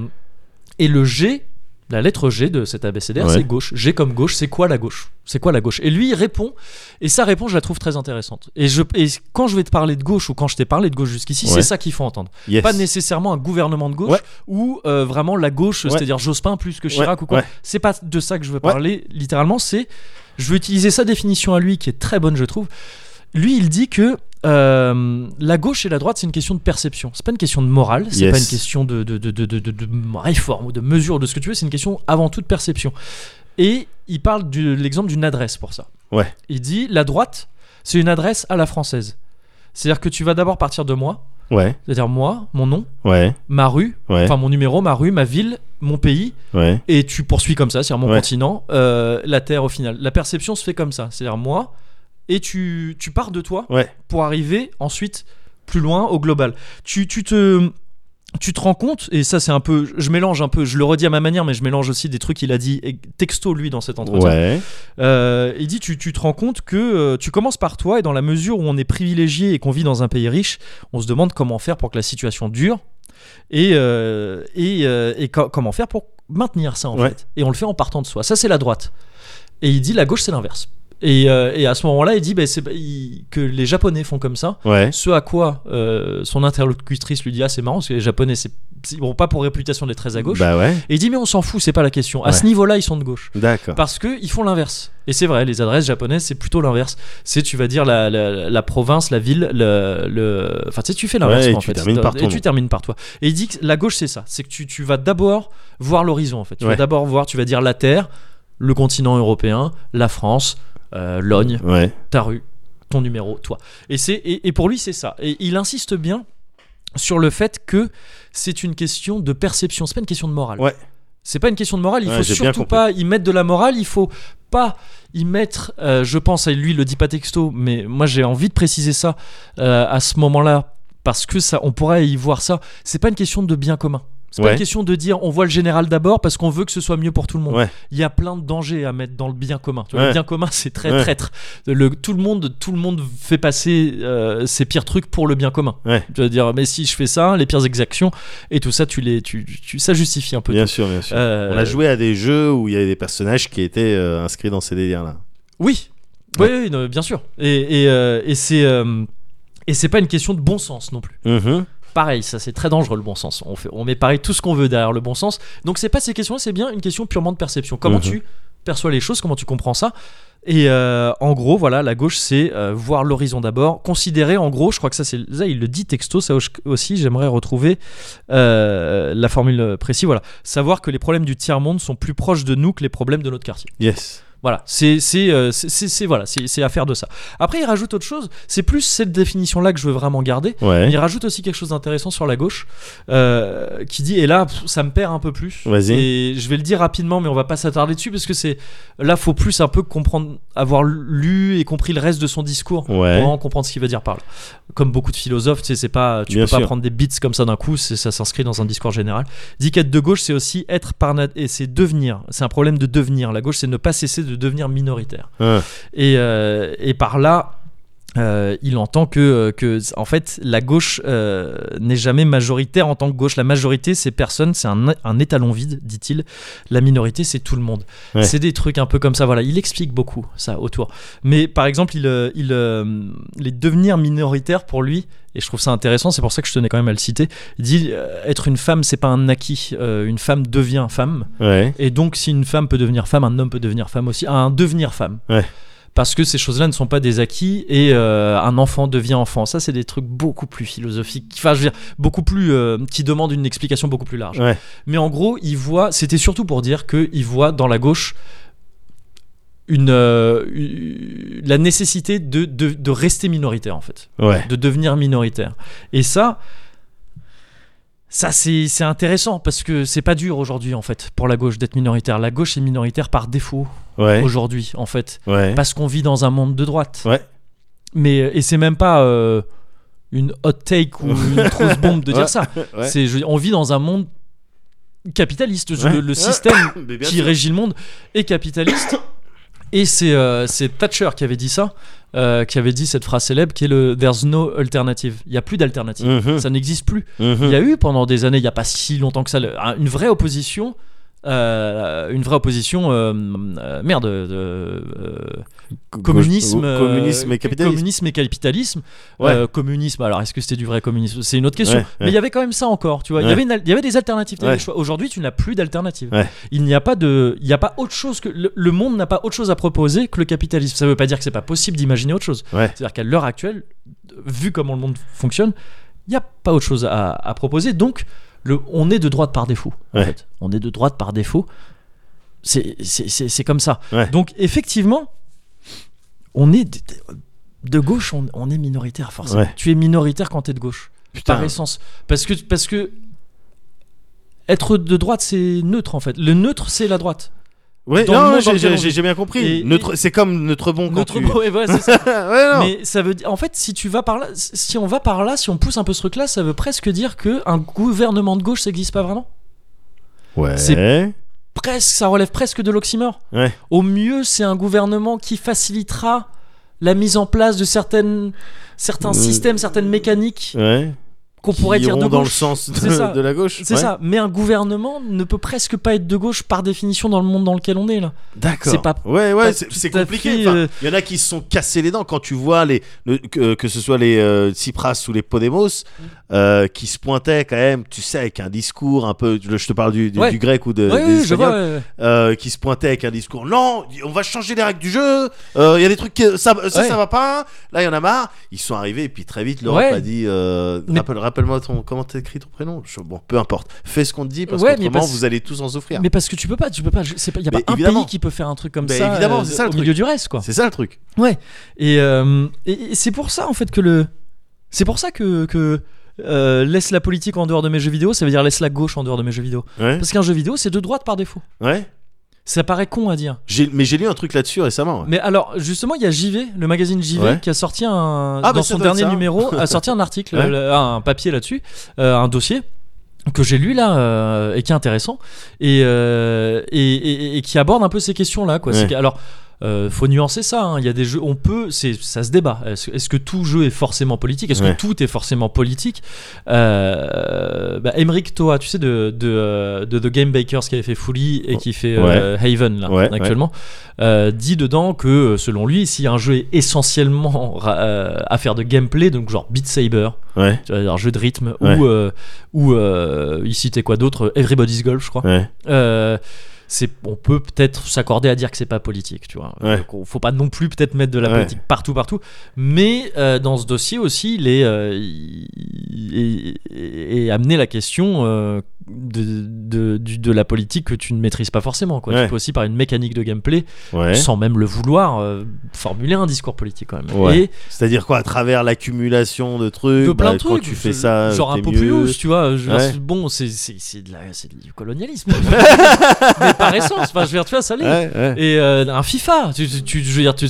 le G, la lettre G de cet abécédaire, Ouais. c'est gauche. G comme gauche, c'est quoi la gauche? C'est quoi la gauche? Et lui, il répond, et sa réponse, je la trouve très intéressante. Et quand je vais te parler de gauche, ou quand je t'ai parlé de gauche jusqu'ici, Ouais. c'est ça qu'il faut entendre. Yes. Pas nécessairement un gouvernement de gauche, Ouais. ou vraiment la gauche, Ouais. c'est-à-dire Jospin plus que Chirac Ouais. ou quoi. Ouais. C'est pas de ça que je veux parler, littéralement, je veux utiliser sa définition à lui, qui est très bonne, je trouve. Lui, il dit que la gauche et la droite, c'est une question de perception. C'est pas une question de morale, c'est Yes. pas une question de réforme ou de mesure de ce que tu veux, c'est une question avant tout de perception. Et il parle de l'exemple d'une adresse pour ça. Ouais. Il dit la droite, c'est une adresse à la française. C'est-à-dire que tu vas d'abord partir de moi, Ouais. c'est-à-dire moi, mon nom, Ouais. ma rue, Ouais. enfin mon numéro, ma rue, ma ville, mon pays, Ouais. et tu poursuis comme ça, c'est-à-dire mon Ouais. continent, la Terre au final. La perception se fait comme ça, c'est-à-dire moi, et tu pars de toi Ouais. pour arriver ensuite plus loin au global. Tu te rends compte, et ça c'est un peu, je mélange un peu, je le redis à ma manière, mais je mélange aussi des trucs qu'il a dit texto lui dans cet entretien. Ouais. Il dit tu te rends compte que tu commences par toi, et dans la mesure où on est privilégié et qu'on vit dans un pays riche, on se demande comment faire pour que la situation dure et comment faire pour maintenir ça en Ouais. fait. Et on le fait en partant de soi. Ça c'est la droite. Et il dit la gauche c'est l'inverse. Et à ce moment-là, il dit que les Japonais font comme ça. Ouais. Ce à quoi son interlocutrice lui dit c'est marrant parce que les Japonais ils vont pas pour réputation d'être très à gauche. Bah ouais. Et il dit mais on s'en fout, c'est pas la question. À Ouais. ce niveau-là, ils sont de gauche. D'accord. Parce qu'ils font l'inverse. Et c'est vrai, les adresses japonaises, c'est plutôt l'inverse. C'est, tu vas dire, la province, la ville, enfin, tu sais, tu fais l'inverse, Ouais, et en tu fait. termines par ton Et nom. tu termines par toi. Et il dit que la gauche, c'est ça. C'est que tu vas d'abord voir l'horizon, en fait. Tu vas Ouais. d'abord voir, tu vas dire la Terre, le continent européen, la France, Logne, Ouais. ta rue, ton numéro, toi. Et pour lui, c'est ça. Et il insiste bien sur le fait que c'est une question de perception, c'est pas une question de morale. Ouais. C'est pas une question de morale, il Ouais, faut j'ai bien surtout compris. pas y mettre de la morale, il faut pas y mettre, je pense, et lui il le dit pas texto, mais moi j'ai envie de préciser ça à ce moment-là, parce que ça, on pourrait y voir ça, c'est pas une question de bien commun. C'est pas Ouais. une question de dire on voit le général d'abord parce qu'on veut que ce soit mieux pour tout le monde. Ouais. Il y a plein de dangers à mettre dans le bien commun. Tu vois, Ouais. le bien commun, c'est très Ouais. traître. Tout le monde fait passer ses pires trucs pour le bien commun. Ouais. Tu vas dire mais si je fais ça, les pires exactions et tout ça, ça justifie un peu. Bien tout. sûr, bien sûr. Euh, On a joué à des jeux où il y avait des personnages qui étaient inscrits dans ces délires-là. Oui, Ouais. oui, non, bien sûr. Et c'est pas une question de bon sens non plus. Pareil, ça c'est très dangereux le bon sens. On met pareil tout ce qu'on veut derrière le bon sens. Donc c'est pas ces questions-là, c'est bien une question purement de perception. Comment tu perçois les choses, comment tu comprends ça. Et en gros, voilà, la gauche c'est voir l'horizon d'abord, considérer en gros, je crois que ça il le dit texto, ça aussi, j'aimerais retrouver la formule précise. Voilà, savoir que les problèmes du tiers-monde sont plus proches de nous que les problèmes de notre quartier. Yes. Voilà, c'est affaire de ça. Après, il rajoute autre chose. C'est plus cette définition-là que je veux vraiment garder. Ouais. Il rajoute aussi quelque chose d'intéressant sur la gauche, qui dit, et là, ça me perd un peu plus. Vas-y. Et je vais le dire rapidement, mais on va pas s'attarder dessus parce que là, faut plus un peu comprendre, avoir lu et compris le reste de son discours pour Ouais. vraiment comprendre ce qu'il veut dire par là. Comme beaucoup de philosophes, tu sais, tu Bien peux pas sûr. prendre des bits comme ça d'un coup. Ça s'inscrit dans un discours général. Dit qu'être de gauche, c'est aussi être et c'est devenir. C'est un problème de devenir. La gauche, c'est ne pas cesser de devenir minoritaire. Et par là, il entend que en fait, la gauche n'est jamais majoritaire en tant que gauche. La majorité, c'est personne, c'est un étalon vide, dit-il. La minorité, c'est tout le monde. Ouais. C'est des trucs un peu comme ça. Voilà, il explique beaucoup ça autour. Mais par exemple, les devenir minoritaires pour lui. Et je trouve ça intéressant, c'est pour ça que je tenais quand même à le citer. Il dit être une femme, c'est pas un acquis. Une femme devient femme. Ouais. Et donc, si une femme peut devenir femme, un homme peut devenir femme aussi. Un devenir femme. Ouais. Parce que ces choses-là ne sont pas des acquis et un enfant devient enfant. Ça, c'est des trucs beaucoup plus philosophiques. Enfin, je veux dire, beaucoup plus qui demandent une explication beaucoup plus large. Ouais. Mais en gros, il voit. C'était surtout pour dire qu'il voit dans la gauche la nécessité de rester minoritaire en fait, Ouais. de devenir minoritaire. Et ça c'est intéressant parce que c'est pas dur aujourd'hui en fait pour la gauche d'être minoritaire. La gauche est minoritaire par défaut Ouais. aujourd'hui en fait, Ouais. parce qu'on vit dans un monde de droite. Ouais. Et c'est même pas une hot take ou une grosse bombe de dire Ouais. ça. Ouais. On vit dans un monde capitaliste. Ouais. Le système Mais bien qui sûr. régit le monde est capitaliste. Et c'est Thatcher qui avait dit ça, qui avait dit cette phrase célèbre qui est le There's no alternative. Il n'y a plus d'alternative. Mhm. Ça n'existe plus. Mhm. Il y a eu pendant des années, il n'y a pas si longtemps que ça, une vraie opposition. Communisme, communisme et capitalisme. communisme et capitalisme. Ouais. Communisme, alors est-ce que c'était du vrai communisme? C'est une autre question. Ouais, Mais ouais. il y avait quand même ça encore, tu vois. Ouais. Il y avait des alternatives. Ouais. Aujourd'hui, tu n'as plus d'alternatives. Ouais. Il n'y a pas autre chose que le monde n'a pas autre chose à proposer que le capitalisme. Ça ne veut pas dire que c'est pas possible d'imaginer autre chose. Ouais. C'est-à-dire qu'à l'heure actuelle, vu comment le monde fonctionne, il n'y a pas autre chose à proposer. Donc, on est de droite par défaut. En Ouais. fait. On est de droite par défaut. C'est comme ça. Ouais. Donc, effectivement, on est de gauche, on est minoritaire forcément. Ouais. Tu es minoritaire quand tu es de gauche. Putain. Par essence. Parce que être de droite, c'est neutre en fait. Le neutre, c'est la droite. Ouais, Dans le non, monde dans lequel on vit. j'ai bien compris. Et- Neutre, c'est comme neutre bon quand Neutre, tu. ouais, c'est ça. Ouais, non. Mais ça veut dire, en fait, si tu vas par là, si on va par là, si on pousse un peu ce truc-là, ça veut presque dire que un gouvernement de gauche, ça n'existe pas vraiment. Ouais. c'est- Presque, ça relève presque de l'oxymore. Ouais. Au mieux, c'est un gouvernement qui facilitera la mise en place de certains systèmes, certaines mécaniques Ouais. qu'on pourrait Qui dire de iront dans le gauche. sens C'est ça. de la gauche. C'est Ouais. ça. Mais un gouvernement ne peut presque pas être de gauche par définition dans le monde dans lequel on est là. D'accord. C'est pas- Ouais, pas c'est tout à compliqué. fait, Enfin, il y en a qui se sont cassés les dents quand tu vois que ce soit les Tsipras ou les Podemos qui se pointaient quand même, tu sais, avec un discours un peu. Je te parle du Ouais. grec ou des Oui, je Espagnols, vois. qui se pointaient avec un discours. Non, on va changer les règles du jeu. Il y a des trucs ça Ouais. va pas. Là, il y en a marre. Ils sont arrivés et puis très vite, l'Europe Ouais. a dit. Mais- Rappelle-moi comment t'écris ton prénom. Bon, peu importe. Fais ce qu'on te dit parce Ouais, mais qu'autrement parce- vous allez tous en souffrir. Mais parce que tu peux pas, il y a Mais pas un évidemment. pays qui peut faire un truc comme Mais ça, évidemment, c'est ça, le au truc. milieu du reste quoi. C'est ça le truc. Ouais. Et c'est pour ça en fait c'est pour ça que laisse la politique en dehors de mes jeux vidéo, ça veut dire laisse la gauche en dehors de mes jeux vidéo. Ouais. Parce qu'un jeu vidéo c'est de droite par défaut. Ouais. Ça paraît con à dire. Mais j'ai lu un truc là-dessus récemment. Ouais. Mais alors justement il y a JV, le magazine JV Ouais. qui a sorti bah, dans ça son doit être dernier ça. numéro a sorti un article, Ouais. un papier là-dessus, un dossier. que j'ai lu là et qui est intéressant et qui aborde un peu ces questions-là, quoi. Ouais. Alors. Faut nuancer ça, hein. Il y a des jeux, ça se débat. Est-ce que tout jeu est forcément politique? Est-ce Ouais. que tout est forcément politique? Emeric Toa, tu sais, de The Game Bakers, qui avait fait Fully et qui fait Haven là, Ouais, actuellement, dit dedans que selon lui, si un jeu est essentiellement affaire de gameplay, donc genre Beat Saber, Ouais. tu vois, un jeu de rythme, Ouais. ou il citait quoi d'autre, Everybody's Golf, je crois. Ouais. On peut peut-être s'accorder à dire que c'est pas politique, tu vois. Ouais. Donc, faut pas non plus peut-être mettre de la Ouais. politique partout, mais dans ce dossier aussi, il est amené la question de la politique que tu ne maîtrises pas forcément, quoi. Ouais. Tu peux aussi par une mécanique de gameplay, Ouais. sans même le vouloir, formuler un discours politique quand même. Ouais. Et C'est-à-dire quoi, à travers l'accumulation de trucs, de plein de quand trucs, tu fais ça, genre un t'es Populous, mieux. tu vois. Je veux Ouais. dire, c'est bon, c'est du colonialisme, mais par essence. Enfin, je veux dire, tu vois, ça l'est. Ouais, ouais. Et un FIFA, je veux dire,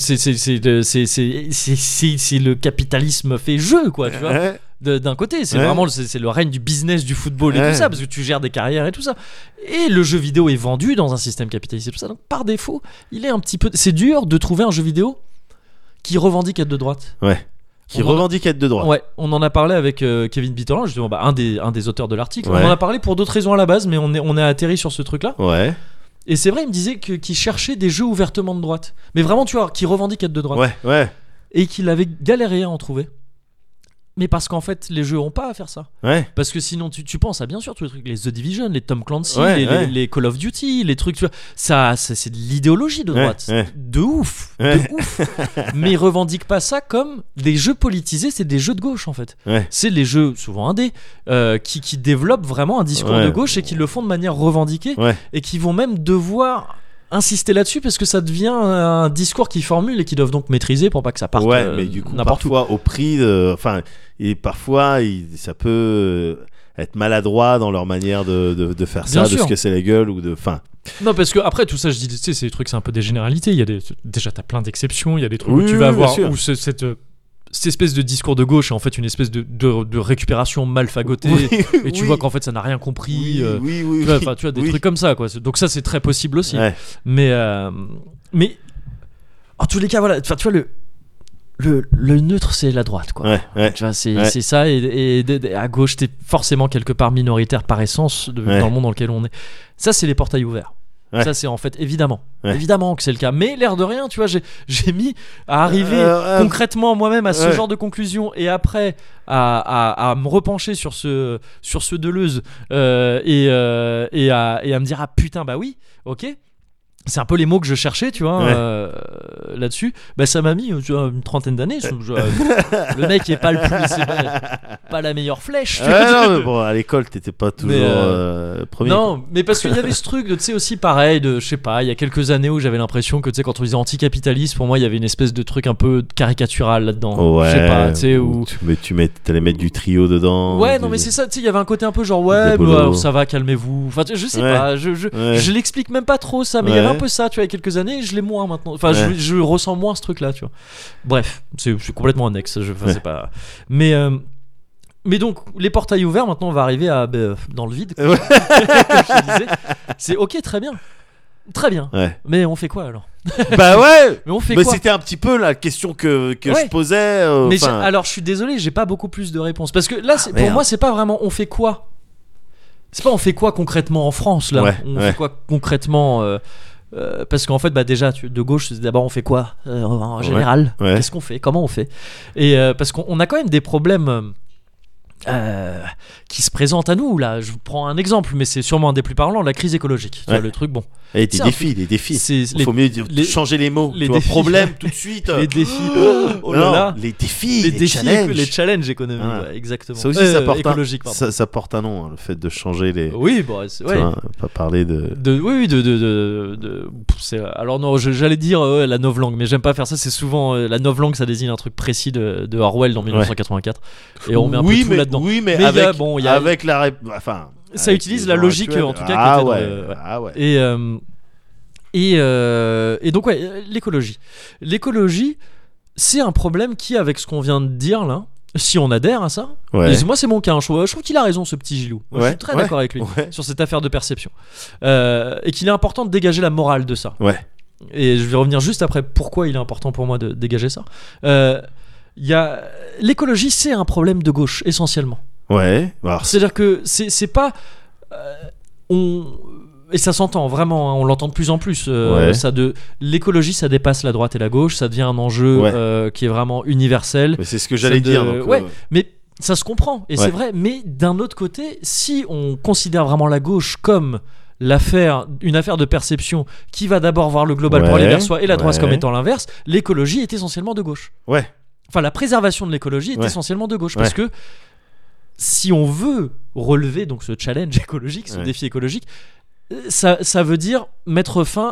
c'est le capitalisme fait jeu, quoi, tu vois. Ouais. D'un côté, c'est Ouais. vraiment c'est le règne du business du football et Ouais. tout ça, parce que tu gères des carrières et tout ça. Et le jeu vidéo est vendu dans un système capitaliste et tout ça. Donc par défaut, il est un petit peu. C'est dur de trouver un jeu vidéo qui revendique être de droite. Ouais. Qui On en a- revendique être de droite. Ouais, on en a parlé avec Kevin Bitterland, justement, un des auteurs de l'article. Ouais. On en a parlé pour d'autres raisons à la base, mais on est atterri sur ce truc-là. Ouais. Et c'est vrai, il me disait qu'il cherchait des jeux ouvertement de droite. Mais vraiment, tu vois, qui revendiquent être de droite. Ouais. Ouais. Et qu'il avait galéré à en trouver. Mais parce qu'en fait, les jeux ont pas à faire ça. Ouais. Parce que sinon, tu penses à bien sûr tous les trucs, les The Division, les Tom Clancy, Ouais, ouais. les Call of Duty, les trucs, tu vois. Ça, c'est de l'idéologie de Ouais, droite. ouais. De ouf. Ouais. De ouf. Mais ils revendiquent pas ça comme des jeux politisés, c'est des jeux de gauche en fait. Ouais. C'est les jeux, souvent indés, qui développent vraiment un discours Ouais. de gauche et qui le font de manière revendiquée Ouais. et qui vont même devoir insister là-dessus parce que ça devient un discours qu'ils formulent et qu'ils doivent donc maîtriser pour pas que ça parte Ouais, mais du coup, n'importe où. parfois au prix de. Enfin, et parfois, ça peut être maladroit dans leur manière de faire Bien ça, de sûr. se casser la gueule ou de. Enfin. Non, parce que après tout ça, je dis, tu sais, ces trucs, c'est un peu des généralités. Il y a déjà, t'as plein d'exceptions. Il y a des trucs Oui, où tu oui, vas bien avoir sûr. où cette espèce de discours de gauche est en fait une espèce de récupération mal fagotée. Et tu oui. vois qu'en fait ça n'a rien compris. Oui, Tu vois, enfin, tu vois des oui. trucs comme ça, quoi. Donc ça, c'est très possible aussi. Ouais. Mais en tous les cas, voilà. Enfin, tu vois le neutre, c'est la droite, quoi. Ouais, ouais. Tu vois, c'est Ouais. ça, et à gauche, t'es forcément quelque part minoritaire par essence Ouais. dans le monde dans lequel on est. Ça, c'est les portails ouverts. Ouais. Ça, c'est en fait évidemment Ouais. que c'est le cas. Mais l'air de rien, tu vois, j'ai mis à arriver concrètement moi-même à ce ouais. genre de conclusion et après à me repencher sur ce Deleuze et à me dire ah putain bah oui, ok. C'est un peu les mots que je cherchais, tu vois, Ouais. là-dessus. Bah, ça m'a mis tu vois, une trentaine d'années. Le mec est pas c'est pas la meilleure flèche. tu Ouais, vois. non, mais bon, à l'école, t'étais pas toujours premier. Non, mais parce qu'il y avait ce truc de, tu sais, aussi pareil, je sais pas, il y a quelques années où j'avais l'impression que, tu sais, quand on disait anticapitaliste, pour moi, il y avait une espèce de truc un peu caricatural là-dedans. Ouais. Je sais pas, tu sais, où. T'allais mettre du trio dedans. Ouais, non, mais c'est ça, tu sais, il y avait un côté un peu genre, ouais, Des bolos. bah, alors, ça va, calmez-vous. Enfin, je sais Ouais. pas, Ouais. je l'explique même pas trop ça, mais il y avait Ouais. un peu ça, tu vois, il y a quelques années, je l'ai moins maintenant. Enfin, Ouais. je ressens moins ce truc-là, tu vois. Bref, c'est complètement annexe, enfin, Ouais. c'est pas. Mais donc, les portails ouverts, maintenant, on va arriver dans le vide. Ouais. Comme je te disais. C'est ok, très bien. Très bien. Ouais. Mais on fait quoi alors? Bah ouais. Mais on fait Mais quoi? c'était un petit peu la question que Ouais. je posais. Mais enfin, alors, je suis désolé, j'ai pas beaucoup plus de réponses. Parce que là, pour merde. moi, c'est pas vraiment on fait quoi. C'est pas on fait quoi concrètement en France, là. Ouais, On ouais. fait quoi concrètement parce qu'en fait, bah déjà, de gauche, c'est d'abord on fait quoi en général. ouais. Qu'est-ce qu'on fait? Comment on fait? Et parce qu'on a quand même des problèmes qui se présentent à nous. Là, je vous prends un exemple, mais c'est sûrement un des plus parlants, la crise écologique. Tu vois, Ouais. le truc, bon. Et des C'est un défis, des défis. C'est Il faut mieux changer les mots. les Tu vois, défis. problème tout de suite. les défis. Oh là Non, là. les défis, Les les défis, challenges. les challenges économiques, Voilà. ouais, exactement. Ça aussi, ça porte écologique, pardon. ça porte un nom, hein, le fait de changer les. Oui, bon, c'est, Tu ouais. vois, pas parler de. Oui, alors non, j'allais dire la novlangue, mais j'aime pas faire ça. C'est souvent la novlangue, ça désigne un truc précis de Orwell dans 1984, et on met un oui, peu tout mais, là-dedans. Oui, mais Mais il y a- avec, bon, il y a- avec la. Enfin. Ça avec utilise les la gens logique, actuels. en tout cas, qui Ah était dans ouais. le- ouais. Ah ouais. Et donc ouais, l'écologie, c'est un problème qui, avec ce qu'on vient de dire là, si on adhère à ça, Ouais. et moi c'est mon cas, hein, je trouve qu'il a raison ce petit Gilou. Moi, je Ouais, suis très ouais, d'accord avec lui ouais. sur cette affaire de perception. Et qu'il est important de dégager la morale de ça. Ouais. Et je vais revenir juste après pourquoi il est important pour moi de dégager ça. L'écologie, c'est un problème de gauche, essentiellement. Ouais. Alors, C'est-à-dire que c'est pas... et ça s'entend vraiment, hein, on l'entend de plus en plus. Ouais. L'écologie, ça dépasse la droite et la gauche, ça devient un enjeu Ouais. qui est vraiment universel. mais c'est ce que j'allais Ça dire. Donc, ouais, mais ça se comprend, et Ouais. c'est vrai. Mais d'un autre côté, si on considère vraiment la gauche comme une affaire de perception qui va d'abord voir le global pour Ouais, aller vers soi et la droite ouais. comme étant l'inverse, l'écologie est essentiellement de gauche. Ouais. Enfin, la préservation de l'écologie est Ouais. essentiellement de gauche, Ouais. parce que si on veut relever donc ce challenge écologique, ce Ouais. défi écologique, ça veut dire mettre fin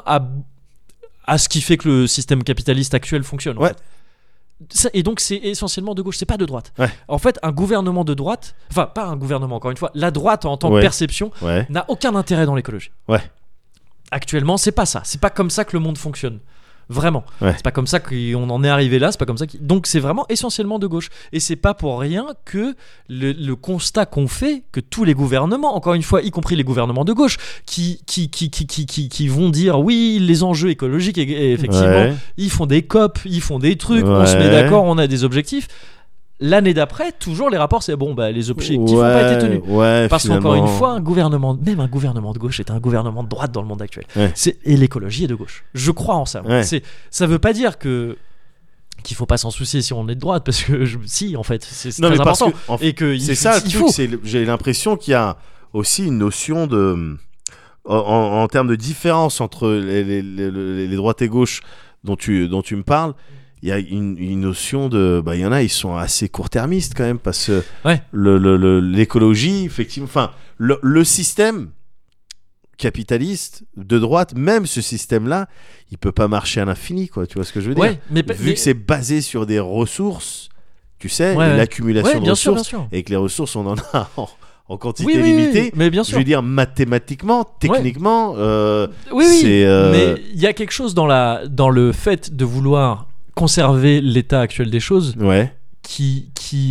à ce qui fait que le système capitaliste actuel fonctionne. en Ouais. fait. Et donc c'est essentiellement de gauche, c'est pas de droite. Ouais. En fait, un gouvernement de droite, enfin pas un gouvernement, encore une fois, la droite en tant que Ouais. perception Ouais. n'a aucun intérêt dans l'écologie. Ouais. Actuellement, c'est pas ça, c'est pas comme ça que le monde fonctionne. Vraiment. Ouais. C'est pas comme ça qu'on en est arrivé là, c'est pas comme ça. Donc c'est vraiment essentiellement de gauche. Et c'est pas pour rien que le constat qu'on fait, que tous les gouvernements, encore une fois, y compris les gouvernements de gauche, qui vont dire oui, les enjeux écologiques, et effectivement, Ouais. ils font des COP, ils font des trucs, on se met Ouais. d'accord, on a des objectifs. L'année d'après, toujours les rapports, c'est bon, bah, les objectifs n'ont pas été tenus. Ouais, Parce qu'encore finalement. une fois, même un gouvernement de gauche est un gouvernement de droite dans le monde actuel. Ouais. Et l'écologie est de gauche. Je crois en ça. Ouais. Ça veut pas dire qu'il faut pas s'en soucier si on est de droite, parce que si, en fait, c'est Non, très mais parce important. que Et que c'est ça le il truc, faut. j'ai l'impression qu'il y a aussi une notion de en termes de différence entre les droites et gauches dont tu me parles. Il y a une notion de il y en a, ils sont assez court-termistes quand même, parce que Ouais. l'écologie, effectivement, enfin le système capitaliste de droite, même ce système-là, il peut pas marcher à l'infini, quoi. Tu vois ce que je veux dire? Ouais, mais Vu que c'est basé sur des ressources, tu sais, Ouais, ouais. l'accumulation Ouais, de bien sûr, ressources, bien sûr. et que les ressources, on en a en quantité Oui, oui, oui, limitée. mais bien Je sûr. veux dire, mathématiquement, techniquement, Oui, oui. c'est Mais il y a quelque chose dans le fait de vouloir conserver l'état actuel des choses ouais, qui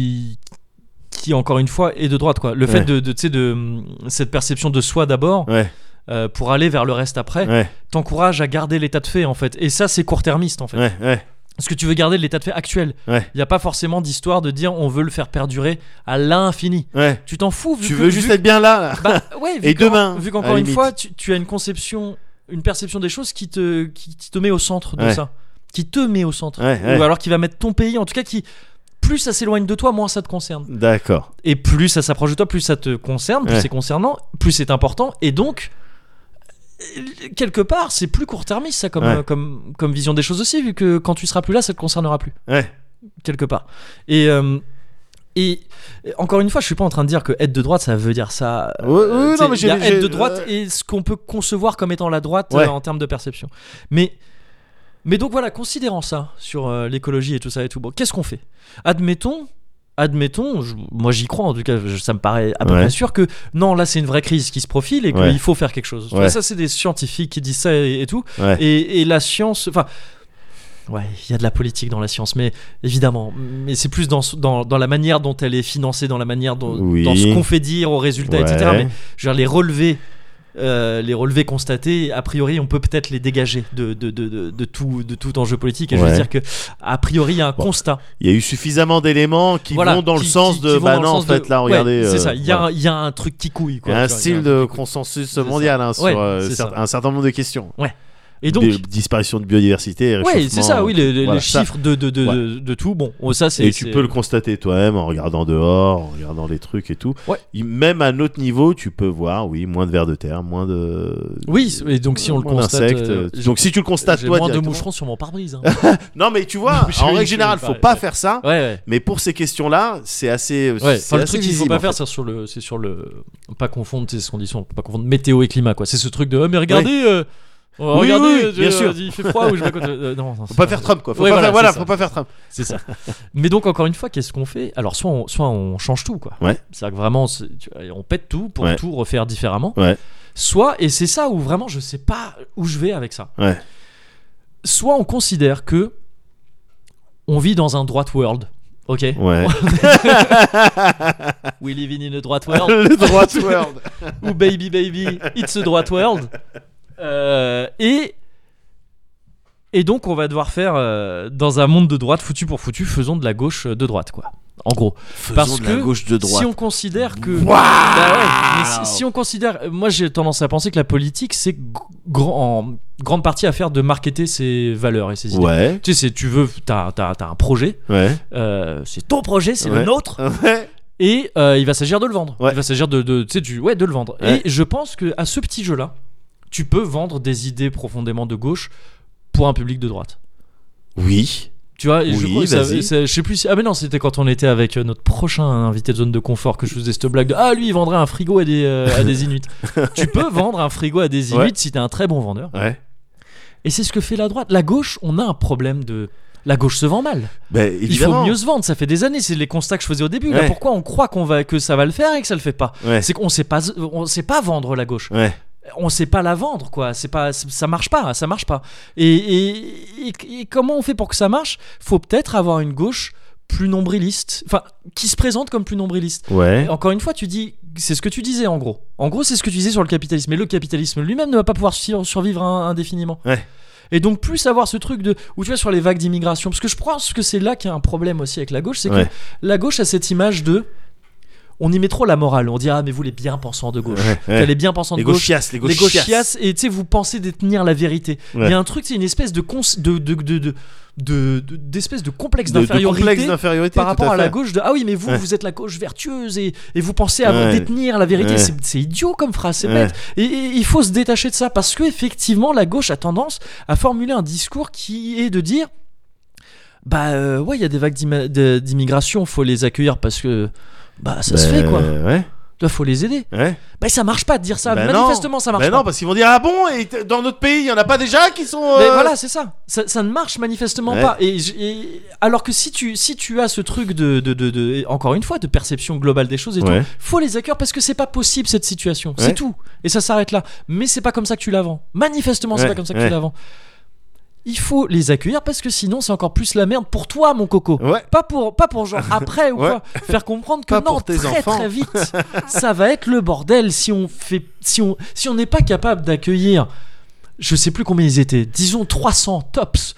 encore une fois est de droite, quoi. Le fait Ouais. de cette perception de soi d'abord, ouais, pour aller vers le reste après, ouais, t'encourage à garder l'état de fait, en fait. Et ça, c'est court-termiste, en fait. ouais, ouais, Parce que tu veux garder l'état de fait actuel. ouais, Il n'y a pas forcément d'histoire de dire on veut le faire perdurer à l'infini. ouais. Tu t'en fous. Tu veux juste être bien là. Bah, ouais, Et demain, vu à qu'encore la une limite. fois, tu as une perception des choses qui te met au centre de Ouais. ça. Qui te met au centre. Ouais, ouais. Ou alors qui va mettre ton pays, en tout cas, plus ça s'éloigne de toi, moins ça te concerne. D'accord. Et plus ça s'approche de toi, plus ça te concerne, plus Ouais. c'est concernant, plus c'est important. Et donc, quelque part, c'est plus court-termiste, ça, Ouais. comme vision des choses aussi, vu que quand tu seras plus là, ça te concernera plus. Ouais, Quelque part. Et encore une fois, je suis pas en train de dire que être de droite, ça veut dire ça. Ouais, ouais, Tu sais, non, mais il y a j'ai- être de droite et ce qu'on peut concevoir comme étant la droite Ouais. en termes de perception. Mais donc voilà, considérant ça sur l'écologie et tout ça et tout, bon, qu'est-ce qu'on fait ? Admettons, moi j'y crois en tout cas, ça me paraît à peu Ouais. près sûr que non, là c'est une vraie crise qui se profile et qu'il Ouais. faut faire quelque chose. Tu Ouais. vois, ça c'est des scientifiques qui disent ça et tout. ouais. Et la science, enfin, ouais, il y a de la politique dans la science, mais évidemment, mais c'est plus dans la manière dont elle est financée, dans la manière dont Oui. dans ce qu'on fait dire aux résultats, etc. Ouais. Mais je veux dire, les relevés constatés, a priori, on peut peut-être les dégager de tout enjeu politique. Et je Ouais. veux dire que, a priori, il y a un Bon. constat. Il y a eu suffisamment d'éléments qui Voilà, vont dans le qui- sens qui de vont dans le non, en sens de- fait, là, ouais, regardez. c'est ça. Il y a voilà. un- il y a un truc qui couille. Il Quoi, y a un tu vois, style il y a de truc qui couille. consensus C'est mondial hein, Ouais, sur c'est ça. un certain nombre de questions. Et donc, Disparition de biodiversité, ouais, c'est ça, oui, les voilà, ça. chiffres de tout. Bon, ça c'est. Et tu peux le constater toi-même en regardant dehors, en regardant les trucs et tout. Ouais. Même à notre niveau, tu peux voir, oui, moins de vers de terre, moins de. Oui, et donc si on le moins constate. d'insectes. Donc si tu le constates j'ai toi moins de directement- moucherons sur mon pare-brise. Hein. Non mais tu vois, Je- en je- règle générale, je- faut ouais, pas ouais. faire ça. Ouais. Mais pour ces questions-là, c'est assez. Ouais, c'est enfin, le assez truc qu'il faut visible, pas en faire, fait. c'est sur le pas confondre, c'est ce qu'on dit, pas confondre météo et climat, quoi. C'est ce truc de mais regardez, regardez, oui, bien sûr. il fait froid ou je sais pas quoi. Non, Faut pas faire Trump, quoi. Faut Ouais, pas voilà, faire, voilà, c'est ça. faut pas faire Trump. C'est ça. Mais donc encore une fois, qu'est-ce qu'on fait ? Alors soit on change tout, quoi. Ouais. C'est-à-dire que vraiment, on pète tout pour Ouais. tout refaire différemment. Ouais. Soit, et c'est ça où vraiment je sais pas où je vais avec ça. Ouais. Soit on considère que on vit dans un droit world Ok. Ouais. We live in a droite world. Le droit world. Ou baby baby, it's a droite world. Et donc on va devoir faire dans un monde de droite foutu pour foutu, faisons de la gauche de droite quoi. En gros, Faisons parce de que la gauche de droite. si on considère que Waouh. bah ouais, mais si on considère, moi j'ai tendance à penser que la politique c'est en grande partie affaire de marketer ses valeurs et ses idées. Ouais. Tu sais, t'as un projet, Ouais. c'est ton projet, c'est Ouais. le nôtre. Ouais. Et il va s'agir de le vendre. Ouais. Il va s'agir de le vendre. Ouais. Et je pense que à ce petit jeu-là, tu peux vendre des idées profondément de gauche pour un public de droite. Oui. Tu vois, et Oui, je crois que vas-y. je sais plus si... Ah mais non, c'était quand on était avec notre prochain invité de zone de confort que je faisais cette blague de ah lui il vendrait un frigo à des Inuits. Tu peux vendre un frigo à des Inuits Ouais. si t'es un très bon vendeur. Ouais. Et c'est ce que fait la droite. La gauche, on a un problème de... La gauche se vend mal. Ben, Il évidemment. faut mieux se vendre. Ça fait des années. C'est les constats que je faisais au début. Là, Ouais. pourquoi on croit que ça va le faire et que ça le fait pas? Ouais. C'est qu'on sait pas vendre la gauche. Ouais. On sait pas la vendre quoi. Ça marche pas. Et comment on fait pour que ça marche? Faut peut-être avoir une gauche plus nombriliste. Enfin, qui se présente comme plus nombriliste. Ouais. Encore une fois, tu dis, c'est ce que tu disais en gros. En gros, c'est ce que tu disais sur le capitalisme. Mais le capitalisme lui-même ne va pas pouvoir survivre indéfiniment. Ouais. Et donc plus avoir ce truc où tu vois sur les vagues d'immigration, parce que je pense que c'est là qu'il y a un problème aussi avec la gauche, c'est Ouais. que la gauche a cette image de, on y met trop la morale, on dit ah mais vous les bien-pensants de gauche, Ouais. les bien-pensants de Les gauche, gauchias, les les gauchias. gauchias, et tu sais vous pensez détenir la vérité. Ouais. Il y a un truc, c'est une espèce d'espèce de complexe De d'infériorité. complexe d'infériorité Par tout rapport à la fait. gauche de ah oui mais vous Ouais. vous êtes la gauche vertueuse et vous pensez à Ouais. détenir la vérité. Ouais. C'est idiot comme phrase, c'est Ouais. bête. Et il faut se détacher de ça parce que effectivement la gauche a tendance à formuler un discours qui est de dire ouais il y a des vagues d'immigration, faut les accueillir parce que ça se fait quoi. Ouais. Là faut les aider. Ouais. Ça marche pas de dire ça. Ben Manifestement non. ça marche Ben pas. non, parce qu'ils vont dire ah bon, et dans notre pays il y en a pas déjà qui sont. Mais voilà, c'est ça. Ça ne marche manifestement Ouais. pas. Alors que si tu as ce truc de encore une fois de perception globale des choses et Ouais. tout, faut les accueillir parce que c'est pas possible cette situation. Ouais. C'est tout. Et ça s'arrête là. Mais c'est pas comme ça que tu la vends. Manifestement, c'est Ouais. pas comme ça que Ouais. tu la vends. Il faut les accueillir parce que sinon c'est encore plus la merde pour toi mon coco. Ouais. Pas pour genre après ou Ouais. quoi. Faire comprendre que Pas non, pour tes très enfants. très vite ça va être le bordel si on n'est pas capable d'accueillir, je sais plus combien ils étaient, disons 300 tops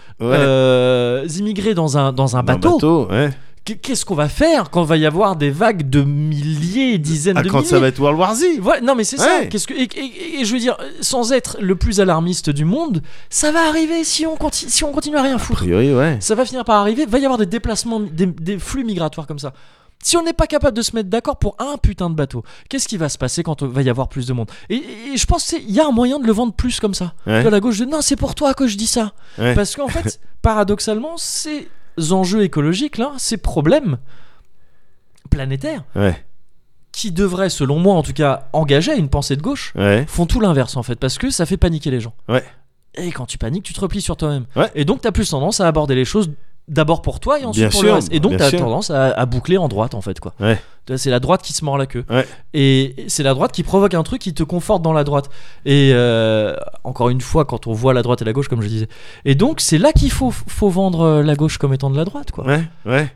immigrés dans un bateau. Ouais. Qu'est-ce qu'on va faire quand il va y avoir des vagues de milliers, dizaines de Quand milliers? ça va être World War Z. Voilà, non mais c'est ça. Ouais. Et je veux dire, sans être le plus alarmiste du monde, ça va arriver si on continue à rien A foutre. priori, ouais. Ça va finir par arriver. Va y avoir des déplacements, des flux migratoires comme ça. Si on n'est pas capable de se mettre d'accord pour un putain de bateau, qu'est-ce qui va se passer quand il va y avoir plus de monde? Et je pense qu'il y a un moyen de le vendre plus comme ça. Ouais. Que la gauche de non, c'est pour toi que je dis ça. Ouais. Parce qu'en fait, paradoxalement, ces enjeux écologiques là, ces problèmes planétaires Ouais. qui devraient, selon moi en tout cas, engager une pensée de gauche, Ouais. font tout l'inverse en fait, parce que ça fait paniquer les gens. Ouais. Et quand tu paniques, tu te replies sur toi-même. Ouais. Et donc, tu as plus tendance à aborder les choses d'abord pour toi et ensuite Bien pour sûr, le reste. Et donc, bien tu as sûr. tendance à boucler en droite en fait, quoi. Ouais. C'est la droite qui se mord la queue. Ouais. Et c'est la droite qui provoque un truc qui te conforte dans la droite. Et encore une fois, quand on voit la droite et la gauche, comme je disais. Et donc, c'est là qu'il faut vendre la gauche comme étant de la droite, quoi. Ouais. Ouais.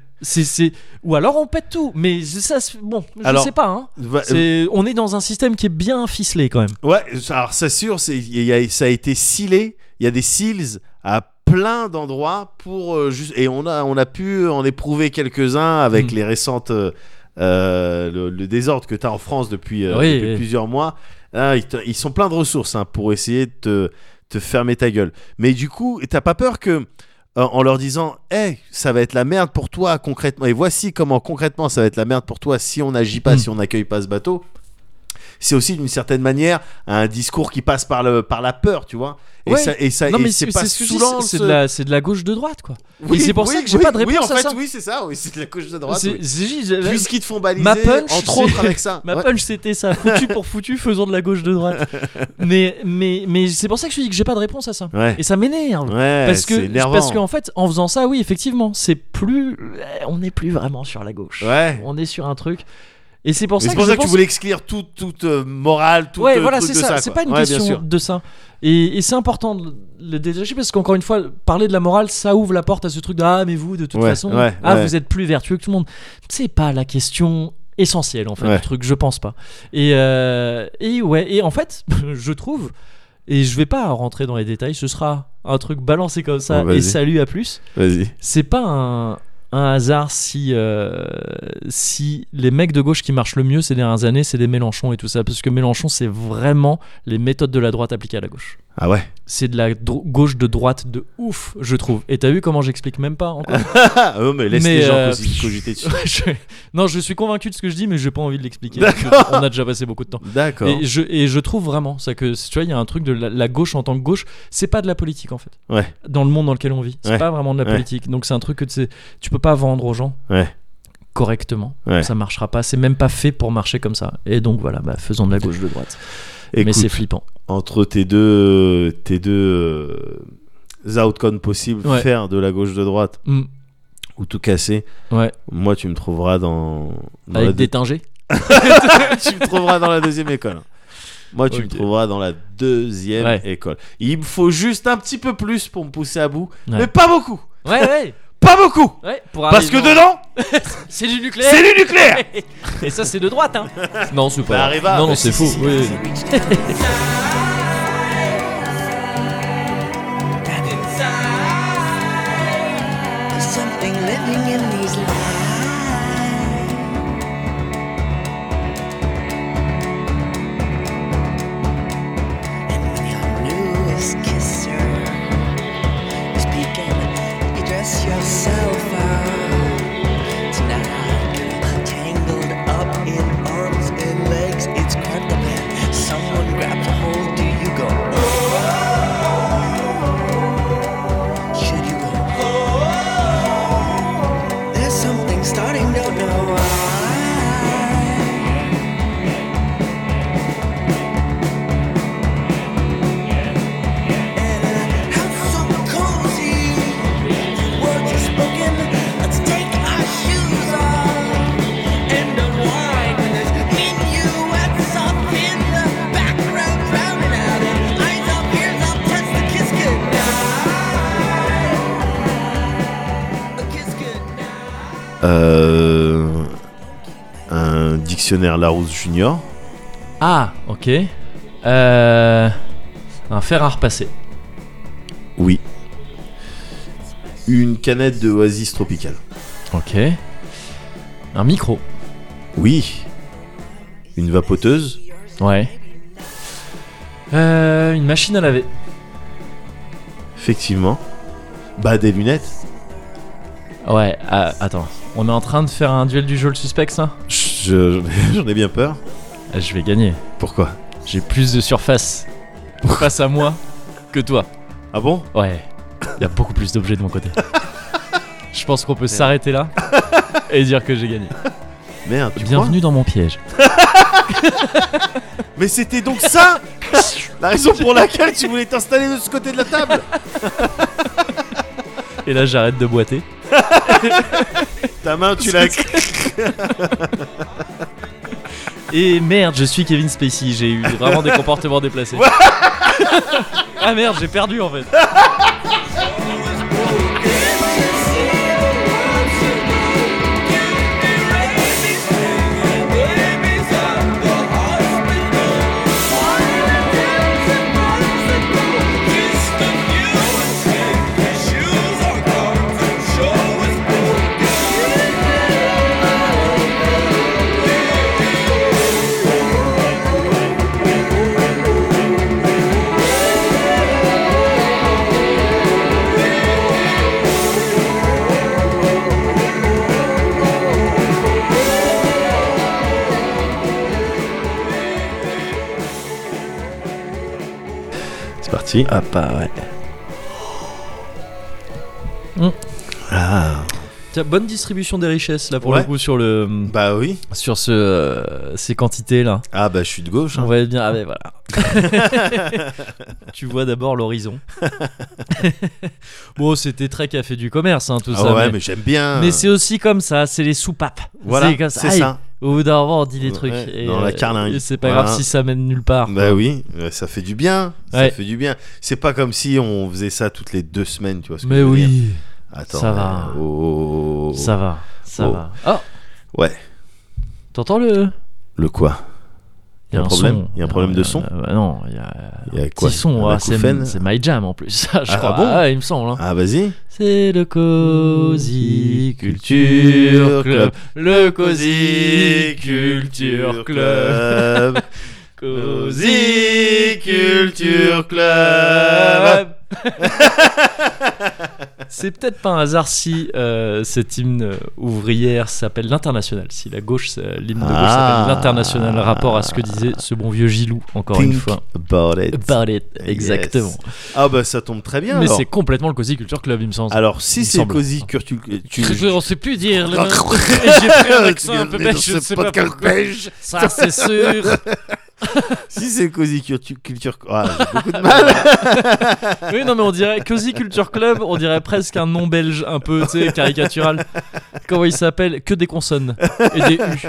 Ou alors on pète tout. Mais ça, bon, je Alors, sais pas, hein. Va- On est dans un système qui est bien ficelé quand même. Ouais, alors c'est sûr, ça a été scellé. Il y a des seals à plein d'endroits pour juste, et on a pu en éprouver quelques-uns avec les récentes le désordre que tu as en France depuis Oui. plusieurs mois. Là, ils sont pleins de ressources pour essayer de te fermer ta gueule. Mais du coup, t'as pas peur que en leur disant hey, ça va être la merde pour toi concrètement, et voici comment concrètement ça va être la merde pour toi si on n'agit pas, si on n'accueille pas ce bateau. C'est aussi d'une certaine manière un discours qui passe par la peur, tu vois. Et Ouais. ça Non, mais c'est pas ce que je dis, saoulant. c'est de la gauche de droite, quoi. Oui, et c'est pour oui, ça que j'ai oui, pas de réponse oui, en à fait, ça. oui, c'est ça. Oui, c'est de la gauche de droite. C'est- Oui. c'est- Puisqu'ils te font baliser, ma punch, entre c'est- autres avec ça. Ma Ouais. punch c'était ça, foutu pour foutu, faisons de la gauche de droite. mais c'est pour ça que je dis que j'ai pas de réponse à ça. Ouais. Et ça m'énerve. Ouais, Parce c'est énervant. qu'en fait, en faisant ça, oui, effectivement, on n'est plus vraiment sur la gauche. Ouais. On est sur un truc. Et c'est pour Mais ça c'est pour que ça je que tu pense voulais exclure toute morale, tout ouais, voilà, truc c'est de ça. ça. C'est quoi. pas une Ouais, bien question sûr. de ça. Et c'est important de le détacher parce qu'encore une fois, parler de la morale, ça ouvre la porte à ce truc de ah mais vous de toute Ouais, façon, ouais, ah ouais. vous êtes plus vertueux que tout le monde. C'est pas la question essentielle en fait Ouais. du truc, je pense pas. Et ouais, et en fait, je trouve, et je vais pas rentrer dans les détails, ce sera un truc balancé comme ça Bon, vas-y. et salut à plus. Vas-y. C'est pas un hasard si les mecs de gauche qui marchent le mieux ces dernières années, c'est des Mélenchon et tout ça, parce que Mélenchon c'est vraiment les méthodes de la droite appliquées à la gauche. Ah ouais. C'est de la gauche de droite de ouf, je trouve. Et t'as vu comment j'explique même pas encore. Ah mais laisse Mais, les gens euh, cogiter dessus. Non, je suis convaincu de ce que je dis, mais j'ai pas envie de l'expliquer. D'accord. On a déjà passé beaucoup de temps. D'accord. Et je trouve vraiment ça que tu vois, il y a un truc de la gauche en tant que gauche, c'est pas de la politique en fait. Ouais. Dans le monde dans lequel on vit, c'est Ouais. pas vraiment de la Ouais. politique. Donc c'est un truc que tu peux pas vendre aux gens. Ouais. Correctement, Ouais. ça marchera pas. C'est même pas fait pour marcher comme ça. Et donc voilà, faisons de la gauche de droite. Mais Écoute, c'est flippant. entre tes deux outcomes possibles, Ouais. faire de la gauche de droite Mm. ou tout casser, Ouais. moi tu me trouveras dans Avec la des tingés. tu me trouveras dans la deuxième école. Moi tu me Ok. trouveras dans la deuxième Ouais. école. Il me faut juste un petit peu plus pour me pousser à bout, Ouais. mais pas beaucoup. Ouais. Pas beaucoup. Ouais. Pour Parce que arriver dedans, c'est du nucléaire. c'est du nucléaire. Et ça, c'est de droite, hein. Non, c'est pas. Bah, Arriva, non, bah, c'est si, faux. si, si. Oui. There's something living in these lines. And when your newest kisser is peeking, you dress yourself out. Tonight, girl, tangled up in arms and legs, it's quite the man. Someone grabs a hold, do you go? Should you go? There's something starting, don't know why. And house so cozy, words are spoken. Let's take our shoes off and unwind. When there's minuets up in the background, drowning out. And eyes up, ears up, touch the kiss goodnight. A kiss goodnight. Un dictionnaire Larousse Junior. Ah, ok. Un fer à repasser. Oui. Une canette de Oasis Tropical. Ok. Un micro. Oui. Une vapoteuse. Ouais. Une machine à laver. Effectivement. Bah des lunettes. Ouais. Attends. On est en train de faire un duel du jeu le suspect, ça. J'en ai bien peur. Je vais gagner. Pourquoi? J'ai plus de surface face à moi que toi. Ah bon? Ouais. Il y a beaucoup plus d'objets de mon côté. Je pense qu'on peut s'arrêter là et dire que j'ai gagné. Merde, tu Bienvenue dans mon piège. crois? Mais c'était donc ça la raison pour laquelle tu voulais t'installer de ce côté de la table. Et là, j'arrête de boiter. Ta main, tu l'as. Et merde, je suis Kevin Spacey. J'ai eu vraiment des comportements déplacés. Ah merde, j'ai perdu en fait. C'est parti. Ah pas ouais. Ah. Tiens, bonne distribution des richesses là pour Ouais. le coup sur le Bah oui. sur ces quantités là. Ah bah je suis de gauche. Hein. On va être bien. Ah ben voilà. Tu vois d'abord l'horizon. Bon, c'était très café du commerce, hein, tout Ah ça. ouais, mais j'aime bien. mais c'est aussi comme ça, c'est les soupapes. Voilà, comme c'est Allez, ça. Au bout d'un moment, on dit des trucs. Ouais, Et, dans la carlingue. et c'est pas Voilà. grave si ça mène nulle part. Bah oui, ça fait du bien. Ça Ouais. fait du bien. C'est pas comme si on faisait ça toutes les 2 semaines, tu vois ce que Mais je veux dire. oui, Attends, ça va. oh. ça va. Ça Oh. va. Oh, Ouais. t'entends le. Le quoi? Il y a un problème son. Il y a un problème de son Non, il y a. Il y a quoi? Petit son, Un ah, c'est acouphène My Jam en plus, je Ah, crois. ah bon Ah, il me semble. Hein. Ah, vas-y. C'est le Cozy Culture Club. Le Cozy Culture Club. Cozy Culture Club. C'est peut-être pas un hasard si cette hymne ouvrière s'appelle l'International. Si la gauche, l'hymne de gauche Ah. s'appelle l'International, rapport à ce que disait ce bon vieux Gilou, encore une Think fois. about it. About it, exactement. Yes. Ah bah ça tombe très bien. Mais alors. c'est complètement le Cozy Culture Club, il me semble. Alors si il me c'est semble. Cozy Culture On sait plus dire. J'ai pris un accent un peu belge, je ne sais pas pourquoi. belge. Ça, c'est sûr. Si c'est Cozy Culture ah, j'ai beaucoup de mal. Oui, non, mais on dirait Cozy Culture Club, on dirait presque un nom belge, un peu, tu sais, caricatural. Comment il s'appelle? Que des consonnes et des U.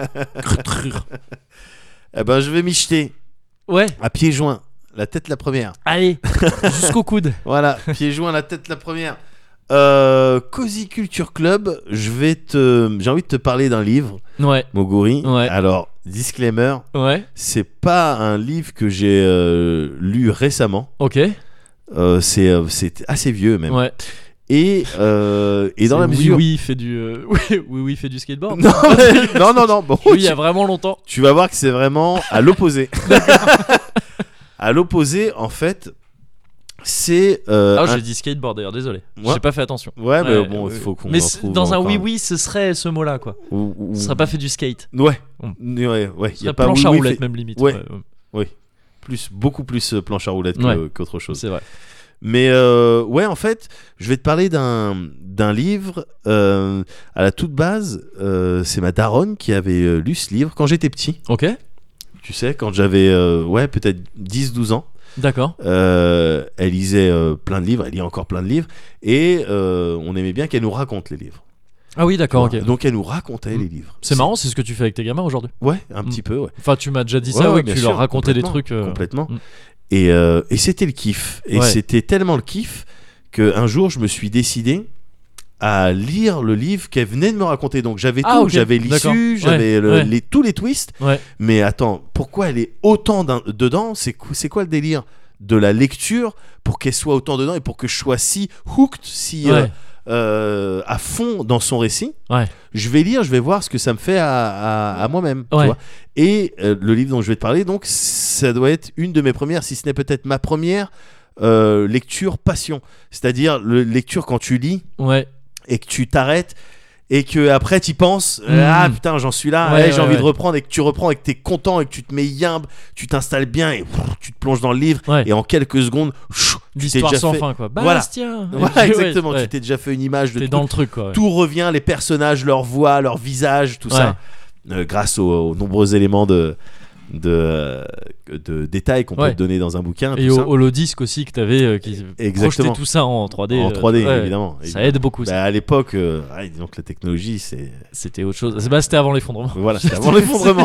Eh ben je vais m'y jeter Ouais, à pieds joints, la tête la première. allez, jusqu'au coude. Voilà, pieds joints, la tête la première. Cozy Culture Club, j'ai envie de te parler d'un livre, Ouais, Moguri. Ouais. Alors, disclaimer, ouais, c'est pas un livre que j'ai lu récemment. ok. C'est assez vieux même. Ouais. Et dans la mesure. Oui, fait du. Oui, fait du skateboard. Non, non. Bon, Oui, il y a vraiment longtemps. tu vas voir que c'est vraiment à l'opposé. À l'opposé, en fait, c'est. Ah, un- j'ai dit skateboard d'ailleurs, désolé. Ouais. J'ai pas fait attention. Ouais, mais Ouais, bon, il ouais. faut qu'on. Mais en trouve dans un encore. oui, ce serait ce mot-là, quoi. Ou- Ce serait pas fait du skate. Ouais. Mm. Ouais. Ce Il y a serait pas planche à oui, roulette, fait- même limite. Ouais. beaucoup plus planche à roulette Ouais. qu'autre chose. C'est vrai. Mais ouais, en fait, je vais te parler d'un livre. À la toute base, c'est ma daronne qui avait lu ce livre quand j'étais petit. Ok, Tu sais, quand j'avais peut-être 10-12 ans. d'accord. Elle lisait plein de livres, elle lit encore plein de livres. Et on aimait bien qu'elle nous raconte les livres. Ah oui, d'accord, ok. Donc elle nous racontait les livres. C'est marrant, c'est ce que tu fais avec tes gamins aujourd'hui. Ouais, un petit peu, ouais. Enfin, tu m'as déjà dit Ouais, ça, ouais, ouais, que bien tu sûr, leur racontais des complètement, trucs. Complètement. Mm. Et c'était le kiff. Et Ouais. c'était tellement le kiff qu'un jour, je me suis décidé à lire le livre qu'elle venait de me raconter. Donc j'avais Ah, tout, ok, j'avais d'accord. l'issue, j'avais Ouais. tous les twists. Ouais. Mais attends, pourquoi elle est autant dedans? C'est quoi le délire de la lecture pour qu'elle soit autant dedans et pour que je sois si hooked, si Ouais. à fond dans son récit? Ouais. Je vais lire, je vais voir ce que ça me fait à moi-même. Tu Ouais. vois. Et le livre dont je vais te parler, donc, ça doit être une de mes premières, si ce n'est peut-être ma première lecture passion. C'est-à-dire lecture quand tu lis Ouais. et que tu t'arrêtes et que après tu penses ah putain j'en suis là, Ouais, j'ai ouais, envie ouais. de reprendre, et que tu reprends et que t'es content et que tu te mets yimbe, tu t'installes bien et tu te plonges dans le livre Ouais. et en quelques secondes tu t'es L'histoire déjà sans fait fin, quoi. Voilà. Bastien. voilà, Et puis, ouais, exactement, ouais. tu t'es déjà fait une image de T'es tout, dans le truc, quoi. Ouais. tout revient, les personnages, leur voix, leur visage, tout ça, grâce aux nombreux éléments de détails qu'on peut Ouais. te donner dans un bouquin, Et tout ça. au Holodisc aussi que t'avais, qui Exactement. projetait tout ça en 3D. En 3D, ouais. évidemment. Ça aide beaucoup. ça. Bah, à l'époque, disons que la technologie, c'est C'était autre chose. Bah, c'était avant l'effondrement. voilà, c'était avant l'effondrement.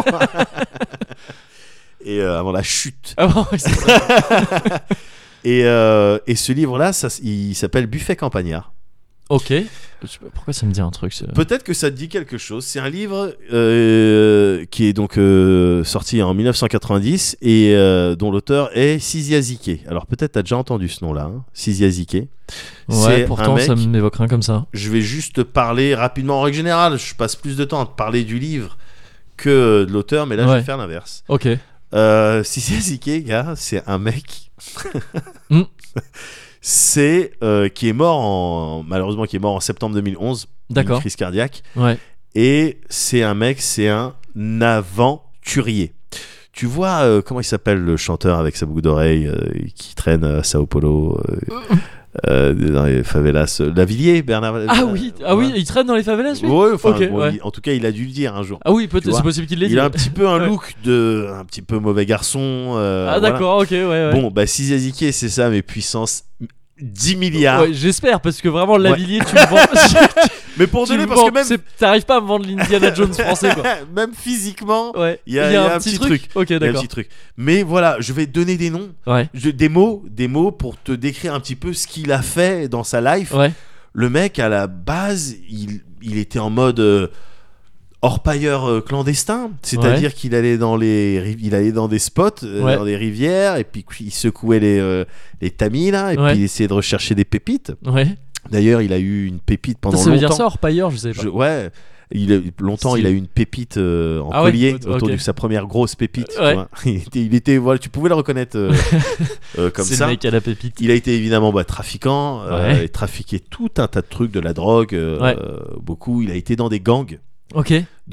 Et avant la chute. Ah bon, ouais, c'est ça. Et ce livre-là, il s'appelle Buffet Campagnard. Ok. Je sais pas pourquoi ça me dit un truc. Peut-être que ça te dit quelque chose. C'est un livre qui est donc sorti en 1990 et dont l'auteur est Sizia Zike. Alors peut-être t'as déjà entendu ce nom-là, hein, Sizia Zike. Ouais, C'est pourtant un mec- ça m'évoque rien comme ça. Je vais juste te parler rapidement. En règle générale, je passe plus de temps à te parler du livre que de l'auteur, mais là je Ouais. vais faire l'inverse. Ok. Sizia Zike, gars, c'est un mec. Mm. C'est qui est mort malheureusement qui est mort en septembre 2011 d'une D'accord. crise cardiaque, Ouais. et c'est un aventurier. Tu vois comment il s'appelle le chanteur avec sa boucle d'oreille qui traîne à Sao Paulo dans les favelas, Lavillier, Bernard. Ah oui, il traîne dans les favelas, lui. Ouais, enfin, Ok, bon, ouais. en tout cas il a dû le dire un jour. Ah oui, Tu peut-être, vois, c'est possible qu'il l'ait dit. Il a un petit peu un Ouais. look de un petit peu mauvais garçon. Ah voilà. d'accord, ok, ouais. Bon, bah Sizia Zike, c'est ça, mais puissance 10 milliards. Ouais, j'espère, parce que vraiment, Ouais. Lavillier, tu le vends. Mais pour Tu donner, me parce vends- que même, T'arrives pas à me vendre l'Indiana Jones français, quoi. même physiquement, Ouais. il y a un petit truc. Ok, il y a un d'accord. petit truc. Mais voilà, je vais te donner des noms, Ouais. des mots pour te décrire un petit peu ce qu'il a fait dans sa life. Ouais. Le mec, à la base, il était en mode orpailleur clandestin, c'est-à-dire qu'il allait dans il allait dans des spots, Ouais. dans des rivières, et puis il secouait les tamis là, et Ouais. puis il essayait de rechercher des pépites. Ouais. D'ailleurs, il a eu une pépite pendant Ça longtemps. veut dire ça, orpailleur, je sais pas. Ouais. Longtemps, Stylé. il a eu une pépite en Ah ouais, collier ok. autour de sa première grosse pépite. tu Ouais. vois. Il était, voilà, tu pouvais le reconnaître comme C'est ça. le mec à la pépite. Il a été évidemment trafiquant, Ouais. et trafiqué tout un tas de trucs, de la drogue, Ouais. beaucoup. Il a été dans des gangs, Ok,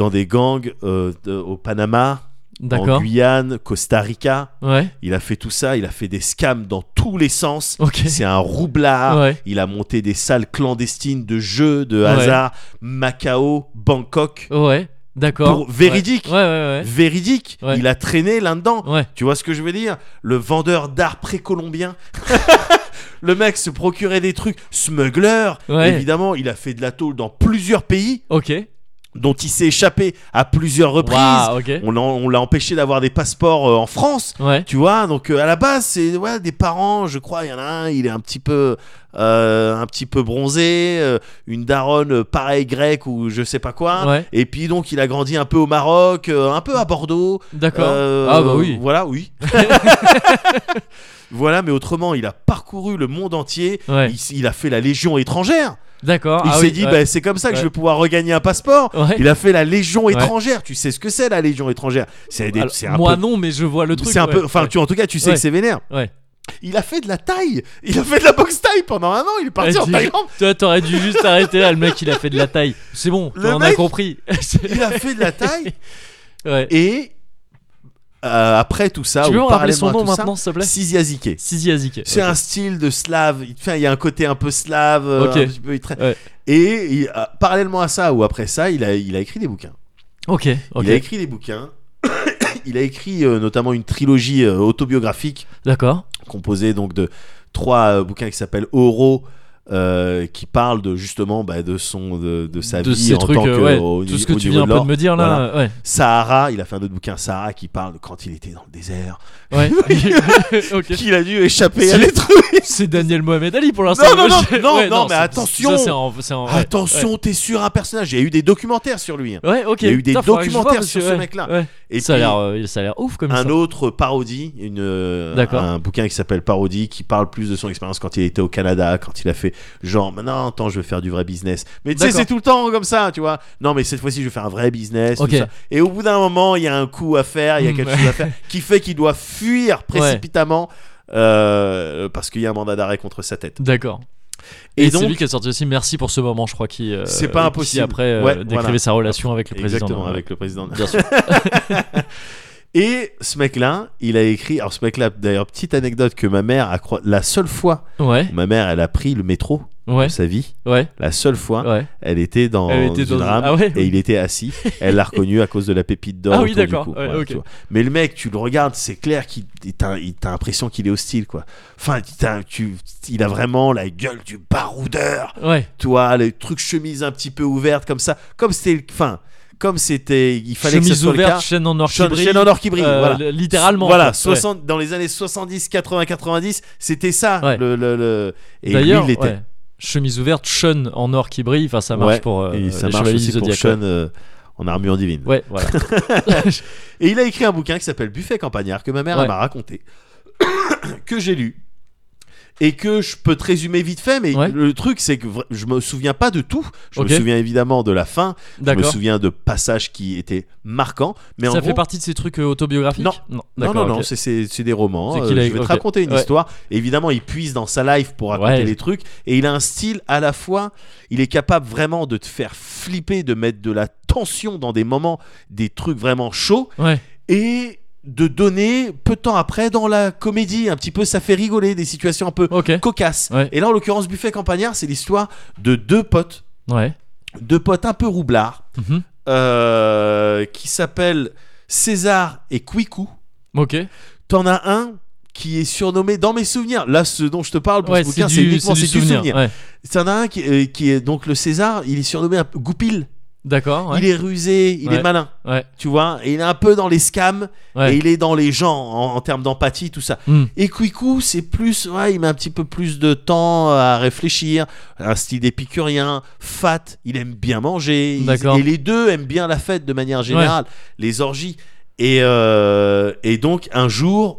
au Panama, en d'accord. Guyane, Costa Rica. Ouais. Il a fait tout ça, il a fait des scams dans tous les sens. Ok. C'est un roublard. Ouais. Il a monté des salles clandestines de jeux, de Ouais. hasard, Macao, Bangkok. Ouais. D'accord. Pour véridique. Ouais. Véridique, Ouais. il a traîné là-dedans. Ouais. Tu vois ce que je veux dire? Le vendeur d'art précolombien. Le mec se procurait des trucs. Smuggler. Ouais. Évidemment, il a fait de la tôle dans plusieurs pays Ok. dont il s'est échappé à plusieurs reprises. Waouh, ok. On l'a empêché d'avoir des passeports en France. Ouais. Tu vois, donc à la base, c'est des parents, je crois, il y en a un, il est un petit peu bronzé, une daronne pareil grecque ou je sais pas quoi. Ouais. Et puis donc, il a grandi un peu au Maroc, un peu à Bordeaux. D'accord. Ah bah oui. Voilà, oui. Voilà, mais autrement, il a parcouru le monde entier. Ouais. Il a fait la Légion étrangère. D'accord. Il Ah s'est oui, dit, ouais. bah, c'est comme ça que Ouais. je vais pouvoir regagner un passeport. Ouais. Il a fait la Légion Ouais. étrangère. Tu sais ce que c'est, la Légion étrangère? Alors, C'est un moi peu, non, mais je vois le truc. c'est un peu, ouais. enfin, Ouais. en tout cas, tu sais Ouais. que c'est vénère. Ouais. Il a fait de la taille. Il a fait de la boxe taille pendant un an. Il est parti en Thaïlande. Toi, t'aurais dû juste arrêter là. Le mec, il a fait de la taille. C'est bon, Le on a mec- compris. Il a fait de la taille. Ouais. Et après tout ça, Tu peux ou me rappeler son parallèlement à nom tout ça, maintenant, s'il te plaît? Siziazike. Siziazike. C'est Ok. un style de slave. Enfin, il y a un côté un peu slave. Ok. Un petit peu, Ouais. Et parallèlement à ça, ou après ça, il a écrit des bouquins. Ok. Ok. Il a écrit des bouquins. Il a écrit notamment une trilogie autobiographique D'accord. composée donc de 3 bouquins qui s'appellent Oro, qui parlent justement de sa De vie ces en trucs, tant que ouais. au Tout ce que au tu niveau viens un peu l'or. de me dire là. Voilà. Sahara, il a fait un autre bouquin, Sahara, qui parle de quand il était dans le désert, Ouais. Ouais. Ok. qu'il a dû échapper à C'est- des trucs. C'est Daniel Mohamed Ali pour l'instant. Non, non, Ouais, non, ouais, non, mais c'est- attention. ça, c'est en- ouais. Attention, t'es sur un personnage. Il y a eu des documentaires sur lui. Hein. Ouais, ok. Il y a eu des Putain, faudrait que je documentaires vois, sur parce ce que, mec-là. Ouais. Et Ça a puis, l'air ouf comme un ça. autre parodie, D'accord. un bouquin qui s'appelle Parodie, qui parle plus de son expérience quand il était au Canada, quand il a fait genre maintenant attends, je vais faire du vrai business. Mais tu sais, D'accord. c'est tout le temps comme ça, tu vois. Non, mais cette fois-ci, je vais faire un vrai business. Ok. Tout ça. Et au bout d'un moment, il y a un coup à faire, il y a quelque chose à faire qui fait qu'il doit fuir précipitamment parce qu'il y a un mandat d'arrêt contre sa tête. D'accord. Et Et c'est donc- lui qui a sorti aussi Merci pour ce moment, je crois, qui C'est pas qui impossible. après Ouais, décrivait voilà. sa relation avec le président. Exactement, avec le président. Bien sûr. Et ce mec-là, il a écrit. Alors, ce mec-là, d'ailleurs, petite anecdote que ma mère a la seule fois Ouais. où ma mère, elle a pris le métro Ouais. de sa vie, Ouais. la seule fois, Ouais. elle était dans Elle était une dans- rame Ah ouais, et oui. il était assis. Elle l'a reconnu à cause de la pépite d'or. Ah oui, autour du d'accord. cou. Ouais, Voilà, ok. tu vois. Mais le mec, tu le regardes, c'est clair qu'il t'as l'impression qu'il est hostile, quoi. Enfin, il a vraiment la gueule du baroudeur. Ouais. Tu vois, les trucs chemise un petit peu ouvertes comme ça, comme c'était, il fallait que ce Chemise soit le ouverte, cas. chaîne en or qui Chaîne brille. en or qui brille, voilà. Littéralement. Voilà, quoi. dans les années 70, 80, 90, c'était ça. Ouais. Et D'ailleurs, lui, il l'était. ouais. Chemise ouverte, chaîne en or qui brille. Enfin, ça marche Ouais, pour et ça les marche chevaliers aussi du pour Zodiac. Sean en armure divine. Ouais, voilà. Et il a écrit un bouquin qui s'appelle Buffet Campagnard, que ma mère Ouais. elle m'a raconté, que j'ai lu. Et que je peux te résumer vite fait, mais Ouais. le truc c'est que je me souviens pas de tout. Je Ok. me souviens évidemment de la fin. Je me D'accord. souviens de passages qui étaient marquants. Mais en Ça gros, fait partie de ces trucs autobiographiques. Non. Non, non, d'accord, non, ok. c'est des romans. C'est qu'il a- Je vais te ok. raconter une Ouais. histoire. Et évidemment, il puise dans sa life pour raconter Ouais. les trucs. Et il a un style à la fois. Il est capable vraiment de te faire flipper, de mettre de la tension dans des moments, des trucs vraiment chauds. Ouais. Et de donner peu de temps après dans la comédie. Un petit peu, ça fait rigoler, des situations un peu Ok. cocasses. Ouais. Et là, en l'occurrence, Buffet Campagnard, c'est l'histoire de deux potes un peu roublards, Mhm. qui s'appellent César et Kouikou. Ok. T'en as un qui est surnommé dans mes souvenirs. Là, ce dont je te parle pour Ouais, ce bouquin, c'est uniquement du c'est du souvenir. Ouais. C'est un qui est donc le César. Il est surnommé un peu Goupil. D'accord. Ouais. Il est rusé, il Ouais. est malin. Ouais. Tu vois, et il est un peu dans les scams Ouais. et il est dans les gens en termes d'empathie, tout ça. Hmm. Et Kwiku, c'est plus, ouais, il met un petit peu plus de temps à réfléchir, un style épicurien, fat, il aime bien manger, D'accord. et les deux aiment bien la fête de manière générale, les orgies. Et donc un jour,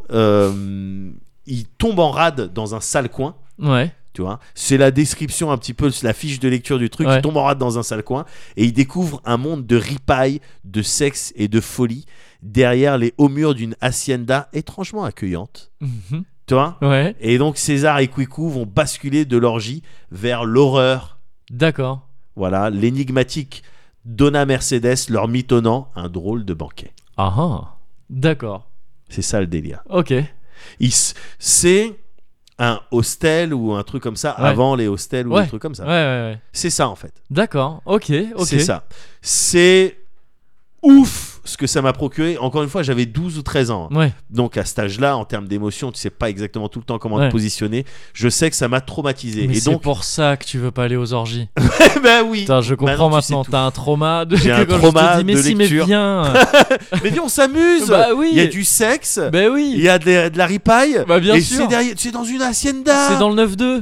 il tombe en rade dans un sale coin. Ouais. Tu vois, c'est la description un petit peu, la fiche de lecture du truc. Ouais. Il tombe en rade dans un sale coin et il découvre un monde de ripailles, de sexe et de folie derrière les hauts murs d'une hacienda étrangement accueillante. Mhm. Tu vois. Ouais. Et donc César et Kwiku vont basculer de l'orgie vers l'horreur. D'accord. Voilà, l'énigmatique Donna Mercedes leur mitonnant un drôle de banquet. Ah ah. D'accord. C'est ça le délire. Ok. C'est un hostel ou un truc comme ça Ouais. avant les hostels ou Ouais. des trucs comme ça. Ouais, ouais, ouais. C'est ça en fait. D'accord. Ok. Ok. C'est ça. C'est ouf ce que ça m'a procuré. Encore une fois, j'avais 12 ou 13 ans. Ouais. Donc à cet âge-là, en termes d'émotion, tu sais pas exactement tout le temps comment Ouais. te positionner. Je sais que ça m'a traumatisé. Mais Et c'est donc, pour ça que tu veux pas aller aux orgies. ben oui. Putain, je comprends Maintenant, tu sais maintenant. tout. T'as un trauma. De... J'ai un quand trauma je te dis, mais de si, lecture. mais viens. Mais viens, on s'amuse. Bah oui. Il y a du sexe. Ben Il oui. y a de la ripaille. Bah bien et sûr. c'est dans une hacienda. C'est dans le 9-2.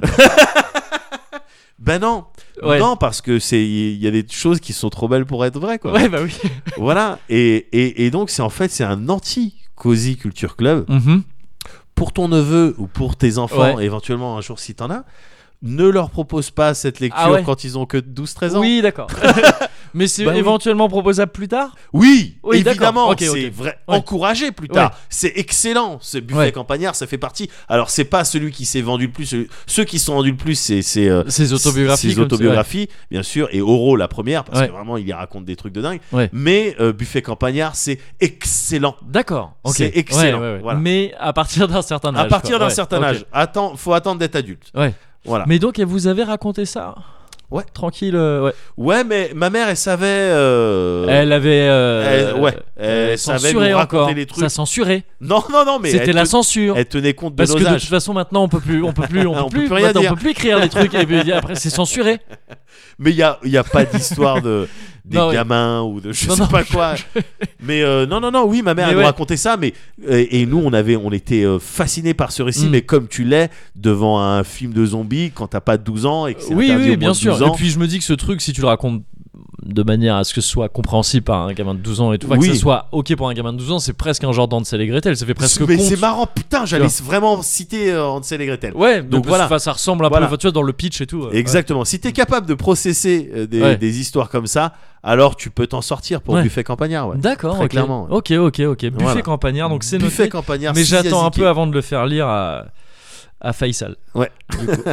Ben non. Ouais. Non, parce que il y a des choses qui sont trop belles pour être vraies, quoi. Ouais, bah oui. Voilà. Et donc, c'est un anti-Cozy Culture Club. Mhm. Pour ton neveu ou pour tes enfants, Ouais. éventuellement un jour si t'en as, ne leur propose pas cette lecture Ah ouais. quand ils ont que 12-13 ans. Oui, d'accord. Mais c'est Bah oui. éventuellement proposable plus tard. Oui, Oui, évidemment, d'accord. Ok, c'est ok. vrai, Ouais. encouragé plus tard. Ouais. C'est excellent, ce buffet Ouais. campagnard, ça fait partie. Alors, c'est pas celui qui s'est vendu le plus. Ceux qui sont vendus le plus, c'est Ses autobiographies. ses comme autobiographies, bien sûr, et Oro la première, parce Ouais. que vraiment, il y raconte des trucs de dingue. Ouais. Mais buffet campagnard, c'est excellent. ça. D'accord. Ok. C'est excellent, Ouais, ouais, ouais. voilà. Mais à partir d'un certain âge. À partir quoi. d'un Ouais, certain ok. âge, faut attendre d'être adulte. Ouais. Voilà. Mais donc, vous avez raconté ça. Ouais. Tranquille. Ouais. Ouais, mais ma mère, elle savait. Elle avait. Elle savait censuré nous raconter encore. les trucs. Ça censurait. Non, mais C'était elle la censure. Elle tenait compte de Parce nos que de âges. toute façon maintenant on peut plus On peut plus rien maintenant, dire. on peut plus écrire les trucs et puis après c'est censuré. Mais il y a pas d'histoire des Non, ouais. gamins ou de je Non, sais non, pas quoi. Mais non, oui, ma mère Mais elle ouais. nous racontait ça, mais et nous on était fascinés par ce récit, Mm. mais comme tu l'es devant un film de zombies quand t'as pas 12 ans et que c'est Oui interdit oui au moins bien de sûr. 12 Et ans. puis je me dis que ce truc si tu le racontes de manière à ce que ce soit compréhensible par un gamin de 12 ans et tout, enfin, Oui. que ça soit ok pour un gamin de 12 ans, c'est presque un genre d'Hansel et Gretel, ça fait presque Mais conte. c'est marrant, putain, j'allais Tu vraiment citer Hansel et Gretel. Ouais, Donc donc voilà. voilà. Ça ressemble un Voilà. peu, tu vois, dans le pitch et tout. Exactement. Si t'es capable de processer Ouais. des histoires comme ça, alors tu peux t'en sortir pour Ouais. buffet campagnard. Ouais. D'accord, Très ok. clairement, ouais. Ok. Buffet Voilà. campagnard, donc c'est buffet noté. campagnard. Mais j'attends un Siaziké. peu avant de le faire lire à Faisal. Ouais. Du coup.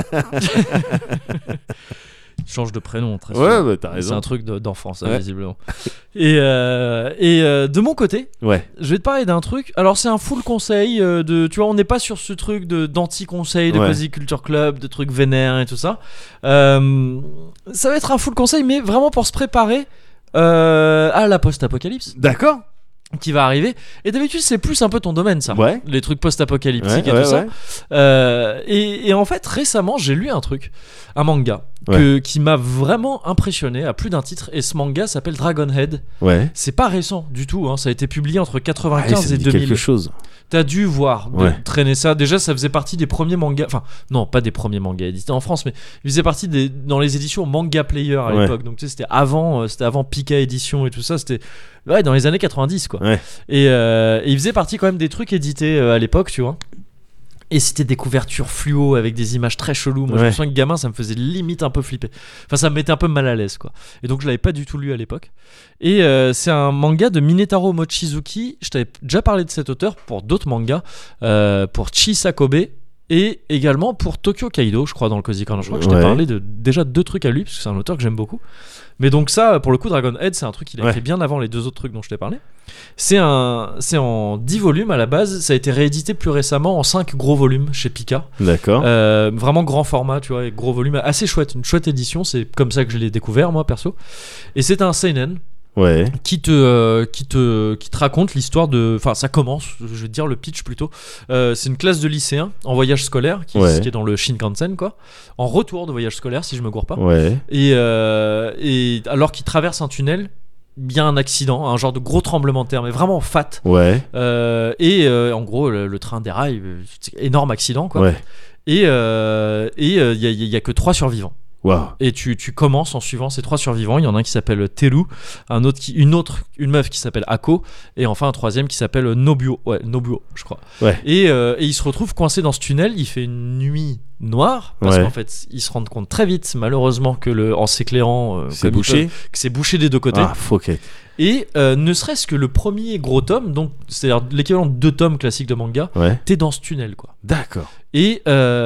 Change de prénom, très Ouais, souvent. bah, t'as C'est raison. un truc d'enfant, ça, Ouais. visiblement. Et de mon côté, Ouais. je vais te parler d'un truc. Alors, c'est un full conseil tu vois, on n'est pas sur ce truc d'anti-conseil, de Ouais. Cozy Culture Club, de trucs vénères et tout ça. Ça va être un full conseil, mais vraiment pour se préparer à la post-apocalypse D'accord. qui va arriver. Et d'habitude, c'est plus un peu ton domaine, ça. Ouais. Les trucs post-apocalyptiques et Ouais, tout ça. ouais. Et en fait, récemment, j'ai lu un truc, un manga, Ouais. qui m'a vraiment impressionné à plus d'un titre. Et ce manga s'appelle Dragonhead. Ouais. C'est pas récent du tout, hein, ça a été publié entre Ouais, 95 ça et me dit 2000. quelque chose. T'as dû voir Ouais. traîner ça. Déjà, ça faisait partie des premiers mangas. Enfin, non, pas des premiers mangas édités en France, mais il faisait partie dans les éditions Manga Player à Ouais. l'époque. Donc, tu sais, c'était avant Pika Édition et tout ça. C'était dans les années 90, quoi. Ouais. Et il faisait partie quand même des trucs édités à l'époque, tu vois. Et c'était des couvertures fluo avec des images très cheloues. Moi, je me Ouais. souviens que gamin, ça me faisait limite un peu flipper. Enfin, ça me mettait un peu mal à l'aise, quoi. Et donc, je l'avais pas du tout lu à l'époque. Et c'est un manga de Minetaro Mochizuki. Je t'avais déjà parlé de cet auteur pour d'autres mangas, pour Chisakobe et également pour Tokyo Kaido, je crois, dans le Cozy Corner. Je crois que je t'ai Ouais. parlé de déjà 2 trucs à lui, parce que c'est un auteur que j'aime beaucoup. Mais donc ça, pour le coup, Dragonhead, c'est un truc qu'il a Ouais. écrit bien avant les 2 autres trucs dont je t'ai parlé. C'est en 10 volumes à la base. Ça a été réédité plus récemment en 5 gros volumes chez Pika. D'accord. Vraiment grand format, tu vois, et gros volume, assez chouette, une chouette édition. C'est comme ça que je l'ai découvert, moi, perso. Et c'est un seinen. Ouais. qui te raconte l'histoire de. Enfin, ça commence, je vais te dire le pitch plutôt. C'est une classe de lycéens en voyage scolaire qui est dans le Shinkansen, quoi. En retour de voyage scolaire, si je me gourre pas. Ouais. Et alors qu'ils traversent un tunnel, il y a un accident, un genre de gros tremblement de terre, mais vraiment fat. Ouais. En gros, le train déraille, énorme accident, quoi. Ouais. Et il y a que 3 survivants. Waouh. Et tu commences en suivant ces 3 survivants. Il y en a un qui s'appelle Teru, une meuf qui s'appelle Ako, et enfin un troisième qui s'appelle Nobuo, je crois. Ouais. Et ils se retrouvent coincés dans ce tunnel. Il fait une nuit noire parce Ouais. qu'en fait ils se rendent compte très vite, malheureusement, que en s'éclairant, C'est comme ils bouché. peuvent, que c'est bouché des deux côtés. Ah, fuck it. Et ne serait-ce que le premier gros tome, donc c'est-à-dire l'équivalent de 2 tomes classiques de manga, Ouais. t'es dans ce tunnel, quoi. D'accord. Et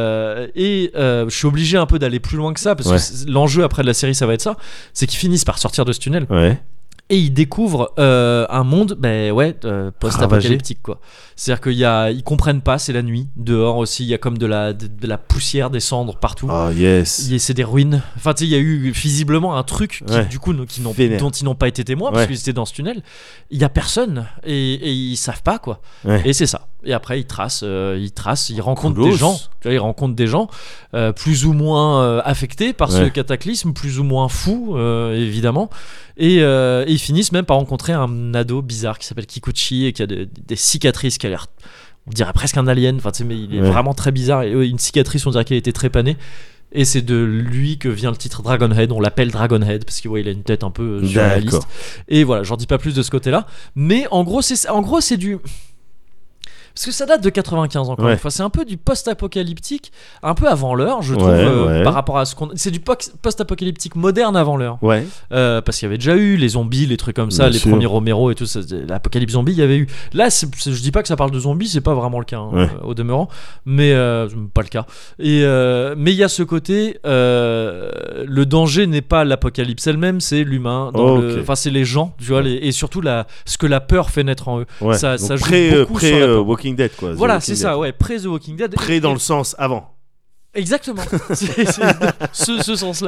je suis obligé un peu d'aller plus loin que ça parce Ouais. que l'enjeu après de la série ça va être ça, c'est qu'ils finissent par sortir de ce tunnel Ouais. et ils découvrent un monde post-apocalyptique, quoi. C'est-à-dire qu'ils comprennent pas, c'est la nuit, dehors aussi il y a comme de la poussière, des cendres partout. Oh yes. C'est des ruines. Enfin, tu sais, il y a eu visiblement un truc Ouais. du coup Vénère. dont ils n'ont pas été témoins parce Ouais. qu'ils étaient dans ce tunnel. Il y a personne et ils savent pas, quoi. Ouais. Et c'est ça. Et après ils tracent, ils rencontrent Coolos. des gens. Tu vois, ils rencontrent des gens plus ou moins affectés par ce Ouais. cataclysme, plus ou moins fous, évidemment. Et ils finissent même par rencontrer un ado bizarre qui s'appelle Kikuchi et qui a des cicatrices, qui a l'air, on dirait presque un alien. Enfin, tu sais, mais il est Ouais. vraiment très bizarre. Et une cicatrice, on dirait qu'il a été trépané. Et c'est de lui que vient le titre Dragonhead. On l'appelle Dragonhead parce qu'il il a une tête un peu surréaliste. D'accord. Et voilà, j'en dis pas plus de ce côté-là. Mais en gros, c'est du. Parce que ça date de 95 encore Ouais. une fois. C'est un peu du post-apocalyptique, un peu avant l'heure, je trouve, Ouais. par rapport à ce qu'on. C'est du post-apocalyptique moderne avant l'heure. Ouais. Parce qu'il y avait déjà eu les zombies, les trucs comme ça, Bien les sûr. premiers Romero et tout ça. L'apocalypse zombie, il y avait eu. Là, je dis pas que ça parle de zombies, c'est pas vraiment le cas, hein, Ouais. au demeurant, mais pas le cas. Mais il y a ce côté, le danger n'est pas l'apocalypse elle-même, c'est l'humain. Ok. Enfin, c'est les gens, tu vois, et surtout ce que la peur fait naître en eux. Ouais. Ça Donc joue pré beaucoup sur la peur. Walking Dead, quoi. The Voilà, Walking c'est Dead. ça, ouais, pré The Walking Dead. Pré dans le sens avant. Exactement, c'est ce sens-là.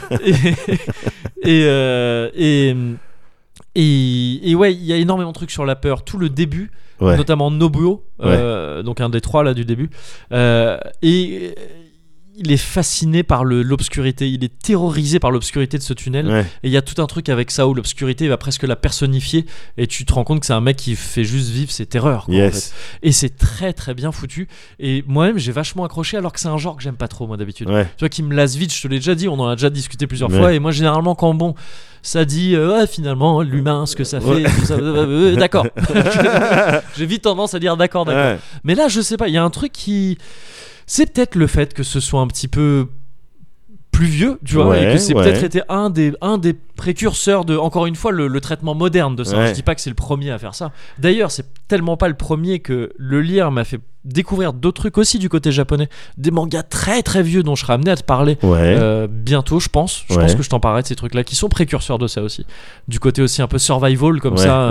Et ouais, il y a énormément de trucs sur la peur. Tout le début, Ouais. notamment Nobuo, donc un des 3 là du début, et il est fasciné par l'obscurité. Il est terrorisé par l'obscurité de ce tunnel. Ouais. Et il y a tout un truc avec ça où l'obscurité va presque la personnifier. Et tu te rends compte que c'est un mec qui fait juste vivre ses terreurs, quoi, en fait. Yes. Et c'est très très bien foutu. Et moi-même j'ai vachement accroché alors que c'est un genre que j'aime pas trop moi d'habitude. Ouais. Tu vois, qui me lasse vite, je te l'ai déjà dit, on en a déjà discuté plusieurs Ouais. fois. Et moi généralement quand ça dit ouais, finalement l'humain ce que ça fait, Ouais. tout ça, d'accord. J'ai vite tendance à dire d'accord. Ouais. Mais là je sais pas, il y a un truc qui... C'est peut-être le fait que ce soit un petit peu plus vieux, tu vois, Ouais, et que c'est ouais. peut-être été un des précurseurs de, encore une fois, le traitement moderne de ça. Ouais. Je dis pas que c'est le premier à faire ça. D'ailleurs, c'est tellement pas le premier que le lire m'a fait découvrir d'autres trucs aussi du côté japonais, des mangas très très vieux dont je serai amené à te parler Ouais. bientôt, je pense. Je Ouais. pense que je t'en parlerai de ces trucs-là qui sont précurseurs de ça aussi. Du côté aussi un peu survival comme Ouais, ça,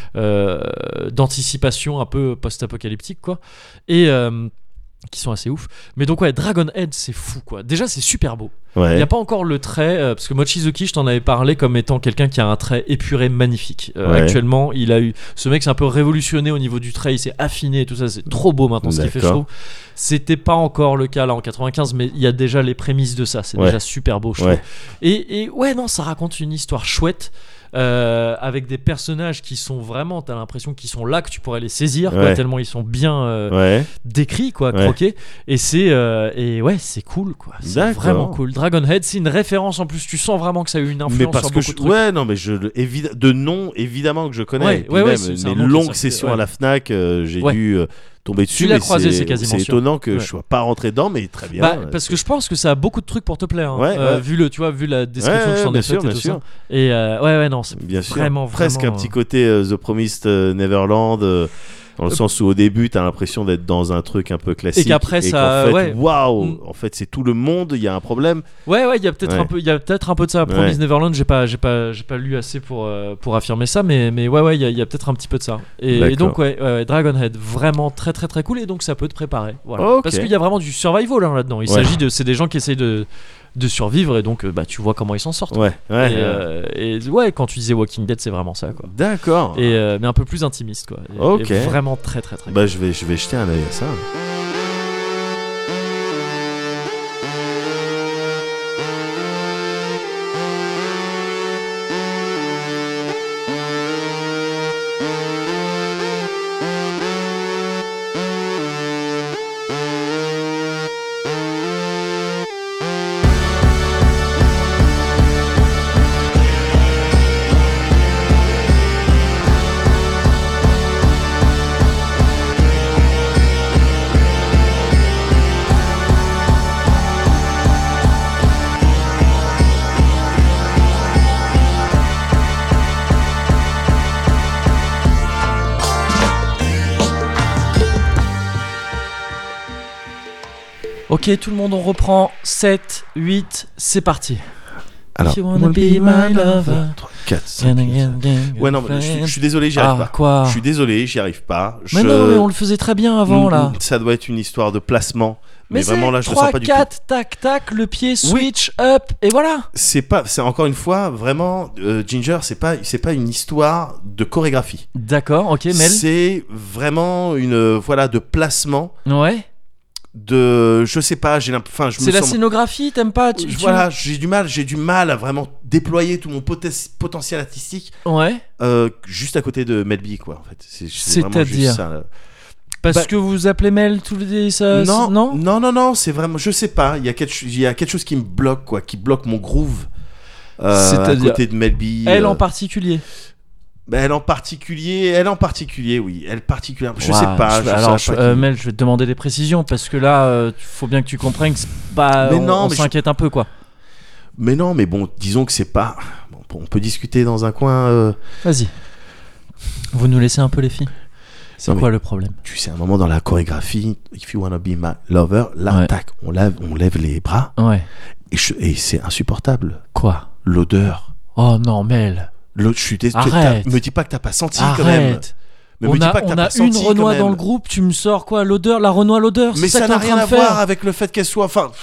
ouais. d'anticipation un peu post-apocalyptique, quoi. Et qui sont assez ouf. Mais donc ouais, Dragonhead, c'est fou, quoi. Déjà, c'est super beau. Il Ouais. n'y a pas encore le trait, parce que Mochizuki, je t'en avais parlé comme étant quelqu'un qui a un trait épuré magnifique. Ouais. Actuellement, ce mec s'est un peu révolutionné au niveau du trait, il s'est affiné et tout ça, c'est trop beau maintenant ce qu'il fait, je D'accord. trouve. C'était pas encore le cas là en 95, mais il y a déjà les prémices de ça, c'est Ouais. déjà super beau, je Ouais. trouve. Et ouais, non, ça raconte une histoire chouette. Avec des personnages qui sont vraiment, t'as l'impression qu'ils sont là, que tu pourrais les saisir, quoi, Ouais. tellement ils sont bien Ouais. décrits, quoi, Ouais. croqués. Et ouais, c'est cool, quoi. C'est D'accord. vraiment cool. Dragonhead, c'est une référence en plus. Tu sens vraiment que ça a eu une Mais influence parce sur que beaucoup de trucs. ouais, non, mais de nom évidemment que je connais. Ouais, Et puis ouais, même, c'est un mes nom qui est longues sorti, sessions ouais. à la Fnac, j'ai Ouais. dû tomber dessus. Tu l'as mais croisé, c'est quasiment sûr. étonnant que Ouais. je sois pas rentré dedans, mais très bien. Bah, parce que je pense que ça a beaucoup de trucs pour te plaire, hein. Ouais, ouais. Vu la description Ouais, que je t'en bien ai sûr, faite et bien tout sûr. ça. Et ouais, non, c'est Bien sûr, vraiment, presque vraiment, un petit côté The Promised Neverland, dans le sens où au début t'as l'impression d'être dans un truc un peu classique Et qu'après, ça- qu'en fait, ouais. waouh, Mm. en fait c'est tout le monde, il y a un problème. Ouais, il y a peut-être Ouais. il y a peut-être un peu de ça. Promise Neverland, j'ai pas lu assez pour affirmer ça, mais ouais, il y a peut-être un petit peu de ça. Et D'accord. donc ouais, Dragonhead, vraiment très très très cool, et donc ça peut te préparer. Voilà. Ok. Parce qu'il y a vraiment du survival, hein, là-dedans. Il Ouais. s'agit c'est des gens qui essayent de de survivre et donc tu vois comment ils s'en sortent. Ouais, ouais. Et ouais, quand tu disais Walking Dead, c'est vraiment ça quoi. D'accord. Et mais un peu plus intimiste quoi. Ok. Et vraiment très très très. Bah je vais jeter un œil à ça. Ok, tout le monde, on reprend. 7, 8, c'est parti. Alors, If you wanna be my lover. 3, 4, 5. Ouais, non, mais je suis désolé, j'y arrive pas. Quoi? Je suis désolé, j'y arrive pas. Mais non, mais on le faisait très bien avant là. Ça doit être une histoire de placement. Mais c'est vraiment là, je le 3, sens pas du tout. 4, tac, tac, le pied, switch, up, et voilà. C'est encore une fois vraiment Ginger, c'est pas une histoire de chorégraphie. D'accord, ok, Mel. C'est vraiment une de placement. Ouais. Je sais pas, C'est la scénographie, t'aimes pas j'ai du mal à vraiment déployer tout mon potentiel artistique. Ouais. Juste à côté de Mel B quoi en fait. C'est-à-dire vraiment juste ça, là. Parce que vous appelez Mel tous les ça non, c'est vraiment, je sais pas, il y a quelque chose qui me bloque quoi, qui bloque mon groove. À côté de Mel B. Elle en particulier. Elle en particulier, oui. Elle particulièrement. Je sais pas. Mel, je vais te demander des précisions parce que là, faut bien que tu comprennes que c'est pas. On s'inquiète un peu, quoi. Mais non, mais bon, disons que c'est pas. Bon, on peut discuter dans un coin. Vas-y. Vous nous laissez un peu les filles. C'est quoi le problème? Tu sais, à un moment dans la chorégraphie, If You Wanna Be My Lover, là, tac, on lève les bras. Ouais. Et c'est insupportable. Quoi? L'odeur. Oh non, Mel. Je suis désolé. Arrête. Me dis pas que t'as pas senti Arrête. quand même. Mais on me dis a, pas que t'as on pas a senti une Renoir quand dans même. le groupe, tu me sors quoi? L'odeur, la Renoir l'odeur? Mais c'est ça n'a rien à faire. voir avec le fait qu'elle soit. Enfin.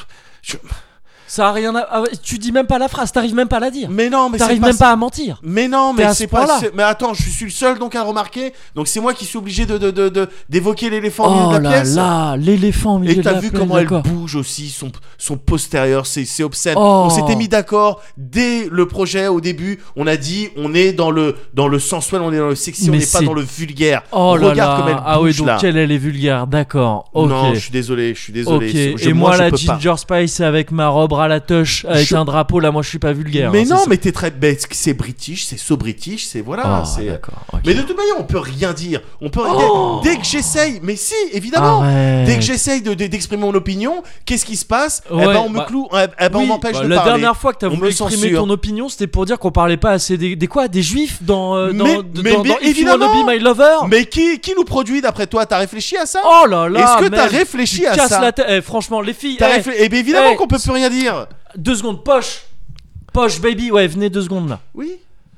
Ça a rien à. Ah ouais, tu dis même pas la phrase, t'arrives même pas à la dire. Mais non, mais t'arrives même pas à mentir. Mais non, mais à c'est ce pas. point-là. Mais attends, je suis le seul donc à le remarquer. Donc c'est moi qui suis obligé d'évoquer l'éléphant au milieu Oh de la là pièce. là, l'éléphant au milieu Et de la t'as pièce. vu comment d'accord. elle bouge aussi, son postérieur, c'est obscène. Oh. On s'était mis d'accord dès le projet au début. On a dit, on est dans le sensuel, on est dans le sexy, Mais on n'est pas c'est- dans le vulgaire. Oh là Regarde là. comme elle bouge Ah oui, donc là. elle est vulgaire, d'accord. Ok. Non, je suis désolé. Ok. Je- Et moi, je la peux pas. Ginger Spice avec ma robe à la touche, avec un drapeau, là, moi, je suis pas vulgaire. Mais hein, non, c'est mais t'es très bête. C'est british, c'est so british, c'est voilà. ça. Oh, c'est... d'accord. ok. Mais de toute manière, on peut rien dire. On peut Oh. dès que j'essaye, mais si, évidemment. Arrête. Dès que j'essaye d'exprimer mon opinion, qu'est-ce qui se passe? Ouais, Eh ben, on me bah, cloue, on Oui, m'empêche bah, de la parler. dernière fois que t'as On voulu me exprimer censure. ton opinion, c'était pour dire qu'on parlait pas assez des quoi, des juifs dans Mais dans If You évidemment. Wanna Be My Lover. Mais qui nous produit d'après toi? T'as réfléchi à ça? Oh là là. Est-ce que t'as mec, réfléchi tu à casses ça? la tête. Eh, franchement, les filles. T'as eh, réfléchi? Eh bien évidemment eh, qu'on peut plus rien dire. 2 secondes, poche, baby. Ouais, venez 2 secondes là. Oui.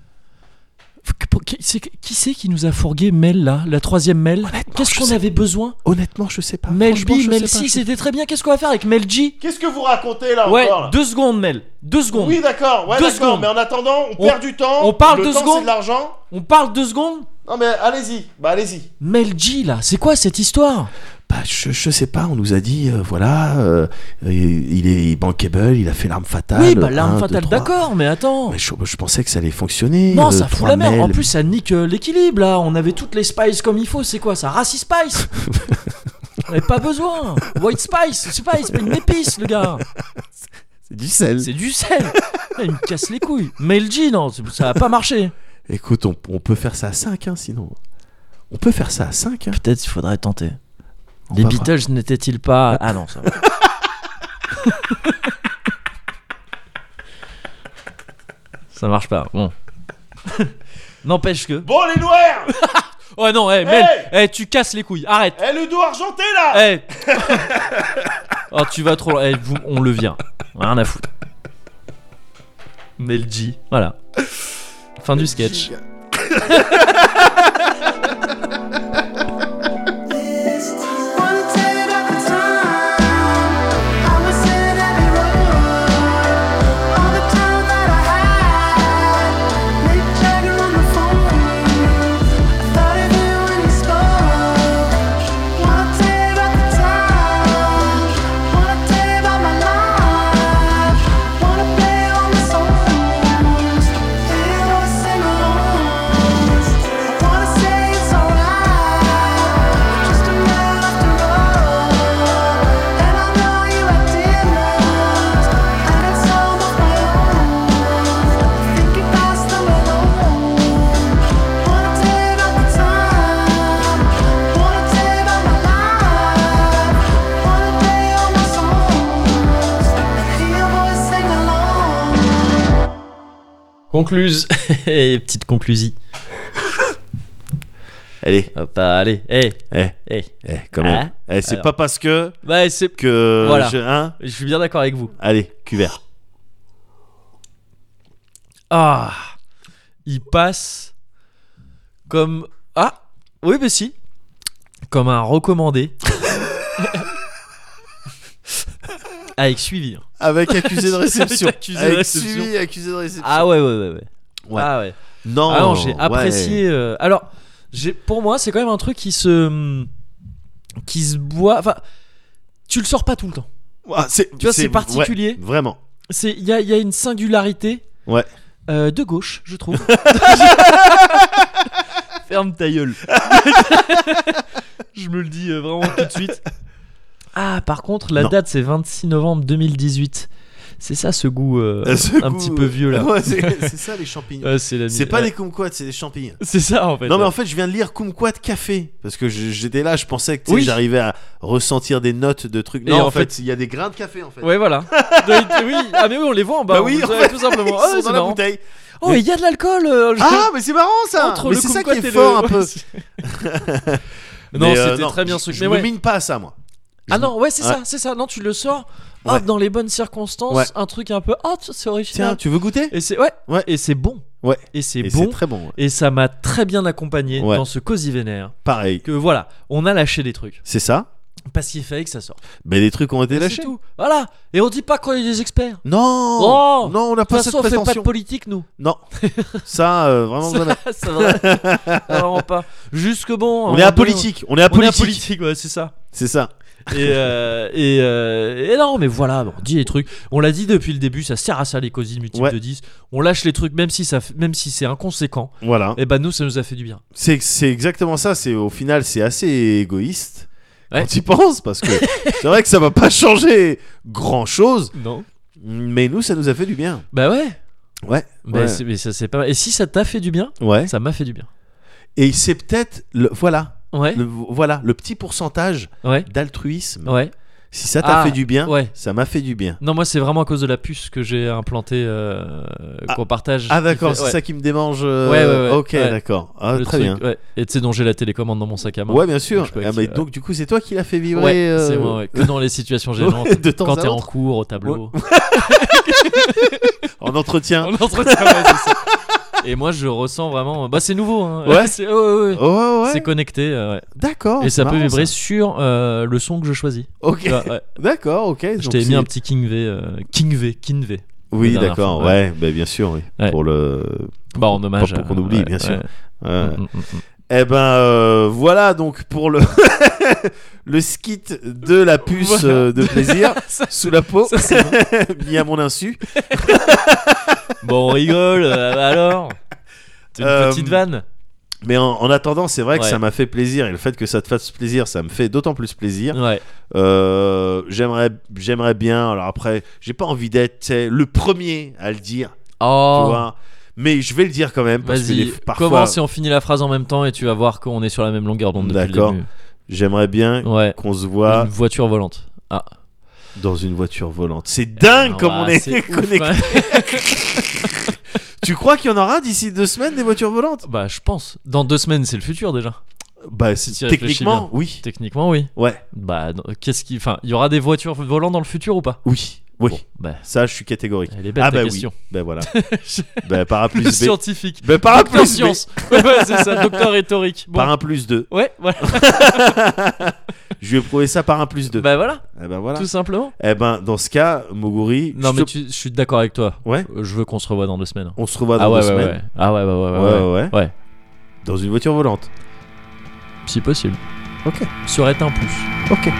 Qui c'est qui nous a fourgué Mel là, la troisième Mel? Qu'est-ce je qu'on sais- avait besoin? Honnêtement, je sais pas. Mel Franchement, B, je Mel sais pas, C, je- c'était très bien. Qu'est-ce qu'on va faire avec Mel G? Qu'est-ce que vous racontez là Ouais, encore là 2 secondes Mel, 2 secondes. Oui, d'accord. Ouais, 2 d'accord. secondes. Mais en attendant, on On- perd du temps. on parle Le 2 temps, secondes. c'est de l'argent. On parle 2 secondes. Non mais allez-y. Bah allez-y. Mel G là, c'est quoi cette histoire? Bah, je sais pas, on nous a dit, il est bankable, il a fait l'arme fatale. Oui, bah l'arme 1, 2, fatale, 3. d'accord, mais attends. Mais je pensais que ça allait fonctionner. Non, ça fout 3 la merde. En mails. plus, ça nique l'équilibre là. On avait toutes les spices comme il faut. C'est quoi ça? Racist Spice. On avait pas besoin. White Spice, c'est pas une épice, le gars. C'est du sel. C'est du sel. Il me casse les couilles. Mel G, non, ça va pas marcher. Écoute, on peut faire ça à 5, hein, sinon. On peut faire ça à 5. Hein. Peut-être il faudrait tenter. On Les va Beatles n'étaient-ils pas... Ah non, ça va. Ça marche pas, bon. N'empêche que... Bon, les noirs. Oh non, Mel, tu casses les couilles, arrête. Le dos argenté là. Oh, tu vas trop... on le vient. Rien à foutre. Mel G, voilà. Fin du sketch. One day at a time, I'ma set every road. Concluse. Et petite conclusie. Allez, Hop, allez. quand même. Hein C'est Alors. pas parce que Bah, c'est. que Voilà. hein Je suis bien d'accord avec vous. Allez, cuvert. Ah, il passe comme oui, mais si, comme un recommandé. Avec suivi. Hein. Avec accusé de réception. Avec accusé de Avec réception. suivi, accusé de réception. Ah ouais. Ouais. Ah ouais. Non. Ah non, j'ai ouais. apprécié. Alors, pour moi, c'est quand même un truc qui se boit. Enfin, tu le sors pas tout le temps. Ah, Tu vois, c'est particulier. ouais, vraiment. Il y a une singularité. Ouais. De gauche, je trouve. Ferme ta gueule. Je me le dis vraiment tout de suite. Ah, par contre, la Non. date c'est 26 novembre 2018. C'est ça ce goût Ce un goût, petit peu vieux là. Ouais, c'est ça les champignons. C'est pas des kumquats, c'est des champignons. C'est ça en fait. Non mais en fait je viens de lire kumquat café parce que j'étais là, je pensais que tu sais, Oui. j'arrivais à ressentir des notes de trucs. Et Non en en fait il y a des grains de café en fait. Ouais, voilà. Oui, ah mais oui, on les voit en bas. Bah oui, en fait, tout simplement. Ils sont c'est dans la marrant. bouteille. Oh, il y a de l'alcool. Ah mais c'est marrant ça. entre Mais le c'est ça qui kumquat est et fort le- un peu. Non, Mais, c'était très bien ce truc. Je Mais me ouais. mine pas à ça moi. Ah non, ouais, c'est Ouais. ça, c'est ça. Non, tu le sors. Hop, Ouais. dans les bonnes circonstances, Ouais. un truc un peu. Oh, c'est original. Tiens, tu veux goûter? Et c'est Ouais. Et c'est bon. Ouais. Et c'est Et bon. c'est très bon. Ouais. Et ça m'a très bien accompagné Ouais. dans ce cosy vénère. Pareil. Que voilà, on a lâché des trucs C'est ça. parce qu'il fallait que ça sorte. Mais les trucs ont été Et c'est lâchés. tout. Voilà. Et on dit pas qu'on est des experts. Non. Oh Non, on n'a De pas toute cette façon, on fait pas de prétention. politique, nous. Non. Ça vraiment jamais. Ça vraiment pas. Juste que bon. On est apolitique. On est On est apolitique. apolitique, ouais, c'est ça. C'est ça. Et non, mais voilà, on dit les trucs. On l'a dit depuis le début, ça sert à ça les cosy multiples Ouais. de 10. On lâche les trucs, même si c'est inconséquent. Voilà. Et bah, nous, ça nous a fait du bien. C'est exactement ça. C'est au final, c'est assez égoïste Ouais. quand tu y penses, parce que c'est vrai que ça va pas changer grand chose, Non. mais nous, ça nous a fait du bien. Bah ouais. Ouais. Bah, ouais. mais ça c'est pas. Et si ça t'a fait du bien, Ouais. ça m'a fait du bien. Et c'est peut-être voilà, Ouais. le petit pourcentage Ouais. d'altruisme. Ouais. Si ça t'a Ah, fait du bien, ouais. ça m'a fait du bien. Non, moi, c'est vraiment à cause de la puce que j'ai implantée, qu'on partage. Ah qui d'accord, fait- c'est ouais. ça qui me démange. Ouais. Ok, Ouais. d'accord. Ah, Le très truc, bien. ouais. Et tu sais, dont j'ai la télécommande dans mon sac à main. Ouais, bien sûr. Je peux Ah, mais activer, donc du coup, c'est toi qui l'as fait vibrer. Ouais, c'est moi, ouais. Que dans les situations gênantes. Ouais, de temps quand à t'es en autre. cours, au tableau. En entretien. En entretien, ouais, c'est ça. Et moi, je ressens vraiment. Bah, c'est nouveau, hein. Ouais. C'est Ouais, ouais. c'est connecté, ouais. D'accord. Et ça c'est peut marrant, vibrer ça. sur le son que je choisis. Ok. Tu vois, ouais. D'accord, ok. Je donc t'ai mis c'est- un petit King V. Oui, la dernière d'accord. fois, Ouais, bah, bien sûr, oui. Ouais. Pour le. Bah, en hommage. Pas pour qu'on oublie, ouais, bien sûr. ouais. Ouais. Mm. Eh ben voilà donc pour le le skit de la puce Voilà. de plaisir Ça, sous la peau ça, c'est mis à mon insu. Bon, on rigole, alors. C'est une petite vanne. Mais en attendant, c'est vrai que Ouais. ça m'a fait plaisir et le fait que ça te fasse plaisir, ça me fait d'autant plus plaisir. Ouais. J'aimerais bien. Alors après, j'ai pas envie d'être tu sais, le premier à le dire, Oh. tu vois. Mais je vais le dire quand même parce que Vas-y, parfois commence et on finit la phrase en même temps et tu vas voir qu'on est sur la même longueur d'onde depuis D'accord. le début. j'aimerais bien Ouais. qu'on se voit Une voiture volante. Ah. dans une voiture volante. C'est dingue comme on est c'est ouf, connecté. ouais. Tu crois qu'il y en aura d'ici 2 semaines des voitures volantes? Bah, je pense. Dans 2 semaines, c'est le futur déjà. Bah Si tu réfléchis techniquement bien. oui. Techniquement, oui. Ouais. Bah, enfin, il y aura des voitures volantes dans le futur ou pas? Oui. Oui. Bon, bah, Ça je suis catégorique. elle est belle Ah ta bah question. oui. Ben voilà. Ben par A plus Le B. scientifique. Ben par A Docteur plus B. science. Ouais, c'est ça. Docteur rhétorique. Bon. Par 1 plus 2. Ouais, voilà. Je lui ai prouvé ça par 1 plus 2. Bah voilà, Eh ben voilà. tout simplement. Eh ben dans ce cas, Moguri, Non, je mais te- je suis d'accord avec toi. Ouais. Je veux qu'on se revoie dans 2 semaines. On se revoit dans Ah ouais, 2 ouais, semaines. ouais. Ah ouais, Ouais. Ouais. Dans une voiture volante. Si possible. Ok. Serait un plus. Ok.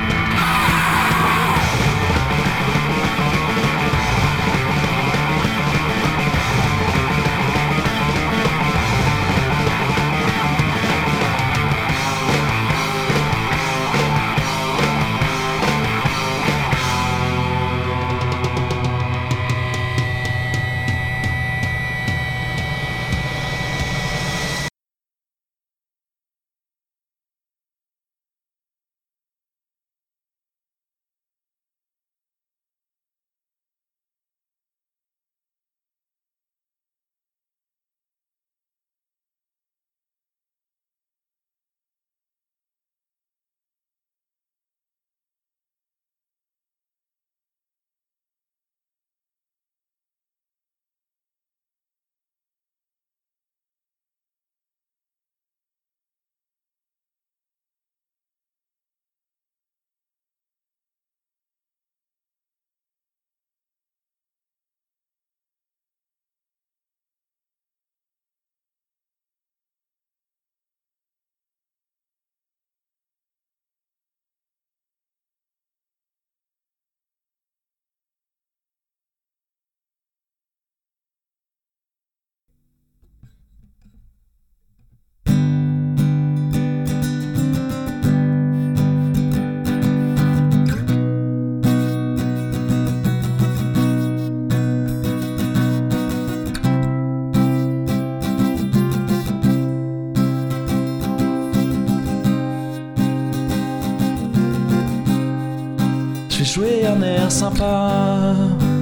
vais jouer un air sympa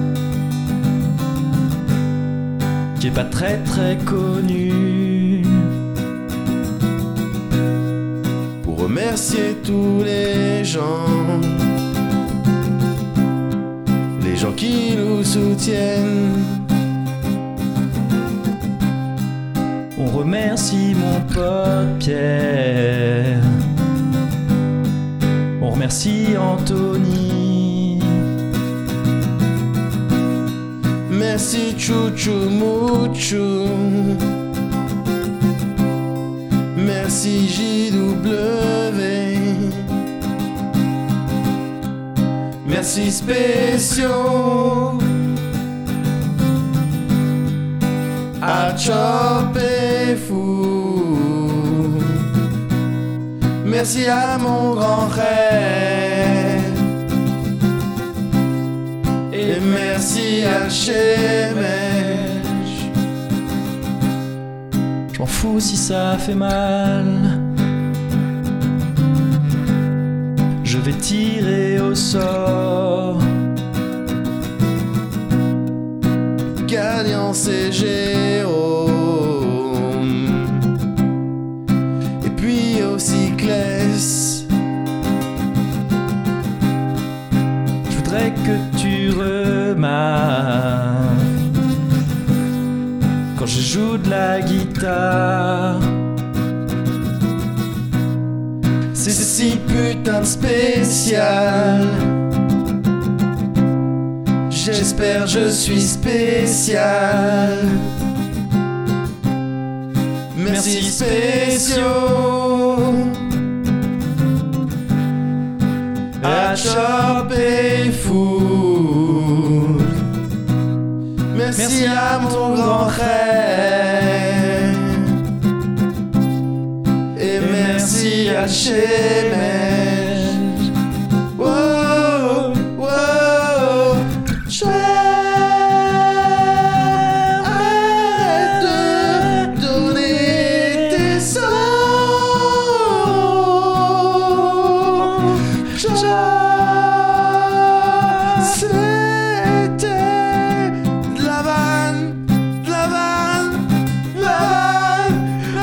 qui est pas très très connu. Pour remercier tous les gens qui nous soutiennent. On remercie mon pote Pierre. On remercie Anthony. Merci Chouchou Mouchou. Merci JW. Merci spéciaux à Chop et Fou. Merci à mon grand frère. Et merci à Chemèche. Je m'en fous si ça fait mal. Je vais tirer au sort. Gagnant c'est Jérôme. Et puis aussi Clès. Je voudrais que tu remarques quand je joue de la guitare. C'est si putain de spécial. J'espère je suis spécial. Merci spéciaux à Chop et Fou. Merci à mon grand frère. Et merci à Chemèche. Wow, wow. Arrête de donner tes sons. C'était de la vanne, de la vanne, de la vanne, de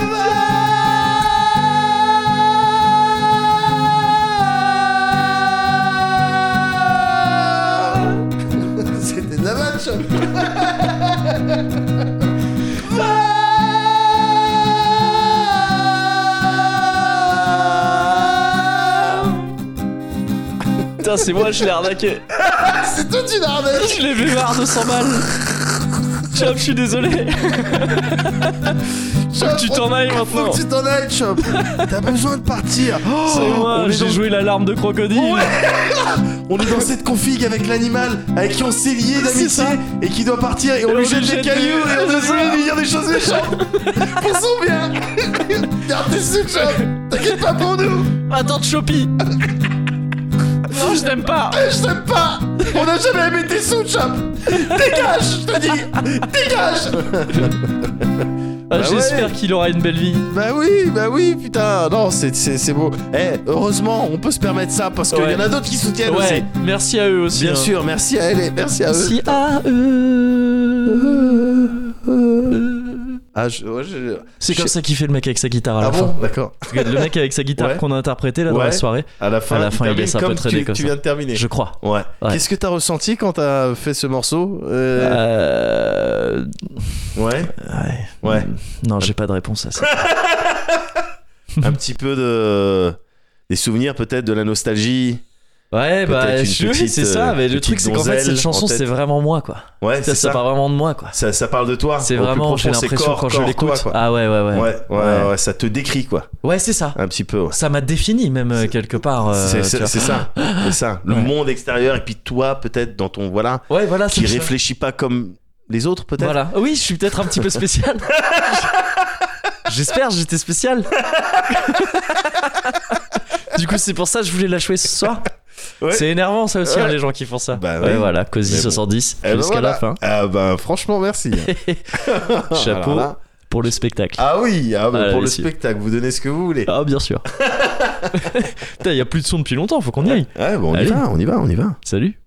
la vanne. C'était de la vanne, Chop. Putain, c'est moi, je l'ai arnaqué. C'est toute une arnaque. Je l'ai vu voir 200 balles. Chop, je suis désolé. Faut que tu t'en ailles Faut maintenant. que tu t'en ailles, Chop. T'as besoin de partir. C'est moi, on est j'ai dans- joué l'alarme de crocodile. On est dans cette config avec l'animal avec qui on s'est lié C'est ça. d'amitié et qui doit partir et on Et lui on jette lui des jette cailloux des- et on c'est essaie ça. de lui dire des choses méchantes pour son bien. Garde tes sous, Chop. T'inquiète pas pour nous. Attends, Chopi. Non, je t'aime pas. Je t'aime pas. On n'a jamais aimé tes sous, Chop. Dégage, je te dis. Dégage. Ah, Bah j'espère ouais. qu'il aura une belle vie. Bah oui, putain. Non, c'est beau. Eh, heureusement, on peut se permettre ça parce qu'il Ouais. y en a d'autres qui soutiennent aussi. Ouais, merci à eux aussi. Bien hein. sûr, merci à elle et merci à eux. Merci à eux. Ah, C'est comme ça qu'il fait le mec avec sa guitare à la Ah fin. bon, d'accord. Regarde, le mec avec sa guitare Ouais. qu'on a interprété là dans Ouais. la soirée. À la fin, À la fin, il termine laisse un peu comme traîner tu, comme tu ça. viens de terminer. Je crois. Ouais. Ouais. Qu'est-ce que t'as ressenti quand t'as fait ce morceau Ouais. Ouais. Non, j'ai pas de réponse à ça. Un petit peu des souvenirs peut-être de la nostalgie. Ouais, bah, Peut-être une oui, petite, c'est ça. Mais le petite truc, c'est qu'en fait, donzelle cette chanson, en tête. c'est vraiment moi, quoi. Ouais, c'est Ça ça. part vraiment de moi, quoi. Ça parle de toi. C'est Au plus vraiment, j'ai profond, c'est l'impression corps, quand je corps, l'écoute. toi, quoi. Ah ouais. Ouais, ça te décrit quoi. Ouais, c'est ça. Un petit peu. Ouais. Ça m'a défini, même quelque part. C'est tu vois. ça. C'est ça. Le Ouais. monde extérieur et puis toi peut-être dans ton voilà Ouais, voilà, qui c'est ça. réfléchit pas comme les autres peut-être. Voilà. Oui, je suis peut-être un petit peu spécial. J'espère, j'étais spécial. Du coup, c'est pour ça que je voulais la jouer ce soir. Ouais. C'est énervant ça aussi, Ouais. hein, les gens qui font ça. Bah ouais, oui. voilà, Cozy Mais bon. 70 Eh ben jusqu'à voilà. la fin. Ah bah franchement merci. Chapeau Alors là, pour le spectacle. Ah oui, bah, Ah, pour le messieurs. spectacle, vous donnez ce que vous voulez. Ah, bien sûr. Putain, il y a plus de son depuis longtemps, faut qu'on y aille. Ouais, bon, on y Allez. va, on y va, on y va. Salut.